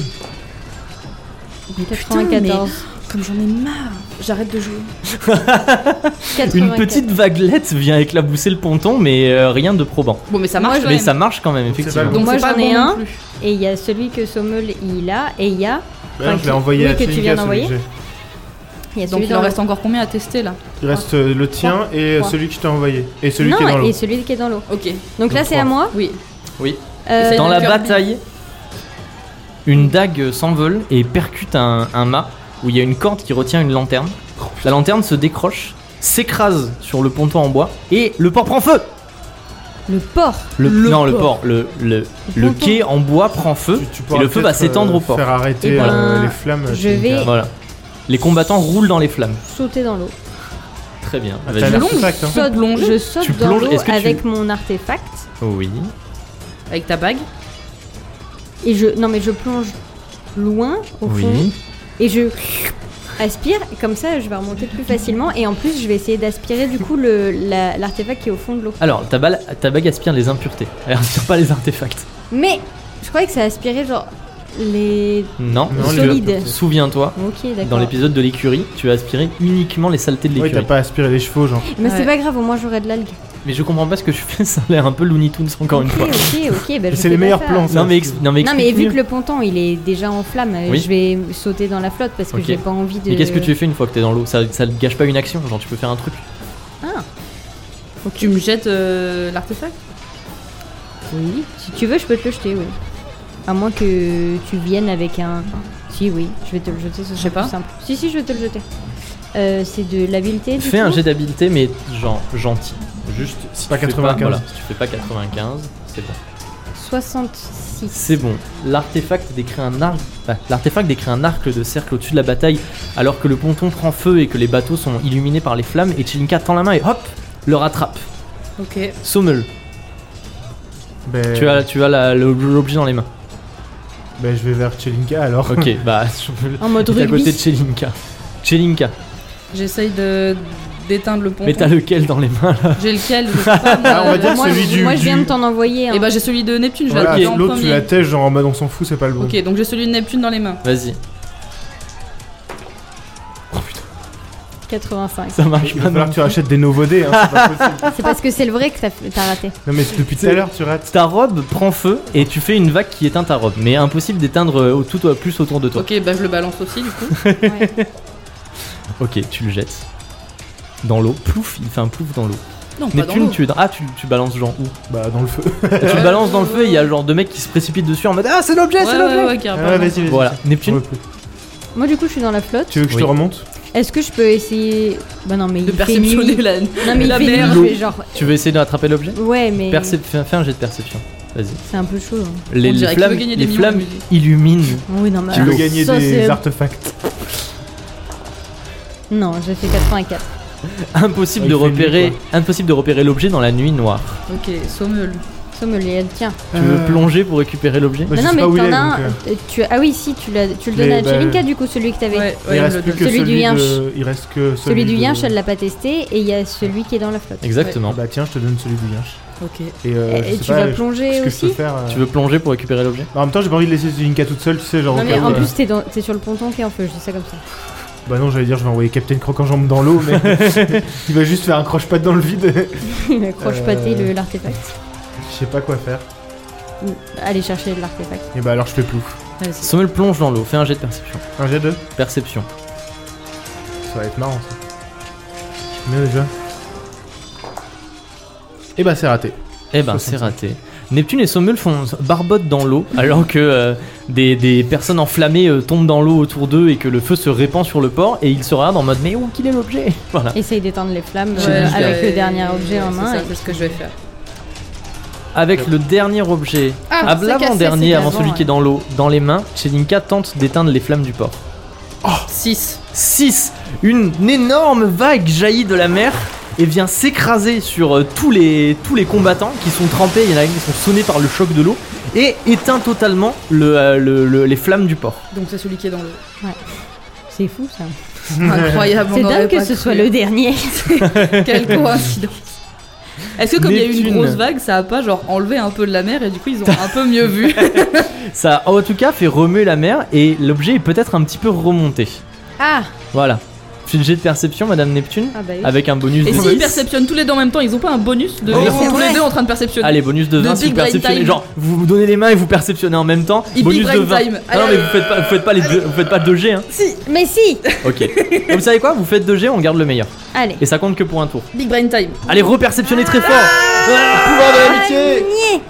S3: quatre-vingt-quatorze.
S4: Comme j'en ai marre, j'arrête de jouer.
S3: quatre-vingt-quatorze.
S1: Une petite vaguelette vient éclabousser le ponton, mais euh, rien de probant.
S4: Bon, mais ça
S3: Moi,
S4: marche
S3: je-
S4: quand
S1: Mais
S4: même.
S1: ça marche quand même, effectivement.
S2: bon.
S4: Donc
S3: Moi,
S4: c'est pas
S3: j'en ai
S4: bon non
S3: un.
S4: plus.
S3: Et il y a celui que Sommel il a. Et il y a.
S2: Bah, non, je l'ai
S3: qui-
S2: envoyé
S3: oui,
S2: à
S3: que tu
S2: Chelinka,
S3: viens
S2: celui
S3: d'envoyer.
S2: que j'ai.
S3: Il y a
S4: Donc
S3: celui
S4: il en
S3: dans
S4: reste
S3: l'eau.
S4: encore combien à tester là?
S2: Il reste euh, le tien et euh,
S3: Trois.
S2: celui que je t'ai envoyé. Et celui qui est dans
S3: Non,
S2: l'eau.
S3: et celui qui est dans l'eau.
S4: Ok,
S3: Donc là
S2: Donc
S3: c'est à
S2: trois.
S3: moi.
S4: oui.
S1: Oui.
S3: Euh,
S4: Essaye
S1: Dans
S4: de
S1: la
S4: faire
S1: bataille, une dague s'envole et percute un, un mât où il y a une corde qui retient une lanterne. La lanterne se décroche, s'écrase sur le ponton en bois et le port prend feu.
S3: Le porc.
S1: Le,
S4: Le
S1: non, le
S4: port.
S1: port, le, le, le
S3: ponton.
S1: quai en bois prend feu
S2: Tu- tu
S1: et
S2: pourras
S1: le feu va
S2: peut-être,
S1: s'étendre
S2: euh,
S1: au port.
S2: Faire arrêter
S3: Eh ben,
S2: euh, les flammes.
S3: je
S2: Chelinka.
S3: vais-
S1: Voilà. Les combattants roulent dans les flammes.
S3: Sauter dans l'eau.
S1: Très bien.
S2: Ah,
S1: Vas-y.
S2: t'as l'air
S4: Plonge.
S2: artefact, hein.
S3: Saute,
S4: plonges.
S3: je saute
S1: Tu
S3: dans
S1: plonges,
S3: l'eau
S1: est-ce que tu-
S3: avec mon artefact
S1: Oui.
S4: Avec ta bague.
S3: et je non mais je plonge loin au fond
S1: Oui.
S3: et je aspire comme ça je vais remonter plus facilement et en plus je vais essayer d'aspirer du coup le la- l'artefact qui est au fond de l'eau.
S1: Alors, ta, balle, ta bague aspire les impuretés. Elle aspire pas les artefacts.
S3: Mais je croyais que ça aspirait genre les
S1: Non.
S2: Non,
S1: parce
S2: les
S1: que,
S3: solides.
S1: souviens-toi,
S3: Ok d'accord.
S1: dans l'épisode de l'écurie, tu as aspiré uniquement les saletés de
S2: Ouais,
S1: l'écurie.
S2: t'as pas aspiré les chevaux, genre.
S3: Mais c'est
S4: Ouais.
S3: pas grave au moins j'aurai de l'algue.
S1: Mais je comprends pas ce que tu fais, ça a l'air un peu Looney Tunes encore une
S3: Ok
S1: fois.
S3: ok ok bah, je
S2: C'est
S3: fais
S2: les
S3: pas
S2: meilleurs
S3: ça.
S2: plans, ça.
S1: Non mais, ex- non, mais,
S3: Non mais
S1: explique
S3: vu
S1: mieux.
S3: que le ponton il est déjà en flamme,
S1: Oui.
S3: je vais sauter dans la flotte parce que
S1: Ok.
S3: j'ai pas envie de.
S1: Mais qu'est-ce que tu fais une fois que t'es dans l'eau? Ça, ça ne gâche pas une action, genre tu peux faire un truc.
S4: Tu me jettes euh, l'artefact?
S3: Oui, si tu veux, je peux te le jeter, oui. À moins que tu viennes avec un. Si, oui, je vais te le jeter, ce
S4: Je
S3: sera
S4: sais pas.
S3: plus simple. Si, si, je vais te le jeter. Euh, c'est de l'habileté. du
S1: Fais un
S3: coup.
S1: jet d'habileté, mais genre gentil. Juste, si
S2: Pas
S1: tu fais
S2: quatre-vingt-quinze.
S1: voilà, si tu fais pas quatre-vingt-quinze, c'est bon.
S3: soixante-six.
S1: C'est bon. L'artefact décrit un arc. enfin, l'artefact décrit un arc de cercle au-dessus de la bataille, alors que le ponton prend feu et que les bateaux sont illuminés par les flammes. Et Chelinka tend la main et hop, le rattrape.
S4: Ok.
S1: Sommel,
S2: Ben,
S1: tu as, tu as la- le- l'objet dans les mains.
S2: Ben, je vais vers Chelinka alors.
S1: Ok, bah Sommel
S3: En mode
S1: est à côté de
S3: rugby.
S1: Chelinka. Chelinka,
S4: J'essaye de d'éteindre le ponton.
S1: mais t'as lequel dans les mains là?
S4: J'ai lequel? Je sais pas, moi.
S2: Ah, on va dire
S3: moi,
S2: celui du-
S3: moi, je viens
S2: du-
S3: de t'en envoyer un.
S4: Et bah j'ai celui de Neptune, je vais
S2: Voilà,
S4: l'appuyer en
S2: l'autre, tu
S4: premier.
S2: la tèches, genre en mode on s'en fout, c'est pas le bon.
S4: Ok, donc j'ai celui de Neptune dans les mains.
S1: Vas-y,
S3: quatre-vingt-cinq.
S1: ça marche
S2: Il
S1: pas.
S2: va falloir
S1: non.
S2: que tu rachètes des Novodés, hein, c'est pas possible.
S3: C'est parce que c'est le vrai que t'as t'as raté.
S2: Non, mais depuis tout à l'heure, tu rates.
S1: Ta robe prend feu et tu fais une vague qui éteint ta robe, mais impossible d'éteindre euh, au- tout au plus autour de toi.
S4: Ok, bah je le balance aussi du coup.
S3: Ouais.
S1: Ok, tu le jettes dans l'eau. Plouf, il fait un plouf dans l'eau.
S4: Non, pas dans
S1: Neptune,
S4: l'eau.
S1: tu es dans... Ah, tu, tu balances genre où?
S2: Bah, dans le feu.
S1: Tu le balances dans le feu et il y a genre deux mecs qui se précipitent dessus en mode ah c'est l'objet,
S4: Ouais,
S1: c'est
S4: ouais,
S1: l'objet.
S4: ouais, carrément.
S2: Ah, vas-y, vas-y.
S1: Voilà,
S2: J'en
S1: Neptune.
S2: veux plus.
S3: Moi, du coup, je suis dans la flotte.
S2: Tu veux que je
S1: Oui.
S2: te remonte?
S3: Est-ce que je peux essayer. Bah non, mais
S4: De
S3: il fait
S4: perceptionner
S3: nuit.
S4: la.
S3: Non, mais
S4: la
S3: il fait
S4: mer.
S3: nuit, je vais genre.
S1: Tu veux essayer d'attraper l'objet?
S3: Ouais, mais.
S1: Percep- fais, fais un jet de perception. Vas-y.
S3: C'est un peu chaud. hein.
S1: Les,
S4: On
S1: les
S4: dirait qu'il
S1: flammes,
S4: veut gagner des
S1: les
S4: millions
S1: flammes
S4: de musique.
S1: illuminent.
S3: Oui, non, mais.
S2: Tu veux
S3: alors,
S2: gagner
S3: ça,
S2: des
S3: c'est-
S2: artefacts?
S3: Non, j'ai fait quatre-vingt-quatre.
S1: Impossible
S2: Ouais,
S1: de
S2: il fait nuit,
S1: repérer, impossible de repérer l'objet dans la nuit noire.
S4: Ok, Sommel.
S3: Sommelier, tiens.
S1: Tu veux
S2: Euh,
S1: plonger pour récupérer l'objet
S2: Bah, je
S3: non, non,
S2: sais
S3: mais
S2: pas où il
S3: t'en
S2: est,
S3: as un.
S2: donc, euh,
S3: euh, tu... Ah oui, si, tu, l'as... tu le donnes
S2: Mais
S3: à
S2: bah-
S3: Chelinka, du coup, celui que t'avais.
S4: Ouais,
S2: Il
S4: ouais,
S2: reste
S4: me
S2: plus
S4: le
S2: que
S4: donne.
S3: Celui du
S2: de-
S3: Yinche.
S2: Il reste que celui,
S3: Celui du
S2: de-
S3: Yinche, elle l'a pas testé, et il y a celui qui est dans la flotte.
S1: Exactement.
S2: Bah tiens, je te donne celui du Yinche.
S4: Ok.
S2: Et, euh,
S3: Et-
S2: je
S3: et
S2: sais
S3: tu
S2: pas,
S3: vas
S2: je-
S3: plonger
S2: ce que je
S3: aussi
S2: peux faire. euh,
S1: Tu veux plonger pour récupérer l'objet?
S2: En même temps, j'ai pas envie de laisser Chelinka toute seule, tu sais, genre.
S3: Non,
S2: au
S3: mais
S2: cas
S3: en
S2: où, euh,
S3: plus, t'es, dans... t'es sur le ponton qui est en feu, je dis ça comme ça.
S2: Bah non, j'allais dire, je vais envoyer Captain Croc en jambe dans l'eau, mais il va juste faire un croche-patte dans le vide.
S3: Il va croche-pater
S2: Euh.
S3: le- l'artefact.
S2: Je sais pas quoi faire.
S3: Allez chercher l'artefact.
S2: Et bah alors, je fais plouf.
S4: Vas-y.
S1: Sommel plonge dans l'eau, fais un jet de perception.
S2: Un jet deux.
S1: Perception.
S2: Ça va être marrant ça. Combien déjà? Et bah c'est raté.
S1: Eh ben, c'est
S2: soixante-cinq.
S1: raté. Neptune et Sommel font barbotte dans l'eau, alors que euh, des, des personnes enflammées euh, tombent dans l'eau autour d'eux et que le feu se répand sur le port, et ils se regardent en mode mais où qu'il est l'objet? Voilà.
S3: Essaye d'éteindre les flammes
S4: Ouais,
S3: euh,
S4: je
S3: avec
S4: vais-
S3: le dernier objet en
S4: c'est
S3: main.
S4: ça,
S3: et-
S4: C'est ce que je vais faire.
S1: Avec le dernier objet,
S4: Ah,
S1: à
S4: c'est
S1: l'avant-dernier,
S3: cassé,
S1: avant
S3: c'est
S1: celui
S3: avant,
S1: qui est dans l'eau, dans les mains, Chelinka tente d'éteindre les flammes du port.
S4: six.
S1: six. Une énorme vague jaillit de la mer et vient s'écraser sur euh, tous, les, tous les combattants qui sont trempés, il y en a qui sont sonnés par le choc de l'eau, et éteint totalement le, euh, le- le- les flammes du port.
S4: Donc c'est celui qui est dans l'eau.
S3: C'est fou ça.
S4: Incroyable.
S3: C'est
S4: on aurait
S3: dingue que
S4: pas
S3: ce
S4: cru.
S3: soit le dernier.
S4: Quelle coïncidence. Est-ce que comme il y a eu une
S1: Neptune.
S4: grosse vague, ça a pas genre enlevé un peu de la mer et du coup ils ont un peu mieux vu?
S1: Ça a en tout cas fait remuer la mer et l'objet est peut-être un petit peu remonté.
S3: Ah,
S1: Voilà. Fais le jet de perception, Madame Neptune,
S3: ah bah oui.
S1: avec un bonus
S4: Et
S1: de
S4: s'ils
S1: dix.
S4: perceptionnent tous les deux en même temps, ils ont pas un bonus de
S1: Oh,
S4: ils sont
S3: c'est
S4: tous
S3: vrai.
S4: les deux en train de perceptionner.
S1: Allez, bonus de
S4: De
S1: vingt si
S4: Big
S1: vous
S4: Brain
S1: perceptionnez.
S4: Time.
S1: Genre, vous vous donnez les mains et vous perceptionnez en même temps.
S4: Hippie
S1: bonus de
S4: Brain
S1: vingt.
S4: Time.
S1: Ah non,
S4: Allez,
S1: mais vous faites pas, vous faites pas, les deux, vous faites pas deux G, hein.
S4: Si,
S3: Mais si.
S1: Ok. Vous savez quoi? Vous faites deux G, on garde le meilleur.
S3: Allez.
S1: Et ça compte que pour un tour.
S4: Big Brain Time.
S1: Allez, reperceptionnez très fort. Ah,
S2: Pouvoir de l'amitié.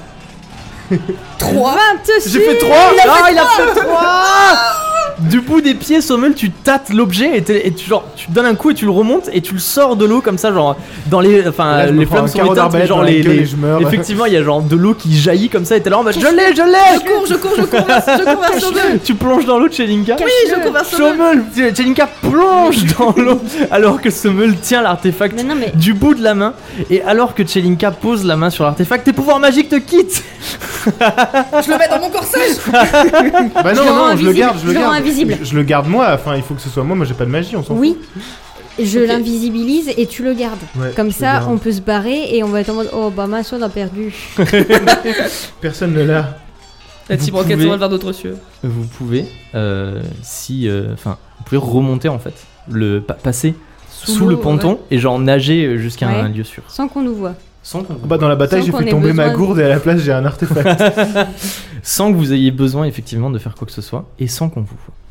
S4: trois.
S3: vingt-six.
S2: J'ai fait trois.
S1: Ah, il a fait trois. Du bout des pieds, Sommel, tu tâtes l'objet et, t'es- et tu, genre, tu donnes un coup et tu le remontes et tu le sors de l'eau comme ça, genre dans les, enfin,
S2: Là, je me
S1: les
S2: prends
S1: flammes
S2: un
S1: sont
S2: carreau
S1: éteintes, mais
S2: d'arbalète
S1: genre
S2: dans la
S1: les,
S2: gueule
S1: les-
S2: et je meurs.
S1: effectivement, il y a genre de l'eau qui jaillit comme ça et t'es là en mode je l'ai, je l'ai.
S4: Je cours, je cours, je cours, vers- je cours vers Sommel.
S1: Tu plonges dans l'eau de Chelinka.
S4: Oui, je cours vers Sommel.
S1: Sommel, Chelinka plonge dans l'eau alors que Sommel tient l'artefact
S3: Mais non, mais.
S1: du bout de la main et alors que Chelinka pose la main sur l'artefact, tes pouvoirs magiques te quittent.
S4: Je le mets dans mon corsage.
S2: Bah non,
S3: Je le rends
S2: non, je le
S3: invisible.
S2: garde, je le
S3: Je le rends
S2: garde.
S3: invisible.
S2: Je, je le garde moi, enfin il faut que ce soit moi, moi j'ai pas de magie, on s'en
S3: Oui. Je
S4: Ok.
S3: l'invisibilise et tu le gardes.
S2: fout. Ouais,
S3: Comme
S2: je le
S3: ça,
S2: garde.
S3: on peut se barrer et on va être en mode oh bah mince, on a perdu.
S2: Personne ne l'a.
S4: La
S1: Vous
S4: team roquette
S1: pouvez-
S4: s'envole vers d'autres cieux.
S1: Vous pouvez, euh, si, euh, enfin, vous pouvez remonter en fait, le pa- passer sous, le
S4: l'eau,
S1: ponton
S4: ouais.
S1: et genre nager jusqu'à
S3: Ouais.
S1: un lieu sûr.
S3: Sans qu'on nous voit.
S1: Sans, qu'on-
S2: Bah dans la bataille
S3: Sans
S2: j'ai
S3: qu'on
S2: fait
S3: ait
S2: tomber ma
S3: besoin de-
S2: gourde et à la place j'ai un artefact.
S1: sans que vous ayez besoin effectivement de faire quoi que ce soit et sans qu'on vous voit.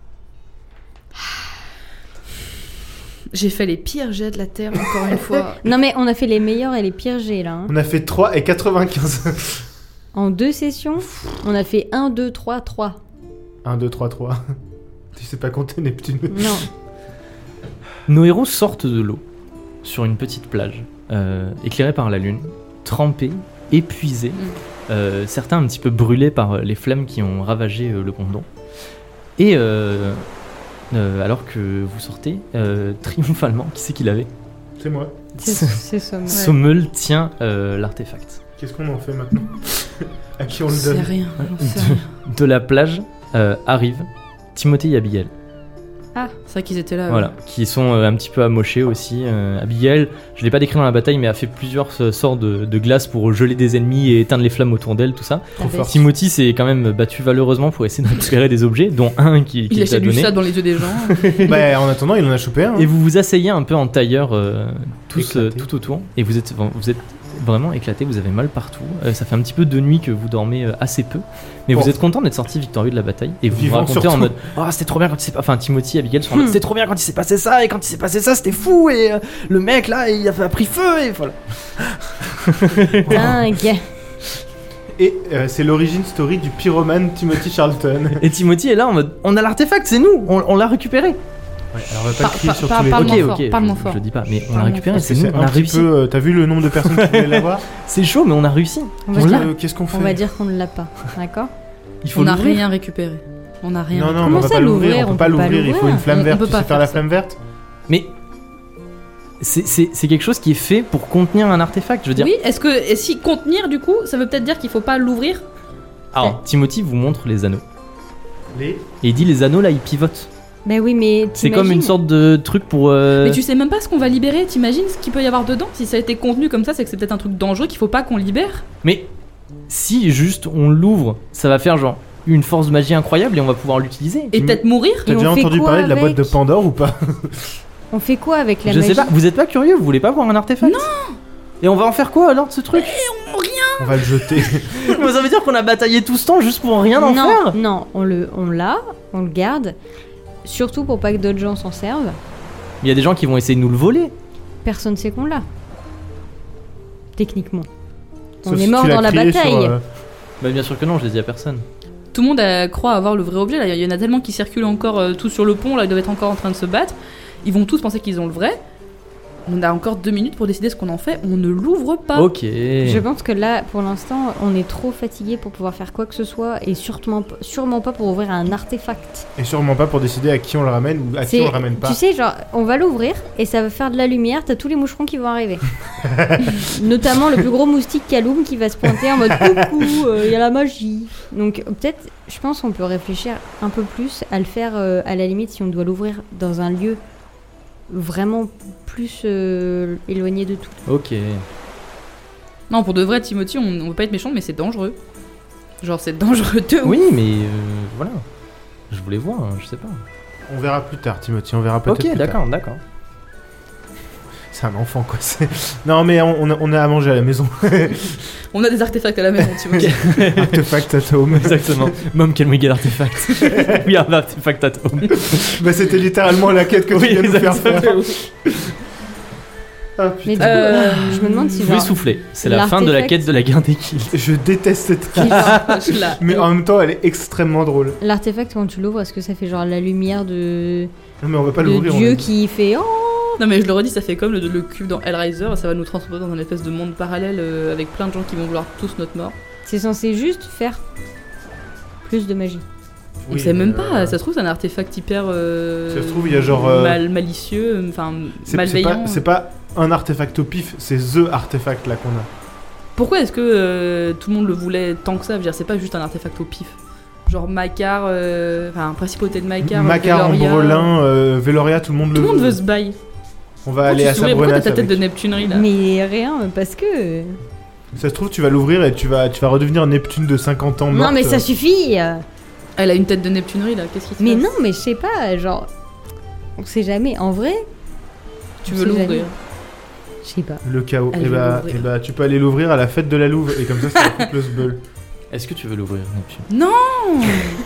S4: J'ai fait les pires jets de la terre encore une fois.
S3: Non mais on a fait les meilleurs et les pires jets là. hein.
S2: On a fait trois et quatre-vingt-quinze.
S3: En deux sessions, on a fait un, deux, trois, trois.
S2: un, deux, trois, trois. Tu sais pas compter Neptune.
S3: Non.
S1: Nos héros sortent de l'eau sur une petite plage, euh, éclairée par la lune, trempés, épuisés, euh, certains un petit peu brûlés par euh, les flammes qui ont ravagé euh, le ponton. Et euh, euh, alors que vous sortez, euh, triomphalement, qui c'est qui l'avait?
S2: C'est moi.
S3: C'est c'est ça. moi.
S1: Sommel tient euh, l'artefact.
S2: Qu'est-ce qu'on en fait maintenant? À qui on le
S4: C'est
S2: donne?
S4: rien. j'en sais rien.
S1: De la plage euh, arrivent Timothée et Abigail.
S4: C'est vrai qu'ils étaient là.
S1: Voilà, qui sont euh, un petit peu amochés aussi. Euh, Abigail, je l'ai pas décrit dans la bataille, mais a fait plusieurs euh, sorts de, de glace pour geler des ennemis et éteindre les flammes autour d'elle, tout ça.
S3: Ah,
S2: fort.
S1: Timothy s'est quand même battu valeureusement pour essayer de récupérer des objets, dont un qui, qui
S4: Il a
S1: t'a
S4: du
S1: donné.
S4: ça dans les yeux des gens.
S2: Bah en attendant il en a chopé un.
S1: Et vous vous asseyez un peu en tailleur euh, tous, euh,
S2: Éclaté.
S1: tout autour, et vous êtes, vous êtes vraiment éclaté, vous avez mal partout. Euh, ça fait un petit peu de nuit que vous dormez euh, assez peu, mais
S2: Bon.
S1: vous êtes content d'être sorti victorieux de la bataille, et vous vous
S2: Vivant
S1: racontez
S2: surtout.
S1: en mode ah c'était trop bien quand il s'est pas, enfin Timothy et Abigail sont en mode
S3: Hmm.
S1: c'était trop bien quand il s'est passé ça, et quand il s'est passé ça c'était fou, et euh, le mec là il a fait- a pris feu, et voilà.
S3: Dingue.
S2: Et euh, c'est l'origine story du pyromane Timothy Charlton.
S1: Et Timothy est là en mode on a l'artefact, c'est nous, on, on l'a récupéré.
S2: Ouais, alors on va pas
S4: Par-
S2: le crier
S4: par-
S2: sur
S4: par-
S2: tous les
S4: par-
S1: Ok,
S4: Parle-moi
S1: ok,
S4: fort, parle-moi
S1: je,
S4: fort.
S1: je dis pas, mais on l'a
S4: Parle-moi
S1: récupéré,
S2: Parce que
S1: c'est nous,
S2: c'est
S1: on
S2: un
S1: a
S2: petit
S1: réussi.
S2: peu. euh, T'as vu le nombre de personnes qui voulaient l'avoir?
S1: C'est chaud, mais on a réussi.
S3: On va,
S1: On
S3: dire,
S1: l'a.
S2: Euh, Qu'est-ce qu'on fait?
S3: on va dire qu'on ne l'a pas. D'accord.
S1: Il faut
S4: On n'a
S1: l'ouvrir.
S4: rien récupéré. On n'a rien.
S2: Non, non,
S3: Comment
S2: on va
S3: ça,
S2: pas l'ouvrir,
S3: l'ouvrir
S2: on peut pas l'ouvrir, il faut une
S3: l'ouvrir
S2: flamme
S4: On- on
S2: verte.
S4: peut
S2: Tu
S4: pas
S2: sais faire
S4: faire
S2: la
S4: ça.
S2: flamme verte?
S1: Mais c'est, c'est, c'est quelque chose qui est fait pour contenir un artefact, je veux dire.
S4: Oui, est-ce que et si contenir du coup, ça veut peut-être dire qu'il faut pas l'ouvrir?
S1: Alors, Timothy vous montre les anneaux.
S2: Les...
S1: Et il dit les anneaux là, ils pivotent.
S3: Bah oui, mais
S1: C'est
S3: t'imagines
S1: comme une sorte de truc pour. euh,
S4: Mais tu sais même pas ce qu'on va libérer, t'imagines ce qu'il peut y avoir dedans? Si ça a été contenu comme ça, c'est que c'est peut-être un truc dangereux qu'il faut pas qu'on libère.
S1: Mais si juste on l'ouvre, ça va faire genre une force de magie incroyable et on va pouvoir l'utiliser.
S4: Et
S2: Tu
S4: peut-être mourir.
S2: T'as
S3: Et
S2: déjà
S3: on fait
S2: entendu
S3: quoi
S2: parler de la boîte de
S3: avec
S2: Pandore ou pas?
S3: On fait quoi avec la
S1: Je
S3: magie?
S1: sais pas, vous êtes pas curieux, vous voulez pas voir un artefact? Non. Et on va en faire quoi alors de ce truc?
S2: On va le jeter.
S1: Mais ça veut dire qu'on a bataillé tout ce temps juste pour rien en
S3: non,
S1: faire?
S3: non, on le, on l'a, on le garde, surtout pour pas que d'autres gens s'en servent.
S1: Il y a des gens qui vont essayer de nous le voler.
S3: Personne sait qu'on l'a. Techniquement. On
S2: Sauf
S3: est
S2: si
S3: mort
S2: tu l'as
S3: dans la
S2: crié sur,
S3: bataille.
S2: euh,
S1: Bah bien sûr que non, je l'ai dit à personne.
S4: Tout le monde euh, croit avoir le vrai objet. Là, il y en a tellement qui circulent encore euh, tous sur le pont. Là, ils doivent être encore en train de se battre. Ils vont tous penser qu'ils ont le vrai. On a encore deux minutes pour décider ce qu'on en fait. On ne l'ouvre pas.
S1: Ok.
S3: Je pense que là, pour l'instant, on est trop fatigué pour pouvoir faire quoi que ce soit et sûrement, sûrement pas pour ouvrir un artefact.
S2: Et sûrement pas pour décider à qui on le ramène ou à qui
S3: C'est-
S2: on le ramène pas.
S3: Tu sais, genre, on va l'ouvrir et ça va faire de la lumière, t'as tous les moucherons qui vont arriver. Notamment le plus gros moustique Kaloum qui va se pointer en mode coucou, il y a la magie. Donc peut-être, je pense qu'on peut réfléchir un peu plus à le faire euh, à la limite si on doit l'ouvrir dans un lieu vraiment plus euh, éloigné de tout.
S1: Ok.
S4: Non, pour de vrai, Timothy, on, on veut pas être méchant, mais c'est dangereux. Genre, c'est dangereux de ouf.
S1: Oui, mais euh, voilà. Je voulais voir, hein, je sais pas.
S2: On verra plus tard, Timothy. On verra peut-être
S1: Ok,
S2: plus
S1: d'accord,
S2: tard.
S1: d'accord.
S2: C'est un enfant, quoi. c'est- Non, mais on, on a, on a à manger à la maison.
S4: On a des artefacts à la maison, Timothy.
S2: Artefact at home.
S1: Exactement. Mom, can we get artifact? We have artifact at home.
S2: Bah, c'était littéralement la quête que tu
S1: Oui,
S2: viens de nous faire faire.
S1: exactement.
S2: Ah,
S3: Mais du
S2: putain.
S3: coup,
S4: Euh,
S3: euh, je me demande si
S1: Vous pouvez
S3: genre,
S1: souffler. C'est la fin de la
S3: l'artefact-
S1: quête de la guerre des kills.
S2: Je déteste cette quête.
S4: Je la-
S2: Mais en même temps, elle est extrêmement drôle.
S3: l'artefact quand tu l'ouvres, est-ce que ça fait genre la lumière de,
S2: Non, mais on va pas
S3: de
S2: l'ouvrir. on
S3: Dieu
S2: a-
S3: qui fait oh.
S4: Non, mais je le redis, ça fait comme le, le cube dans Hellraiser. Ça va nous transporter dans un espèce de monde parallèle euh, avec plein de gens qui vont vouloir tous notre mort.
S3: C'est censé juste faire plus de magie.
S4: On
S2: Oui,
S4: sait même
S2: mais,
S4: pas,
S2: euh,
S4: ça se trouve, c'est un artefact hyper. euh,
S2: Ça se trouve, il y a genre, euh,
S4: mal- malicieux, enfin,
S2: C'est c'est
S4: malveillant.
S2: pas, c'est pas un artefact au pif, c'est THE artefact là qu'on a.
S4: Pourquoi est-ce que euh, tout le monde le voulait tant que ça? Je veux dire, c'est pas juste un artefact au pif. Genre Macar, euh, enfin, principauté de Macar,
S2: Macar,
S4: Veloria.
S2: Ombrelin, euh, Veloria, tout le monde
S4: Tout
S2: le
S4: le monde veut se bailler.
S2: On va
S4: Pourquoi
S2: aller
S4: tu
S2: à
S4: souris Pourquoi
S2: Sabrenas
S4: t'as ta tête
S2: avec.
S4: de Neptunerie là?
S3: Mais rien, parce que.
S2: Ça se trouve, tu vas l'ouvrir et tu vas, tu vas redevenir Neptune de cinquante ans morte.
S3: Non, mais ça suffit.
S4: Elle a une tête de Neptunerie là, qu'est-ce qui se
S3: Mais
S4: passe?
S3: non, mais je sais pas, genre. On sait jamais. En vrai,
S4: Tu
S3: on
S4: veux
S3: sait
S4: l'ouvrir?
S3: jamais. Je sais pas.
S2: Le chaos.
S4: Elle
S2: Et
S4: veut
S2: bah,
S4: l'ouvrir.
S2: et bah, tu peux aller l'ouvrir à la fête de la Louve et comme ça, ça va foutre le sbeul.
S1: Est-ce que tu veux l'ouvrir, Neptune?
S4: Non.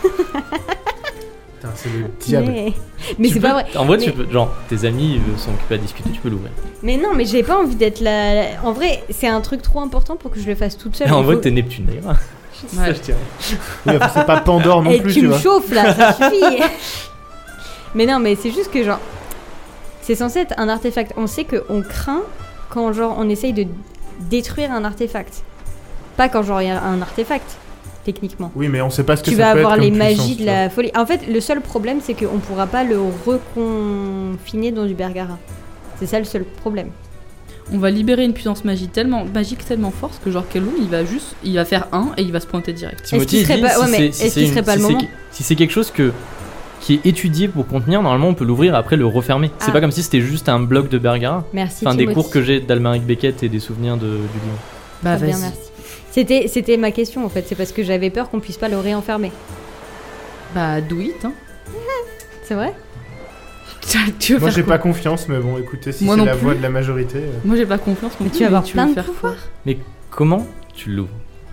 S2: Putain, c'est le diable.
S3: Mais, mais
S1: Tu
S3: c'est
S1: peux-
S3: pas vrai.
S1: En vrai,
S3: Mais-
S1: tu peux. Genre, tes amis euh, sont occupés à discuter, tu peux l'ouvrir.
S3: Mais non, mais j'ai pas envie d'être là. la- En vrai, c'est un truc trop important pour que je le fasse toute seule.
S1: en
S3: Il
S1: vrai,
S3: faut-
S1: t'es Neptune d'ailleurs.
S4: Ouais.
S1: Ça, je dirais.
S2: Oui, enfin, c'est pas Pandore non
S3: Eh,
S2: plus,
S3: tu
S2: tu
S3: me
S2: vois.
S3: chauffes là, ça suffit. Mais non, mais c'est juste que genre, c'est censé être un artefact. On sait qu'on craint quand genre on essaye de détruire un artefact, pas quand genre il y a un artefact. Techniquement,
S2: Oui, mais on sait pas ce que
S3: tu
S2: ça
S3: vas
S2: peut
S3: avoir
S2: être
S3: les
S2: comme
S3: magies
S2: puissance,
S3: de
S2: tu vois.
S3: la folie. En fait, le seul problème, c'est qu'on pourra pas le reconfiner dans du Bergara. C'est ça le seul problème.
S4: On va libérer une puissance magique tellement, magique tellement forte que genre Kaloum il va juste, il va faire un et il va se pointer direct.
S1: Timothy,
S3: qu'il serait
S1: il
S3: pas-
S1: dit,
S3: ouais,
S1: si
S3: mais
S1: c'est- si
S3: est-ce
S1: c'est
S3: qu'il
S1: une-
S3: serait pas
S1: si
S3: le
S1: c'est-
S3: moment
S1: Si c'est quelque chose que qui est étudié pour contenir, normalement on peut l'ouvrir et après le refermer. C'est
S3: Ah.
S1: pas comme si c'était juste un bloc de Bergara.
S3: Merci.
S1: Enfin, des
S3: Timothy.
S1: cours que j'ai d'Almaric Beckett et des souvenirs de, du livre.
S4: Bah
S3: Très bien,
S4: vas-y.
S3: merci. C'était, c'était ma question en fait. C'est parce que j'avais peur qu'on puisse pas le réenfermer.
S4: Bah do it, hein.
S3: C'est vrai?
S4: Tu veux
S2: Moi,
S4: faire
S2: j'ai
S4: quoi?
S2: pas confiance, mais bon, écoutez, si
S4: Moi
S2: c'est
S4: non
S2: la
S4: plus.
S2: voix de la majorité. euh.
S4: Moi j'ai pas confiance. non
S3: Mais
S4: plus,
S3: tu vas avoir
S4: veux
S3: plein de
S4: faire quoi?
S3: pouvoirs.
S1: Mais comment tu l'ouvres?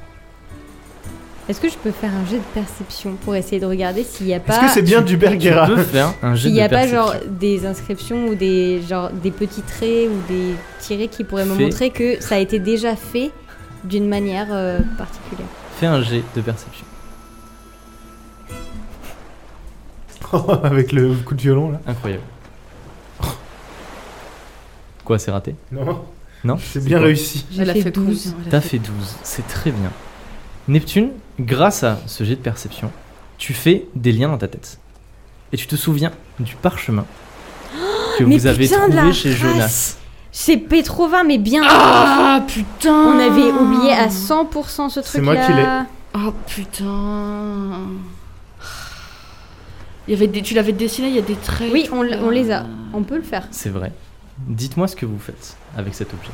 S3: Est-ce que je peux faire un jet de perception pour essayer de regarder s'il n'y a pas.
S2: Est-ce que c'est bien du Bergara?
S1: Tu peux faire un jet
S3: S'il
S1: de
S3: n'y a pas
S1: perception.
S3: genre des inscriptions ou des genre des petits traits ou des tirets qui pourraient me
S1: Fais.
S3: montrer que ça a été déjà fait d'une manière euh, particulière.
S1: Fais un jet de perception.
S2: Avec le coup de violon, là.
S1: Incroyable. Quoi, c'est raté?
S2: Non,
S1: Non?
S2: c'est bien
S1: quoi
S2: réussi.
S3: J'ai
S4: Elle a
S3: fait
S4: fait
S3: douze.
S4: combien Elle a
S1: T'as fait douze, c'est très bien. Neptune, grâce à ce jet de perception, tu fais des liens dans ta tête. Et tu te souviens du parchemin que
S3: Mais
S1: vous avez
S3: putain, de
S1: trouvé
S3: la
S1: chez
S3: race.
S1: Jonas.
S3: C'est Petrova, mais bien.
S4: Ah putain.
S3: On avait oublié à cent pour cent ce truc-là.
S2: C'est moi qui l'ai.
S4: Oh putain. Il y avait des... Tu l'avais dessiné, il y a des traits.
S3: Oui,
S4: tout
S3: on, l-
S4: là.
S3: on les a. On peut le faire.
S1: C'est vrai. Dites-moi ce que vous faites avec cet objet.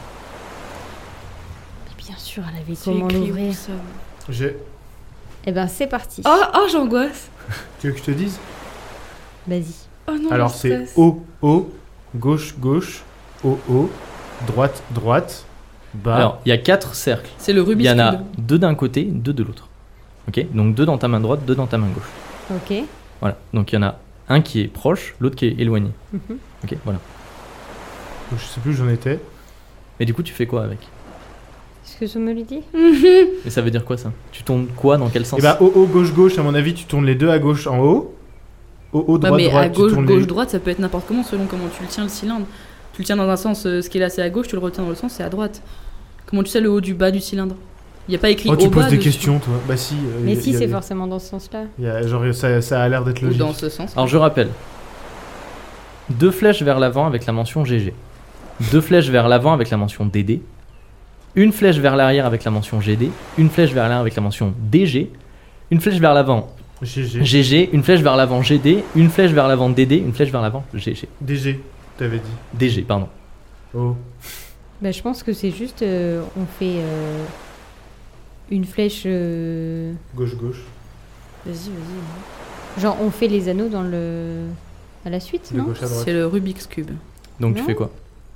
S3: Bien sûr, elle avait
S4: C'est
S3: comment
S4: écrit où,
S3: l'ouvrir.
S4: ça
S2: J'ai...
S3: Eh ben, c'est parti.
S4: Oh, oh j'angoisse.
S2: Tu veux que je te dise?
S3: Vas-y.
S4: Oh non,
S2: Alors
S4: le
S2: c'est
S4: stress.
S2: haut, haut, gauche, gauche, haut, haut, droite, droite, bas.
S1: Alors, il y a quatre cercles.
S4: C'est le
S1: Il
S4: Rubik's
S1: y en a
S4: Cube.
S1: deux d'un côté, deux de l'autre. Ok. Donc deux dans ta main droite, deux dans ta main gauche.
S3: Ok.
S1: Voilà. Donc il y en a un qui est proche, l'autre qui est éloigné.
S3: Mhm.
S1: Ok. Voilà.
S2: Donc, je sais plus où j'en étais.
S1: Mais du coup, tu fais quoi avec?
S3: Est-ce que ça me le dit?
S1: Et ça veut dire quoi ça? Tu tournes quoi dans quel sens?
S2: Et bah haut, haut, gauche, gauche, à mon avis, tu tournes les deux à gauche en haut. Haut, haut,
S4: Bah,
S2: droite,
S4: mais
S2: droite,
S4: à
S2: tu
S4: gauche,
S2: tournes
S4: gauche,
S2: les...
S4: droite, ça peut être n'importe comment selon comment tu le tiens le cylindre. Tu le tiens dans un sens, euh, ce qui est là c'est à gauche, tu le retiens dans le sens c'est à droite. Comment tu sais le haut du bas du cylindre? Il y a pas écrit
S2: Oh,
S4: au
S2: tu
S4: bas
S2: poses des
S4: dessus.
S2: questions, toi. Bah si. euh,
S3: Mais
S2: y a-
S3: si,
S2: y a-
S3: c'est forcément dans ce sens-là.
S2: y a- genre, ça, ça a l'air d'être
S4: Ou
S2: logique.
S4: dans ce sens.
S1: Alors je rappelle. Deux flèches vers l'avant avec la mention G G. Deux flèches vers l'avant avec la mention D D. Une flèche vers l'arrière avec la mention G D. Une flèche vers l'arrière avec la mention D G. Une flèche vers l'avant
S2: G G.
S1: G G. Une flèche vers l'avant G D. Une flèche vers l'avant D D. Une flèche vers l'avant G G.
S2: D G, t'avais dit.
S1: D G, pardon.
S2: Oh.
S3: Bah, je pense que c'est juste, euh, on fait euh, une flèche. euh,
S2: Gauche, gauche.
S4: Vas-y, vas-y.
S3: Genre, on fait les anneaux dans le. À la suite,
S2: De
S3: non?
S2: gauche à droite.
S4: C'est le Rubik's Cube.
S1: Donc tu
S3: Non.
S1: fais quoi?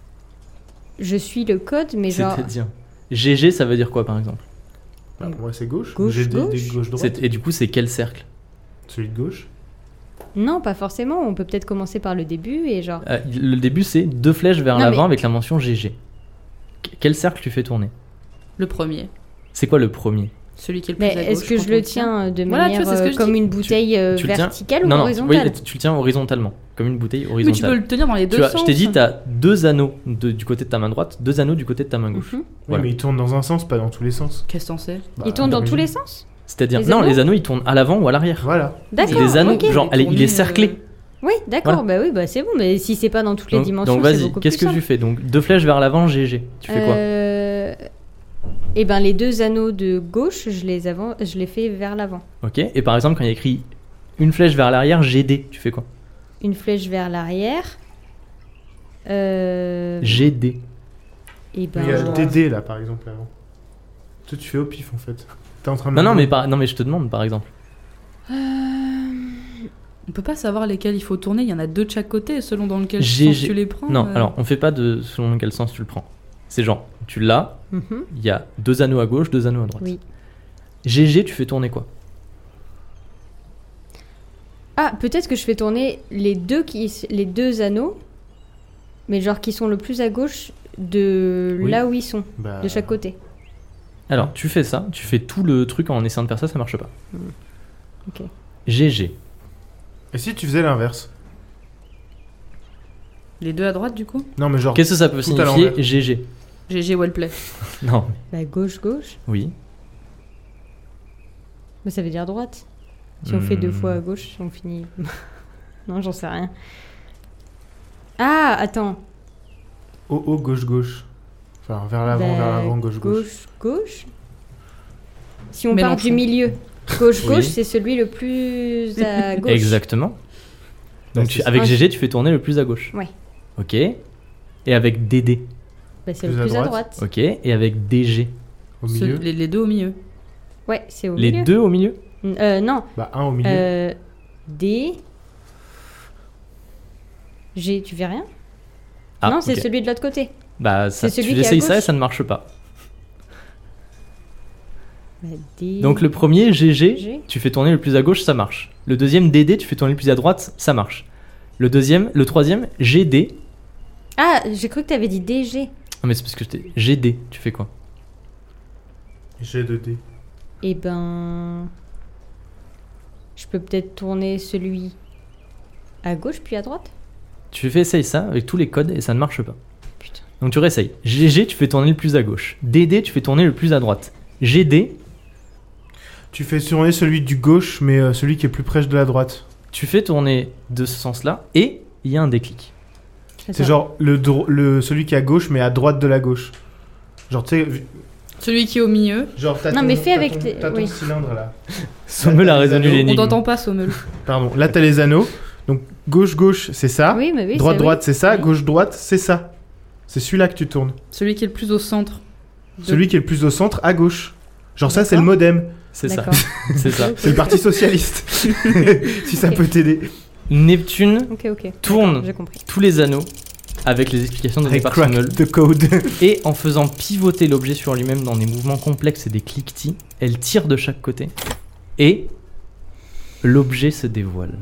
S3: Je suis le code, mais genre.
S1: C'est-à-dire G G, ça veut dire quoi par exemple?
S2: Bah, pour moi, c'est gauche.
S3: Gauche,
S2: G D,
S3: gauche.
S2: D, gauche, droite.
S1: C'est- Et du coup, c'est quel cercle?
S2: Celui de gauche.
S3: Non, pas forcément. On peut peut-être commencer par le début et genre.
S1: Euh, Le début, c'est deux flèches vers
S3: Non,
S1: l'avant
S3: mais-
S1: avec la mention G G. Qu- Quel cercle tu fais tourner?
S4: Le premier.
S1: C'est quoi le premier?
S4: Celui qui est le plus
S3: Mais
S4: à gauche.
S3: est-ce que
S4: quand
S3: je
S4: on
S3: le
S4: le tient.
S3: tiens de
S4: Voilà, tu
S3: manière
S4: vois, c'est ce que
S3: euh,
S4: je
S3: comme
S4: dis.
S3: une bouteille euh,
S1: tu le tiens
S3: verticale ou
S1: Non, non,
S3: horizontale?
S1: oui, tu le tiens horizontalement, comme une bouteille
S4: Oui,
S1: horizontale.
S4: tu peux le tenir dans les deux
S1: Tu vois,
S4: sens.
S1: je t'ai dit, t'as deux anneaux de- du côté de ta main droite, deux anneaux du côté de ta main gauche.
S3: Mhm.
S2: Oui,
S1: Voilà.
S2: mais il tourne dans un sens, pas dans tous les sens.
S4: Qu'est-ce que t'en sais?
S2: Bah,
S3: Il tourne dans tous les
S2: d'origine.
S3: sens?
S1: C'est-à-dire,
S3: Les
S1: non,
S3: anneaux
S1: les anneaux ils tournent à l'avant ou à l'arrière.
S2: Voilà.
S3: D'accord.
S1: Les anneaux,
S3: ok.
S1: genre, allez, il
S4: Tourner,
S1: est cerclé.
S4: euh,
S3: Oui, d'accord.
S1: Voilà.
S3: Bah oui, bah c'est bon. Mais si c'est pas dans toutes les
S1: Donc,
S3: dimensions,
S1: donc
S3: c'est
S1: vas-y,
S3: beaucoup
S1: qu'est-ce
S3: plus
S1: que tu
S3: simple.
S1: fais? Donc deux flèches vers l'avant, G G. Tu fais quoi?
S3: euh... Eh ben les deux anneaux de gauche, je les avant... je les fais vers l'avant.
S1: Ok. Et par exemple, quand il y a écrit une flèche vers l'arrière, G D, tu fais quoi?
S3: Une flèche vers l'arrière. Euh...
S1: G D.
S3: Et ben.
S2: Il y a
S3: je-
S2: D D là, par exemple, avant. Toi, tu fais au pif en fait. T'es en train de.
S1: Non, non, mais par... non, mais je te demande par exemple.
S3: Euh,
S4: On peut pas savoir lesquels il faut tourner, il y en a deux de chaque côté, selon dans lequel
S1: G
S4: sens
S1: G.
S4: tu les prends.
S1: Non,
S4: euh.
S1: alors on fait pas de selon quel sens tu le prends. C'est genre, tu l'as,
S3: mhm,
S1: il y a deux anneaux à gauche, deux anneaux à droite.
S3: Oui.
S1: G G, tu fais tourner quoi?
S3: Ah, peut-être que je fais tourner les deux, qui... les deux anneaux, mais genre qui sont le plus à gauche de
S1: Oui.
S3: là où ils sont,
S2: Bah,
S3: de chaque côté.
S1: Alors, tu fais ça, tu fais tout le truc en essayant de faire ça, ça marche pas.
S3: Ok.
S1: G G.
S2: Et si tu faisais l'inverse?
S4: Les deux à droite, du coup?
S2: Non, mais genre.
S1: Qu'est-ce que ça peut
S2: Tout à
S1: signifier
S2: l'envers.
S1: G G?
S4: G G Wellplay.
S1: Non,
S3: Bah gauche, gauche.
S1: oui.
S3: Bah ça veut dire droite. Si on fait deux
S1: Hmm.
S3: fois à gauche, on finit. Non, j'en sais rien. Ah, attends.
S2: Haut, haut, gauche, gauche. Enfin, vers l'avant,
S3: Bah,
S2: vers l'avant, gauche, gauche.
S3: Gauche, gauche. Si on part
S4: Mélenchon.
S3: du milieu, gauche,
S1: Oui.
S3: gauche, c'est celui le plus à gauche.
S1: Exactement.
S2: Bah,
S1: Donc tu-
S2: c'est-
S1: avec
S3: Ah,
S1: G G, tu fais tourner le plus à gauche.
S3: Ouais.
S1: Ok. Et avec D D.
S3: Bah, c'est
S2: Plus
S3: le
S2: à
S3: plus à
S2: droite.
S3: droite.
S1: Ok. Et avec D G.
S2: Au
S4: Ceux-
S2: milieu.
S4: les, les deux au milieu.
S3: Ouais, c'est au
S1: Les
S3: milieu.
S1: deux au milieu?
S3: Euh, non.
S2: Bah, un au milieu.
S3: Euh, D. G, tu fais rien?
S1: Ah,
S3: Non, c'est
S1: ok.
S3: celui de l'autre côté.
S1: Bah, ça,
S3: c'est celui
S1: tu
S3: qui est à
S1: essayes ça et
S3: gauche.
S1: ça ne marche pas.
S3: Bah, D.
S1: Donc le premier, G G,
S3: G.
S1: tu fais tourner le plus à gauche, ça marche. Le deuxième, D D, tu fais tourner le plus à droite, ça marche. Le deuxième, le troisième, G D.
S3: Ah, j'ai cru que t'avais dit D G.
S1: Non mais c'est parce que je t'ai... G D, tu fais quoi?
S2: G deux D.
S3: Eh ben. Je peux peut-être tourner celui à gauche puis à droite?
S1: Tu fais essayer ça avec tous les codes et ça ne marche pas.
S3: Putain.
S1: Donc tu réessayes. G G, tu fais tourner le plus à gauche. D D, tu fais tourner le plus à droite. G D,
S2: Tu fais tourner celui du gauche, mais euh, celui qui est plus proche de la droite.
S1: tu fais tourner de ce sens-là et il y a un déclic.
S3: C'est
S2: C'est
S3: ça.
S2: genre le, dro- le celui qui est à gauche, mais à droite de la gauche. Genre, tu sais, vu-
S4: Celui qui est au milieu.
S2: genre, t'as
S3: Non,
S2: ton,
S3: mais fais
S2: t'as
S3: avec
S2: ton-
S3: tes-
S2: t'as ton
S3: oui.
S2: cylindre là.
S1: Sommel a résolu
S2: On
S4: On
S1: l'énigme.
S4: t'entend pas, Sommel.
S2: Pardon, là t'as les anneaux. Donc, gauche-gauche, c'est ça.
S3: Oui, mais oui.
S2: droite,
S3: c'est-
S2: droite, c'est ça.
S3: Oui.
S2: Gauche-droite, c'est ça. C'est celui-là que tu tournes.
S4: Celui qui est le plus au centre. De-
S2: Celui qui est le plus au centre, à gauche. Genre, ça, c'est le
S3: D'accord.
S2: modem.
S1: C'est ça.
S3: D'accord.
S1: C'est ça.
S2: C'est le Parti Socialiste. Si ça
S3: Ok.
S2: peut t'aider.
S1: Neptune
S3: Ok, ok.
S1: Tourne.
S3: D'accord, J'ai compris.
S1: tous les anneaux avec les explications données
S2: I
S1: par
S2: cracked
S1: Sommel.
S2: the code.
S1: Et en faisant pivoter l'objet sur lui-même dans des mouvements complexes et des cliquetis, elle tire de chaque côté. Et l'objet se dévoile.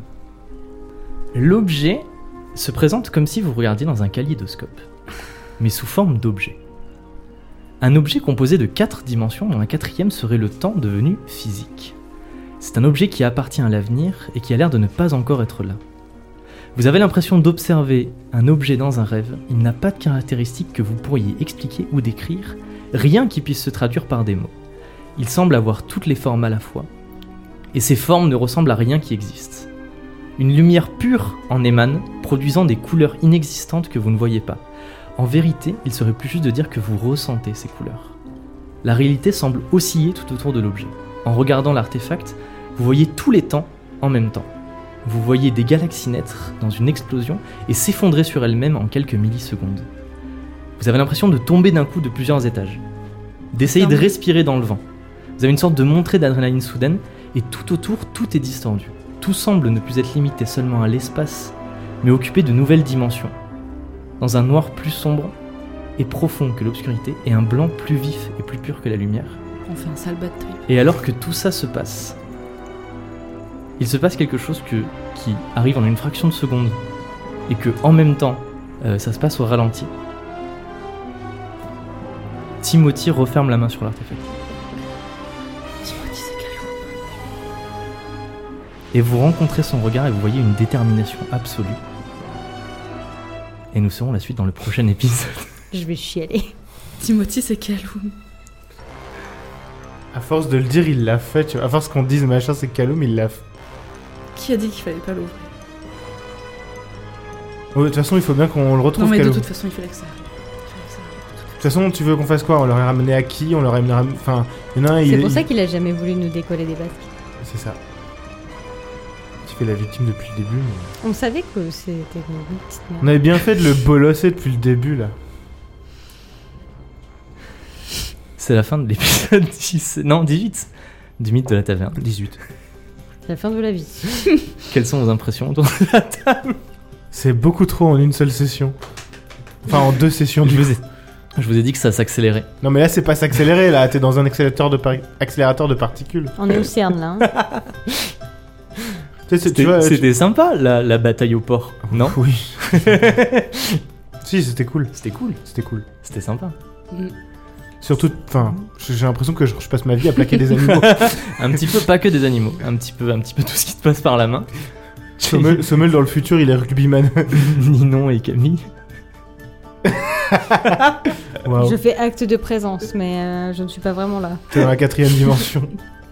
S1: L'objet se présente comme si vous regardiez dans un kaléidoscope, mais sous forme d'objet. Un objet composé de quatre dimensions dont la quatrième serait le temps devenu physique. C'est un objet qui appartient à l'avenir et qui a l'air de ne pas encore être là. Vous avez l'impression d'observer un objet dans un rêve, il n'a pas de caractéristiques que vous pourriez expliquer ou décrire, rien qui puisse se traduire par des mots. Il semble avoir toutes les formes à la fois, et ces formes ne ressemblent à rien qui existe. Une lumière pure en émane, produisant des couleurs inexistantes que vous ne voyez pas. En vérité, il serait plus juste de dire que vous ressentez ces couleurs. La réalité semble osciller tout autour de l'objet. En regardant l'artefact, vous voyez tous les temps en même temps. Vous voyez des galaxies naître dans une explosion et s'effondrer sur elles-mêmes en quelques millisecondes. Vous avez l'impression de tomber d'un coup de plusieurs étages, d'essayer de respirer dans le vent. Vous avez une sorte de montée d'adrénaline soudaine et tout autour, tout est distendu. Tout semble ne plus être limité seulement à l'espace, mais occuper de nouvelles dimensions. Dans un noir plus sombre et profond que l'obscurité et un blanc plus vif et plus pur que la lumière.
S4: On fait un sale bad trip.
S1: Et alors que tout ça se passe, il se passe quelque chose que, qui arrive en une fraction de seconde et que en même temps euh, ça se passe au ralenti. Timothy referme la main sur l'artefact.
S4: Timothy, c'est calme.
S1: Et vous rencontrez son regard et vous voyez une détermination absolue. Et nous serons la suite dans le prochain épisode.
S3: Je vais chialer.
S4: Timothy, c'est Kaloum.
S2: À force de le dire, il l'a fait. Tu vois. À force qu'on dise machin, c'est Kaloum, il l'a fait.
S4: Qui a dit qu'il fallait pas l'ouvrir?
S2: Oh, de toute façon, il faut bien qu'on le retrouve,
S4: Non, mais de
S2: Kaloum.
S4: toute façon, il fallait que ça arrive. Il fallait que ça arrive.
S2: De toute façon, tu veux qu'on fasse quoi? On l'aurait ramené à qui? On l'aurait ramené. Enfin, il y en a un, il
S3: C'est pour
S2: il-
S3: ça qu'il a jamais voulu nous décoller des basques.
S2: C'est ça. Tu fais la victime depuis le début. Mais...
S3: On savait que c'était une petite merde.
S2: On avait bien fait de le bolosser depuis le début, là.
S1: C'est la fin de l'épisode dix, non dix-huit du mythe de la taverne.
S2: dix-huit.
S3: C'est la fin de la vie.
S1: Quelles sont vos impressions autour de la table?
S2: C'est beaucoup trop en une seule session. Enfin, en deux sessions,
S1: Je
S2: du
S1: vous ai, je vous ai dit que ça s'accélérait.
S2: Non, mais là, c'est pas s'accélérer, là. T'es dans un accélérateur de, par- accélérateur de particules.
S3: On est au CERN là. Hein.
S2: Tu sais, c'est- tu
S1: C'était
S2: vois, tu-
S1: c'était sympa la, la bataille au port, non?
S2: Oui. Si, c'était cool.
S1: C'était cool,
S2: C'était cool.
S1: c'était sympa.
S4: Mm.
S2: Surtout, enfin, j'ai j'ai l'impression que je, je passe ma vie à plaquer des animaux.
S1: Un petit peu, pas que des animaux, un petit peu, un petit peu tout ce qui te passe par la main.
S2: Sommel, Sommel, dans le futur, il est rugbyman.
S1: Ninon et Camille.
S2: Waouh.
S3: Je fais acte de présence, mais euh, je ne suis pas vraiment là.
S2: T'es dans la quatrième dimension.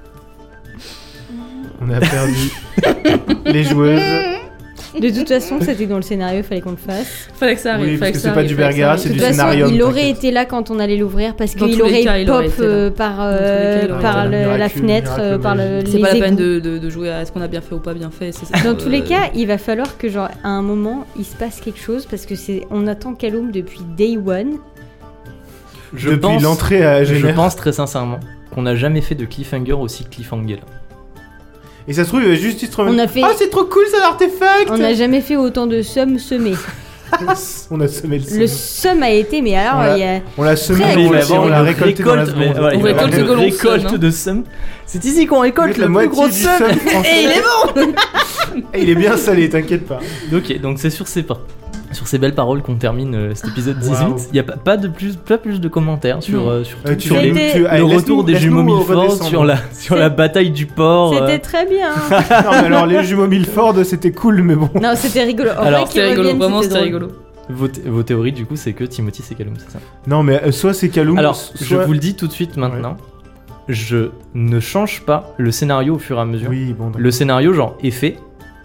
S2: On a perdu les joueuses.
S3: De toute façon, c'était dans le scénario, il fallait qu'on le fasse.
S4: Fallait que ça arrive.
S2: Oui, parce
S4: fallait
S2: que
S4: ça
S2: c'est pas
S4: arrive,
S2: du
S4: fallait que ça
S2: Bergara,
S4: arrive.
S2: c'est
S3: De
S2: du
S3: toute façon,
S2: scénarium,
S3: il aurait
S2: t'inquiète.
S3: été là quand on allait l'ouvrir parce
S4: Dans
S3: qu'il
S4: tous les
S3: aurait
S4: cas, il
S3: pop
S4: aurait été là.
S3: euh, par, euh,
S4: Dans tous les cas, il aurait
S3: par
S2: été là.
S3: le- la
S2: Miracle-
S3: fenêtre,
S2: miracle
S3: euh, par le,
S2: magique.
S4: C'est
S3: les
S4: pas la peine
S3: égouts.
S4: de, de, de jouer à est-ce qu'on a bien fait ou pas bien fait. c'est- c'est-
S3: Dans
S4: euh,
S3: tous les cas, il va falloir que genre à un moment il se passe quelque chose parce que c'est on attend Kaloum depuis day one.
S1: Je
S2: Depuis
S1: pense,
S2: l'entrée à
S1: je
S2: Génère.
S1: pense très sincèrement qu'on n'a jamais fait de cliffhanger aussi cliffhanger.
S2: Et ça se trouve, il va juste se
S3: On a fait-
S2: Ah, c'est trop cool, ça, l'artefact.
S3: On n'a jamais fait autant de sommes semées.
S2: On a semé le seum.
S3: Le somme a été, mais alors
S2: On l'a-
S3: il y a
S2: On l'a semé,
S3: Très
S2: on l'a-
S3: agréable.
S2: on l'a récolté dans la seconde.
S1: mais voilà,
S4: On
S1: il va y avoir
S4: récolte
S1: une
S4: ce que l'on
S1: récolte
S4: sème, hein.
S1: de seum. C'est ici qu'on récolte
S2: la
S1: le plus
S2: moitié
S1: gros
S2: du
S1: seum.
S2: seum français.
S1: Et il est bon.
S2: Et il est bien salé, t'inquiète pas.
S1: Ok, donc c'est sur ces pas. Sur ces belles paroles qu'on termine euh, cet épisode dix-huit.
S2: Waouh.
S1: Il n'y a pas, pas, de plus, pas plus de commentaires sur,
S4: Non.
S1: euh, sur,
S2: Euh,
S1: tout-
S2: tu
S1: sur
S2: fais-
S1: les-
S3: C'était-
S2: tu-
S1: le
S2: allez,
S1: retour
S2: laisse-nous-
S1: des jumeaux
S2: laisse-nous
S1: Milford,
S2: redescendre.
S1: sur la, sur
S3: C'est-
S1: la bataille du port. euh.
S3: C'était très bien.
S2: Non, mais alors, les jumeaux Milford, c'était cool, mais bon.
S3: Non, c'était rigolo. En
S1: Alors,
S3: vrai, qu'ils
S4: C'était rigolo,
S3: reviennent,
S4: vraiment
S3: c'était
S4: c'était
S3: drôle.
S4: rigolo.
S1: Vos, thé- vos théories, du coup, c'est que Timothy c'est Kaloum, c'est ça?
S2: Non, mais euh, soit c'est Kaloum,
S1: Alors,
S2: soit...
S1: je vous le dis tout de suite maintenant. Je ne change pas le scénario au fur et à mesure.
S2: Oui, bon, d'accord.
S1: Le scénario, genre, est fait.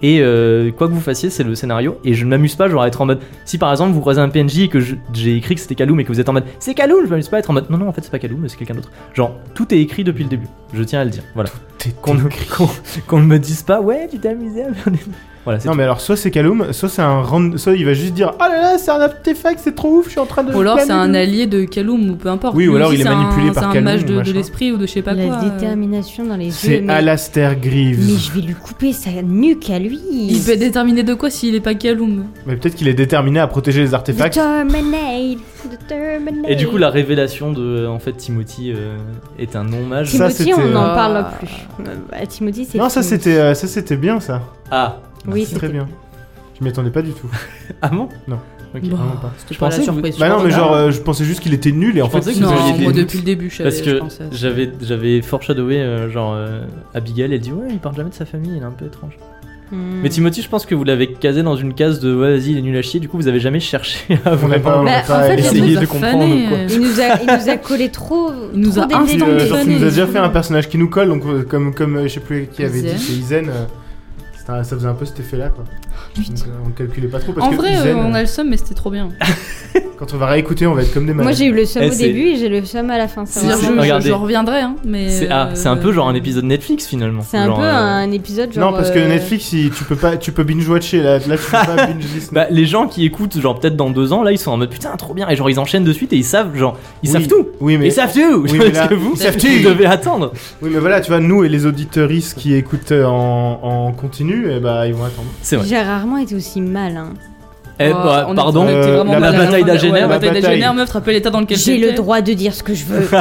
S1: Et euh, quoi que vous fassiez, c'est le scénario. Et je ne m'amuse pas genre à être en mode. Si par exemple vous croisez un P N J et que je- j'ai écrit que c'était Kaloum et que vous êtes en mode c'est Kaloum, je m'amuse pas à être en mode non, non, en fait c'est pas Kaloum, c'est quelqu'un d'autre. Genre tout est écrit depuis le début. Je tiens à le dire. Voilà.
S2: T'es
S1: Qu'on ne, qu'on, qu'on ne me dise pas ouais, tu t'es amusé à faire des. Voilà, c'est
S2: Non
S1: tout.
S2: mais alors soit c'est Kaloum, soit c'est un rand... soit il va juste dire ah là là c'est un artefact, c'est trop ouf, je suis en train de.
S4: Ou alors c'est
S2: planer
S4: un
S2: de-
S4: allié de Kaloum ou peu importe.
S2: Oui, ou
S4: Lui
S2: alors
S4: aussi,
S2: il est
S4: c'est un-
S2: manipulé par
S4: C'est un
S2: Kaloum
S4: mage
S2: ou
S4: de, de
S2: machin.
S4: l'esprit ou de je sais pas
S3: La
S4: quoi. euh.
S3: détermination dans les yeux.
S2: C'est
S3: Mais...
S2: Alastair Greaves.
S3: mais je vais lui couper sa nuque à lui.
S4: Il peut être déterminé de quoi s'il est pas Kaloum?
S2: Mais peut-être qu'il est déterminé à protéger les artefacts.
S3: Determinate, determinate.
S1: Et du coup, la révélation de en fait Timothy euh, est un non-mage.
S2: Ça,
S3: Timothy,
S2: c'était,
S3: on n'en
S4: euh,
S3: parle plus. Euh, bah, Timothy, c'est.
S2: Non ça
S3: fini.
S2: c'était euh, ça c'était bien ça.
S1: Ah,
S3: Oui,
S2: C'est très
S3: c'était-
S2: bien. Je m'y attendais pas du tout.
S1: ah bon
S2: Non.
S1: Ok.
S4: Bah,
S2: vraiment pas.
S4: C'était
S1: Je
S4: pas la
S1: pensais que vous-
S4: surprise.
S2: Bah non mais
S4: je
S2: genre
S4: crois.
S2: euh, je pensais juste qu'il était nul et en
S1: Je
S2: fait
S1: pensais que
S2: vous
S1: vous
S4: Non,
S2: aviez
S1: aviez
S2: des
S4: moi
S2: doutes.
S4: depuis le début, je savais.
S1: Parce
S4: je
S1: que
S4: pensais à ça.
S1: j'avais, j'avais foreshadowé euh, genre euh, Abigail, elle dit ouais, il parle jamais de sa famille, il est un peu étrange.
S3: Hmm.
S1: Mais Timothy, je pense que vous l'avez casé dans une case de ouais, vas-y, il est nul à chier, du coup vous avez jamais cherché à
S2: On n'a pas,
S1: vraiment.
S2: on n'a
S3: Bah,
S2: pas
S3: en fait,
S2: essayé
S3: il
S1: essayer
S4: nous a
S1: de comprendre
S4: fané,
S1: quoi.
S4: euh.
S3: Il nous a, il nous a collé trop.
S4: Il nous
S3: trop
S4: a
S3: d'éléments.
S2: Puis,
S4: instant
S2: euh,
S4: de
S2: genre, tu
S4: fané.
S2: nous as déjà fait un personnage qui nous colle, donc euh, comme, comme euh, je sais plus qui avait dit,
S4: Izen.
S2: c'est Izen. euh, c'était un- ça faisait un peu cet effet-là quoi. Donc, euh, on ne calculait pas trop parce
S4: En
S2: que
S4: vrai,
S2: Izen,
S4: euh, on
S2: euh,
S4: a le seum, mais c'était trop bien.
S2: quand on va réécouter, on va être comme des malades.
S3: Moi j'ai eu le seum
S1: Eh,
S3: au
S1: c'est-
S3: début et j'ai le seum à la fin. ça
S4: C'est-à-dire,
S3: va.
S4: je, je,
S1: Regardez.
S4: je reviendrai, hein, mais.
S1: C'est, ah, c'est un peu genre un
S4: euh,
S1: épisode Netflix finalement.
S3: C'est un
S1: Genre,
S3: peu
S1: euh,
S3: un épisode genre.
S2: Non parce que
S3: euh,
S2: Netflix, il- tu peux pas, tu peux binge watcher là, là tu peux pas binge listen.
S1: Bah, les gens qui écoutent, genre peut-être dans deux ans, là ils sont en mode putain, trop bien, et genre ils enchaînent de suite et ils savent, genre, ils
S2: Oui.
S1: savent tout.
S2: Oui mais
S1: Ils savent tout.
S2: Oui,
S1: Je
S2: mais
S1: pense
S2: là,
S1: que vous,
S2: ils savent
S1: vous
S2: tout.
S1: devez attendre.
S2: oui mais voilà, tu vois, nous et les auditeuristes qui écoutent euh, en, en continu, et bah ils vont attendre.
S1: C'est vrai.
S3: J'ai rarement été aussi mal. Hein.
S1: Eh,
S4: oh,
S1: bah,
S4: on était-
S1: pardon.
S4: on était
S2: Euh,
S4: vraiment
S2: la
S4: mal à
S1: bataille
S4: fin de-
S1: d'Agener,
S4: ouais, La
S2: la
S4: bataille
S2: bataille.
S4: d'Agener, meuf, te rappelles l'état dans lequel
S3: J'ai
S4: t'étais
S3: le droit de dire ce que je veux.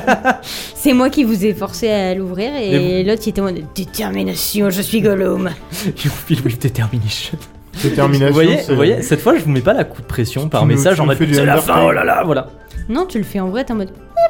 S3: C'est moi qui vous ai forcé à l'ouvrir et,
S1: Et
S3: l'autre il était en mode détermination, je suis Gollum.
S1: You feel with determination.
S2: Détermination.
S1: Vous voyez,
S2: c'est-
S1: vous voyez, cette fois je vous mets pas la coup de pression par
S2: Tu nous-
S1: message
S2: tu
S1: en
S2: nous
S1: mode
S2: fais du
S1: c'est la
S2: Undertale.
S1: fin, oh là là, voilà.
S3: Non, tu le fais en vrai, t'es en mode.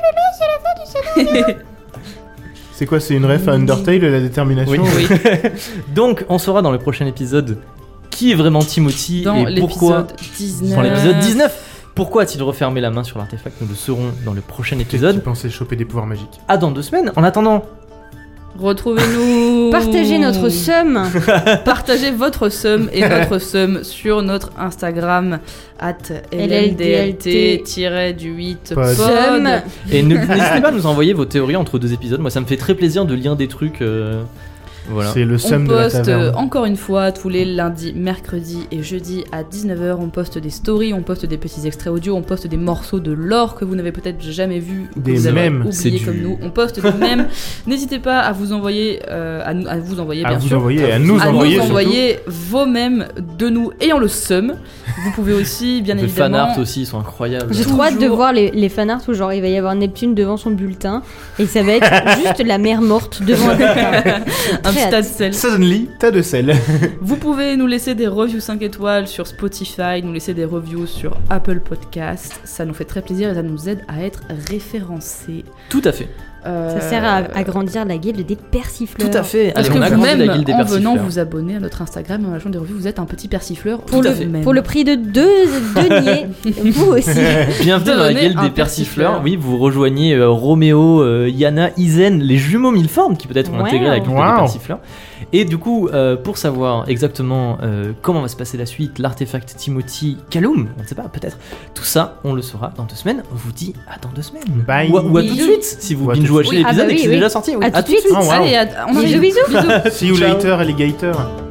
S2: C'est quoi, c'est une ref à Undertale, la détermination
S1: Oui.
S4: Oui,
S1: Donc on saura dans le prochain épisode qui est vraiment Timothy
S4: dans
S1: et pourquoi.
S4: l'épisode dix-neuf.
S1: Dans l'épisode dix-neuf. Pourquoi a-t-il refermé la main sur l'artefact? Nous le saurons dans le prochain
S2: Qui
S1: épisode.
S2: pensait choper des pouvoirs magiques.
S1: À dans deux semaines. En attendant,
S4: Retrouvez-nous.
S3: Partagez notre somme.
S4: Partagez votre somme et notre somme sur notre Instagram at L L D L T du huit
S2: Pod.
S3: Somme.
S1: et ne- n'hésitez pas à nous envoyer vos théories entre deux épisodes. Moi ça me fait très plaisir de lire des trucs. euh, Voilà.
S2: C'est le
S4: On
S2: seum de la
S4: poste euh,
S2: taverne.
S4: encore une fois tous les lundis, mercredis et jeudis à dix-neuf heures. On poste des stories, on poste des petits extraits audio, on poste des morceaux de lore que vous n'avez peut-être jamais vu ou que
S2: Des
S4: vous avez
S2: mèmes.
S1: C'est
S4: oublié
S1: du-
S4: comme nous. On poste des mèmes. N'hésitez pas à vous envoyer, euh, à, nous- à vous envoyer
S2: À
S4: bien
S2: vous
S4: sûr.
S2: envoyer, à nous
S4: à
S2: envoyer
S4: nous
S2: surtout.
S4: envoyer vos mèmes de nous ayant le seum. Vous pouvez aussi, bien
S1: Les
S4: évidemment.
S1: fanarts aussi ils sont incroyables.
S3: J'ai trop hâte de
S4: Toujours.
S3: voir les, les fanarts où genre il va y avoir Neptune devant son bulletin et ça va être juste la mer morte devant un bulletin.
S4: Un
S3: Très
S4: petit tas
S3: hâte.
S4: de sel.
S2: Suddenly, t'as de sel.
S4: Vous pouvez nous laisser des reviews cinq étoiles sur Spotify, nous laisser des reviews sur Apple Podcast. Ça nous fait très plaisir et ça nous aide à être référencés.
S1: Tout à fait.
S4: Euh,
S3: Ça sert à agrandir la guilde des persifleurs.
S1: Tout à fait.
S4: Parce
S1: Allez, on
S4: que
S1: a agrandi
S4: vous-même,
S1: la guilde des
S4: en venant
S1: persifleurs.
S4: vous abonner à notre Instagram et en lâchant des revues, vous êtes un petit persifleur
S3: Pour
S1: Tout à
S3: le,
S1: fait.
S3: pour le prix de deux deniers, vous aussi.
S1: Bienvenue dans la
S4: Devenez
S1: guilde
S4: un
S1: des
S4: persifleur.
S1: persifleurs. Oui, vous rejoignez euh, Roméo, euh, Yana, Izen, les jumeaux Milford qui peut-être ont
S3: Wow.
S1: intégré la guilde
S2: Wow.
S1: des persifleurs. Et du coup, euh, pour savoir exactement euh, comment va se passer la suite, l'artefact Timothy, Kaloum, on ne sait pas, peut-être. Tout ça, on le saura dans deux semaines. On vous dit à dans deux semaines.
S2: Bye.
S1: Ou, à- ou à tout de
S3: Bisous.
S1: suite, si vous
S2: Ou à tout de
S1: binge-watchez
S3: suite.
S1: l'épisode
S3: Ah bah
S1: et que
S3: oui,
S1: c'est
S3: oui.
S1: déjà sorti. Oui.
S3: À tout de suite.
S2: Oh, wow.
S4: Allez, à- on
S3: Bisous,
S4: arrive.
S3: bisous.
S2: See you
S1: Ciao.
S2: later, alligator.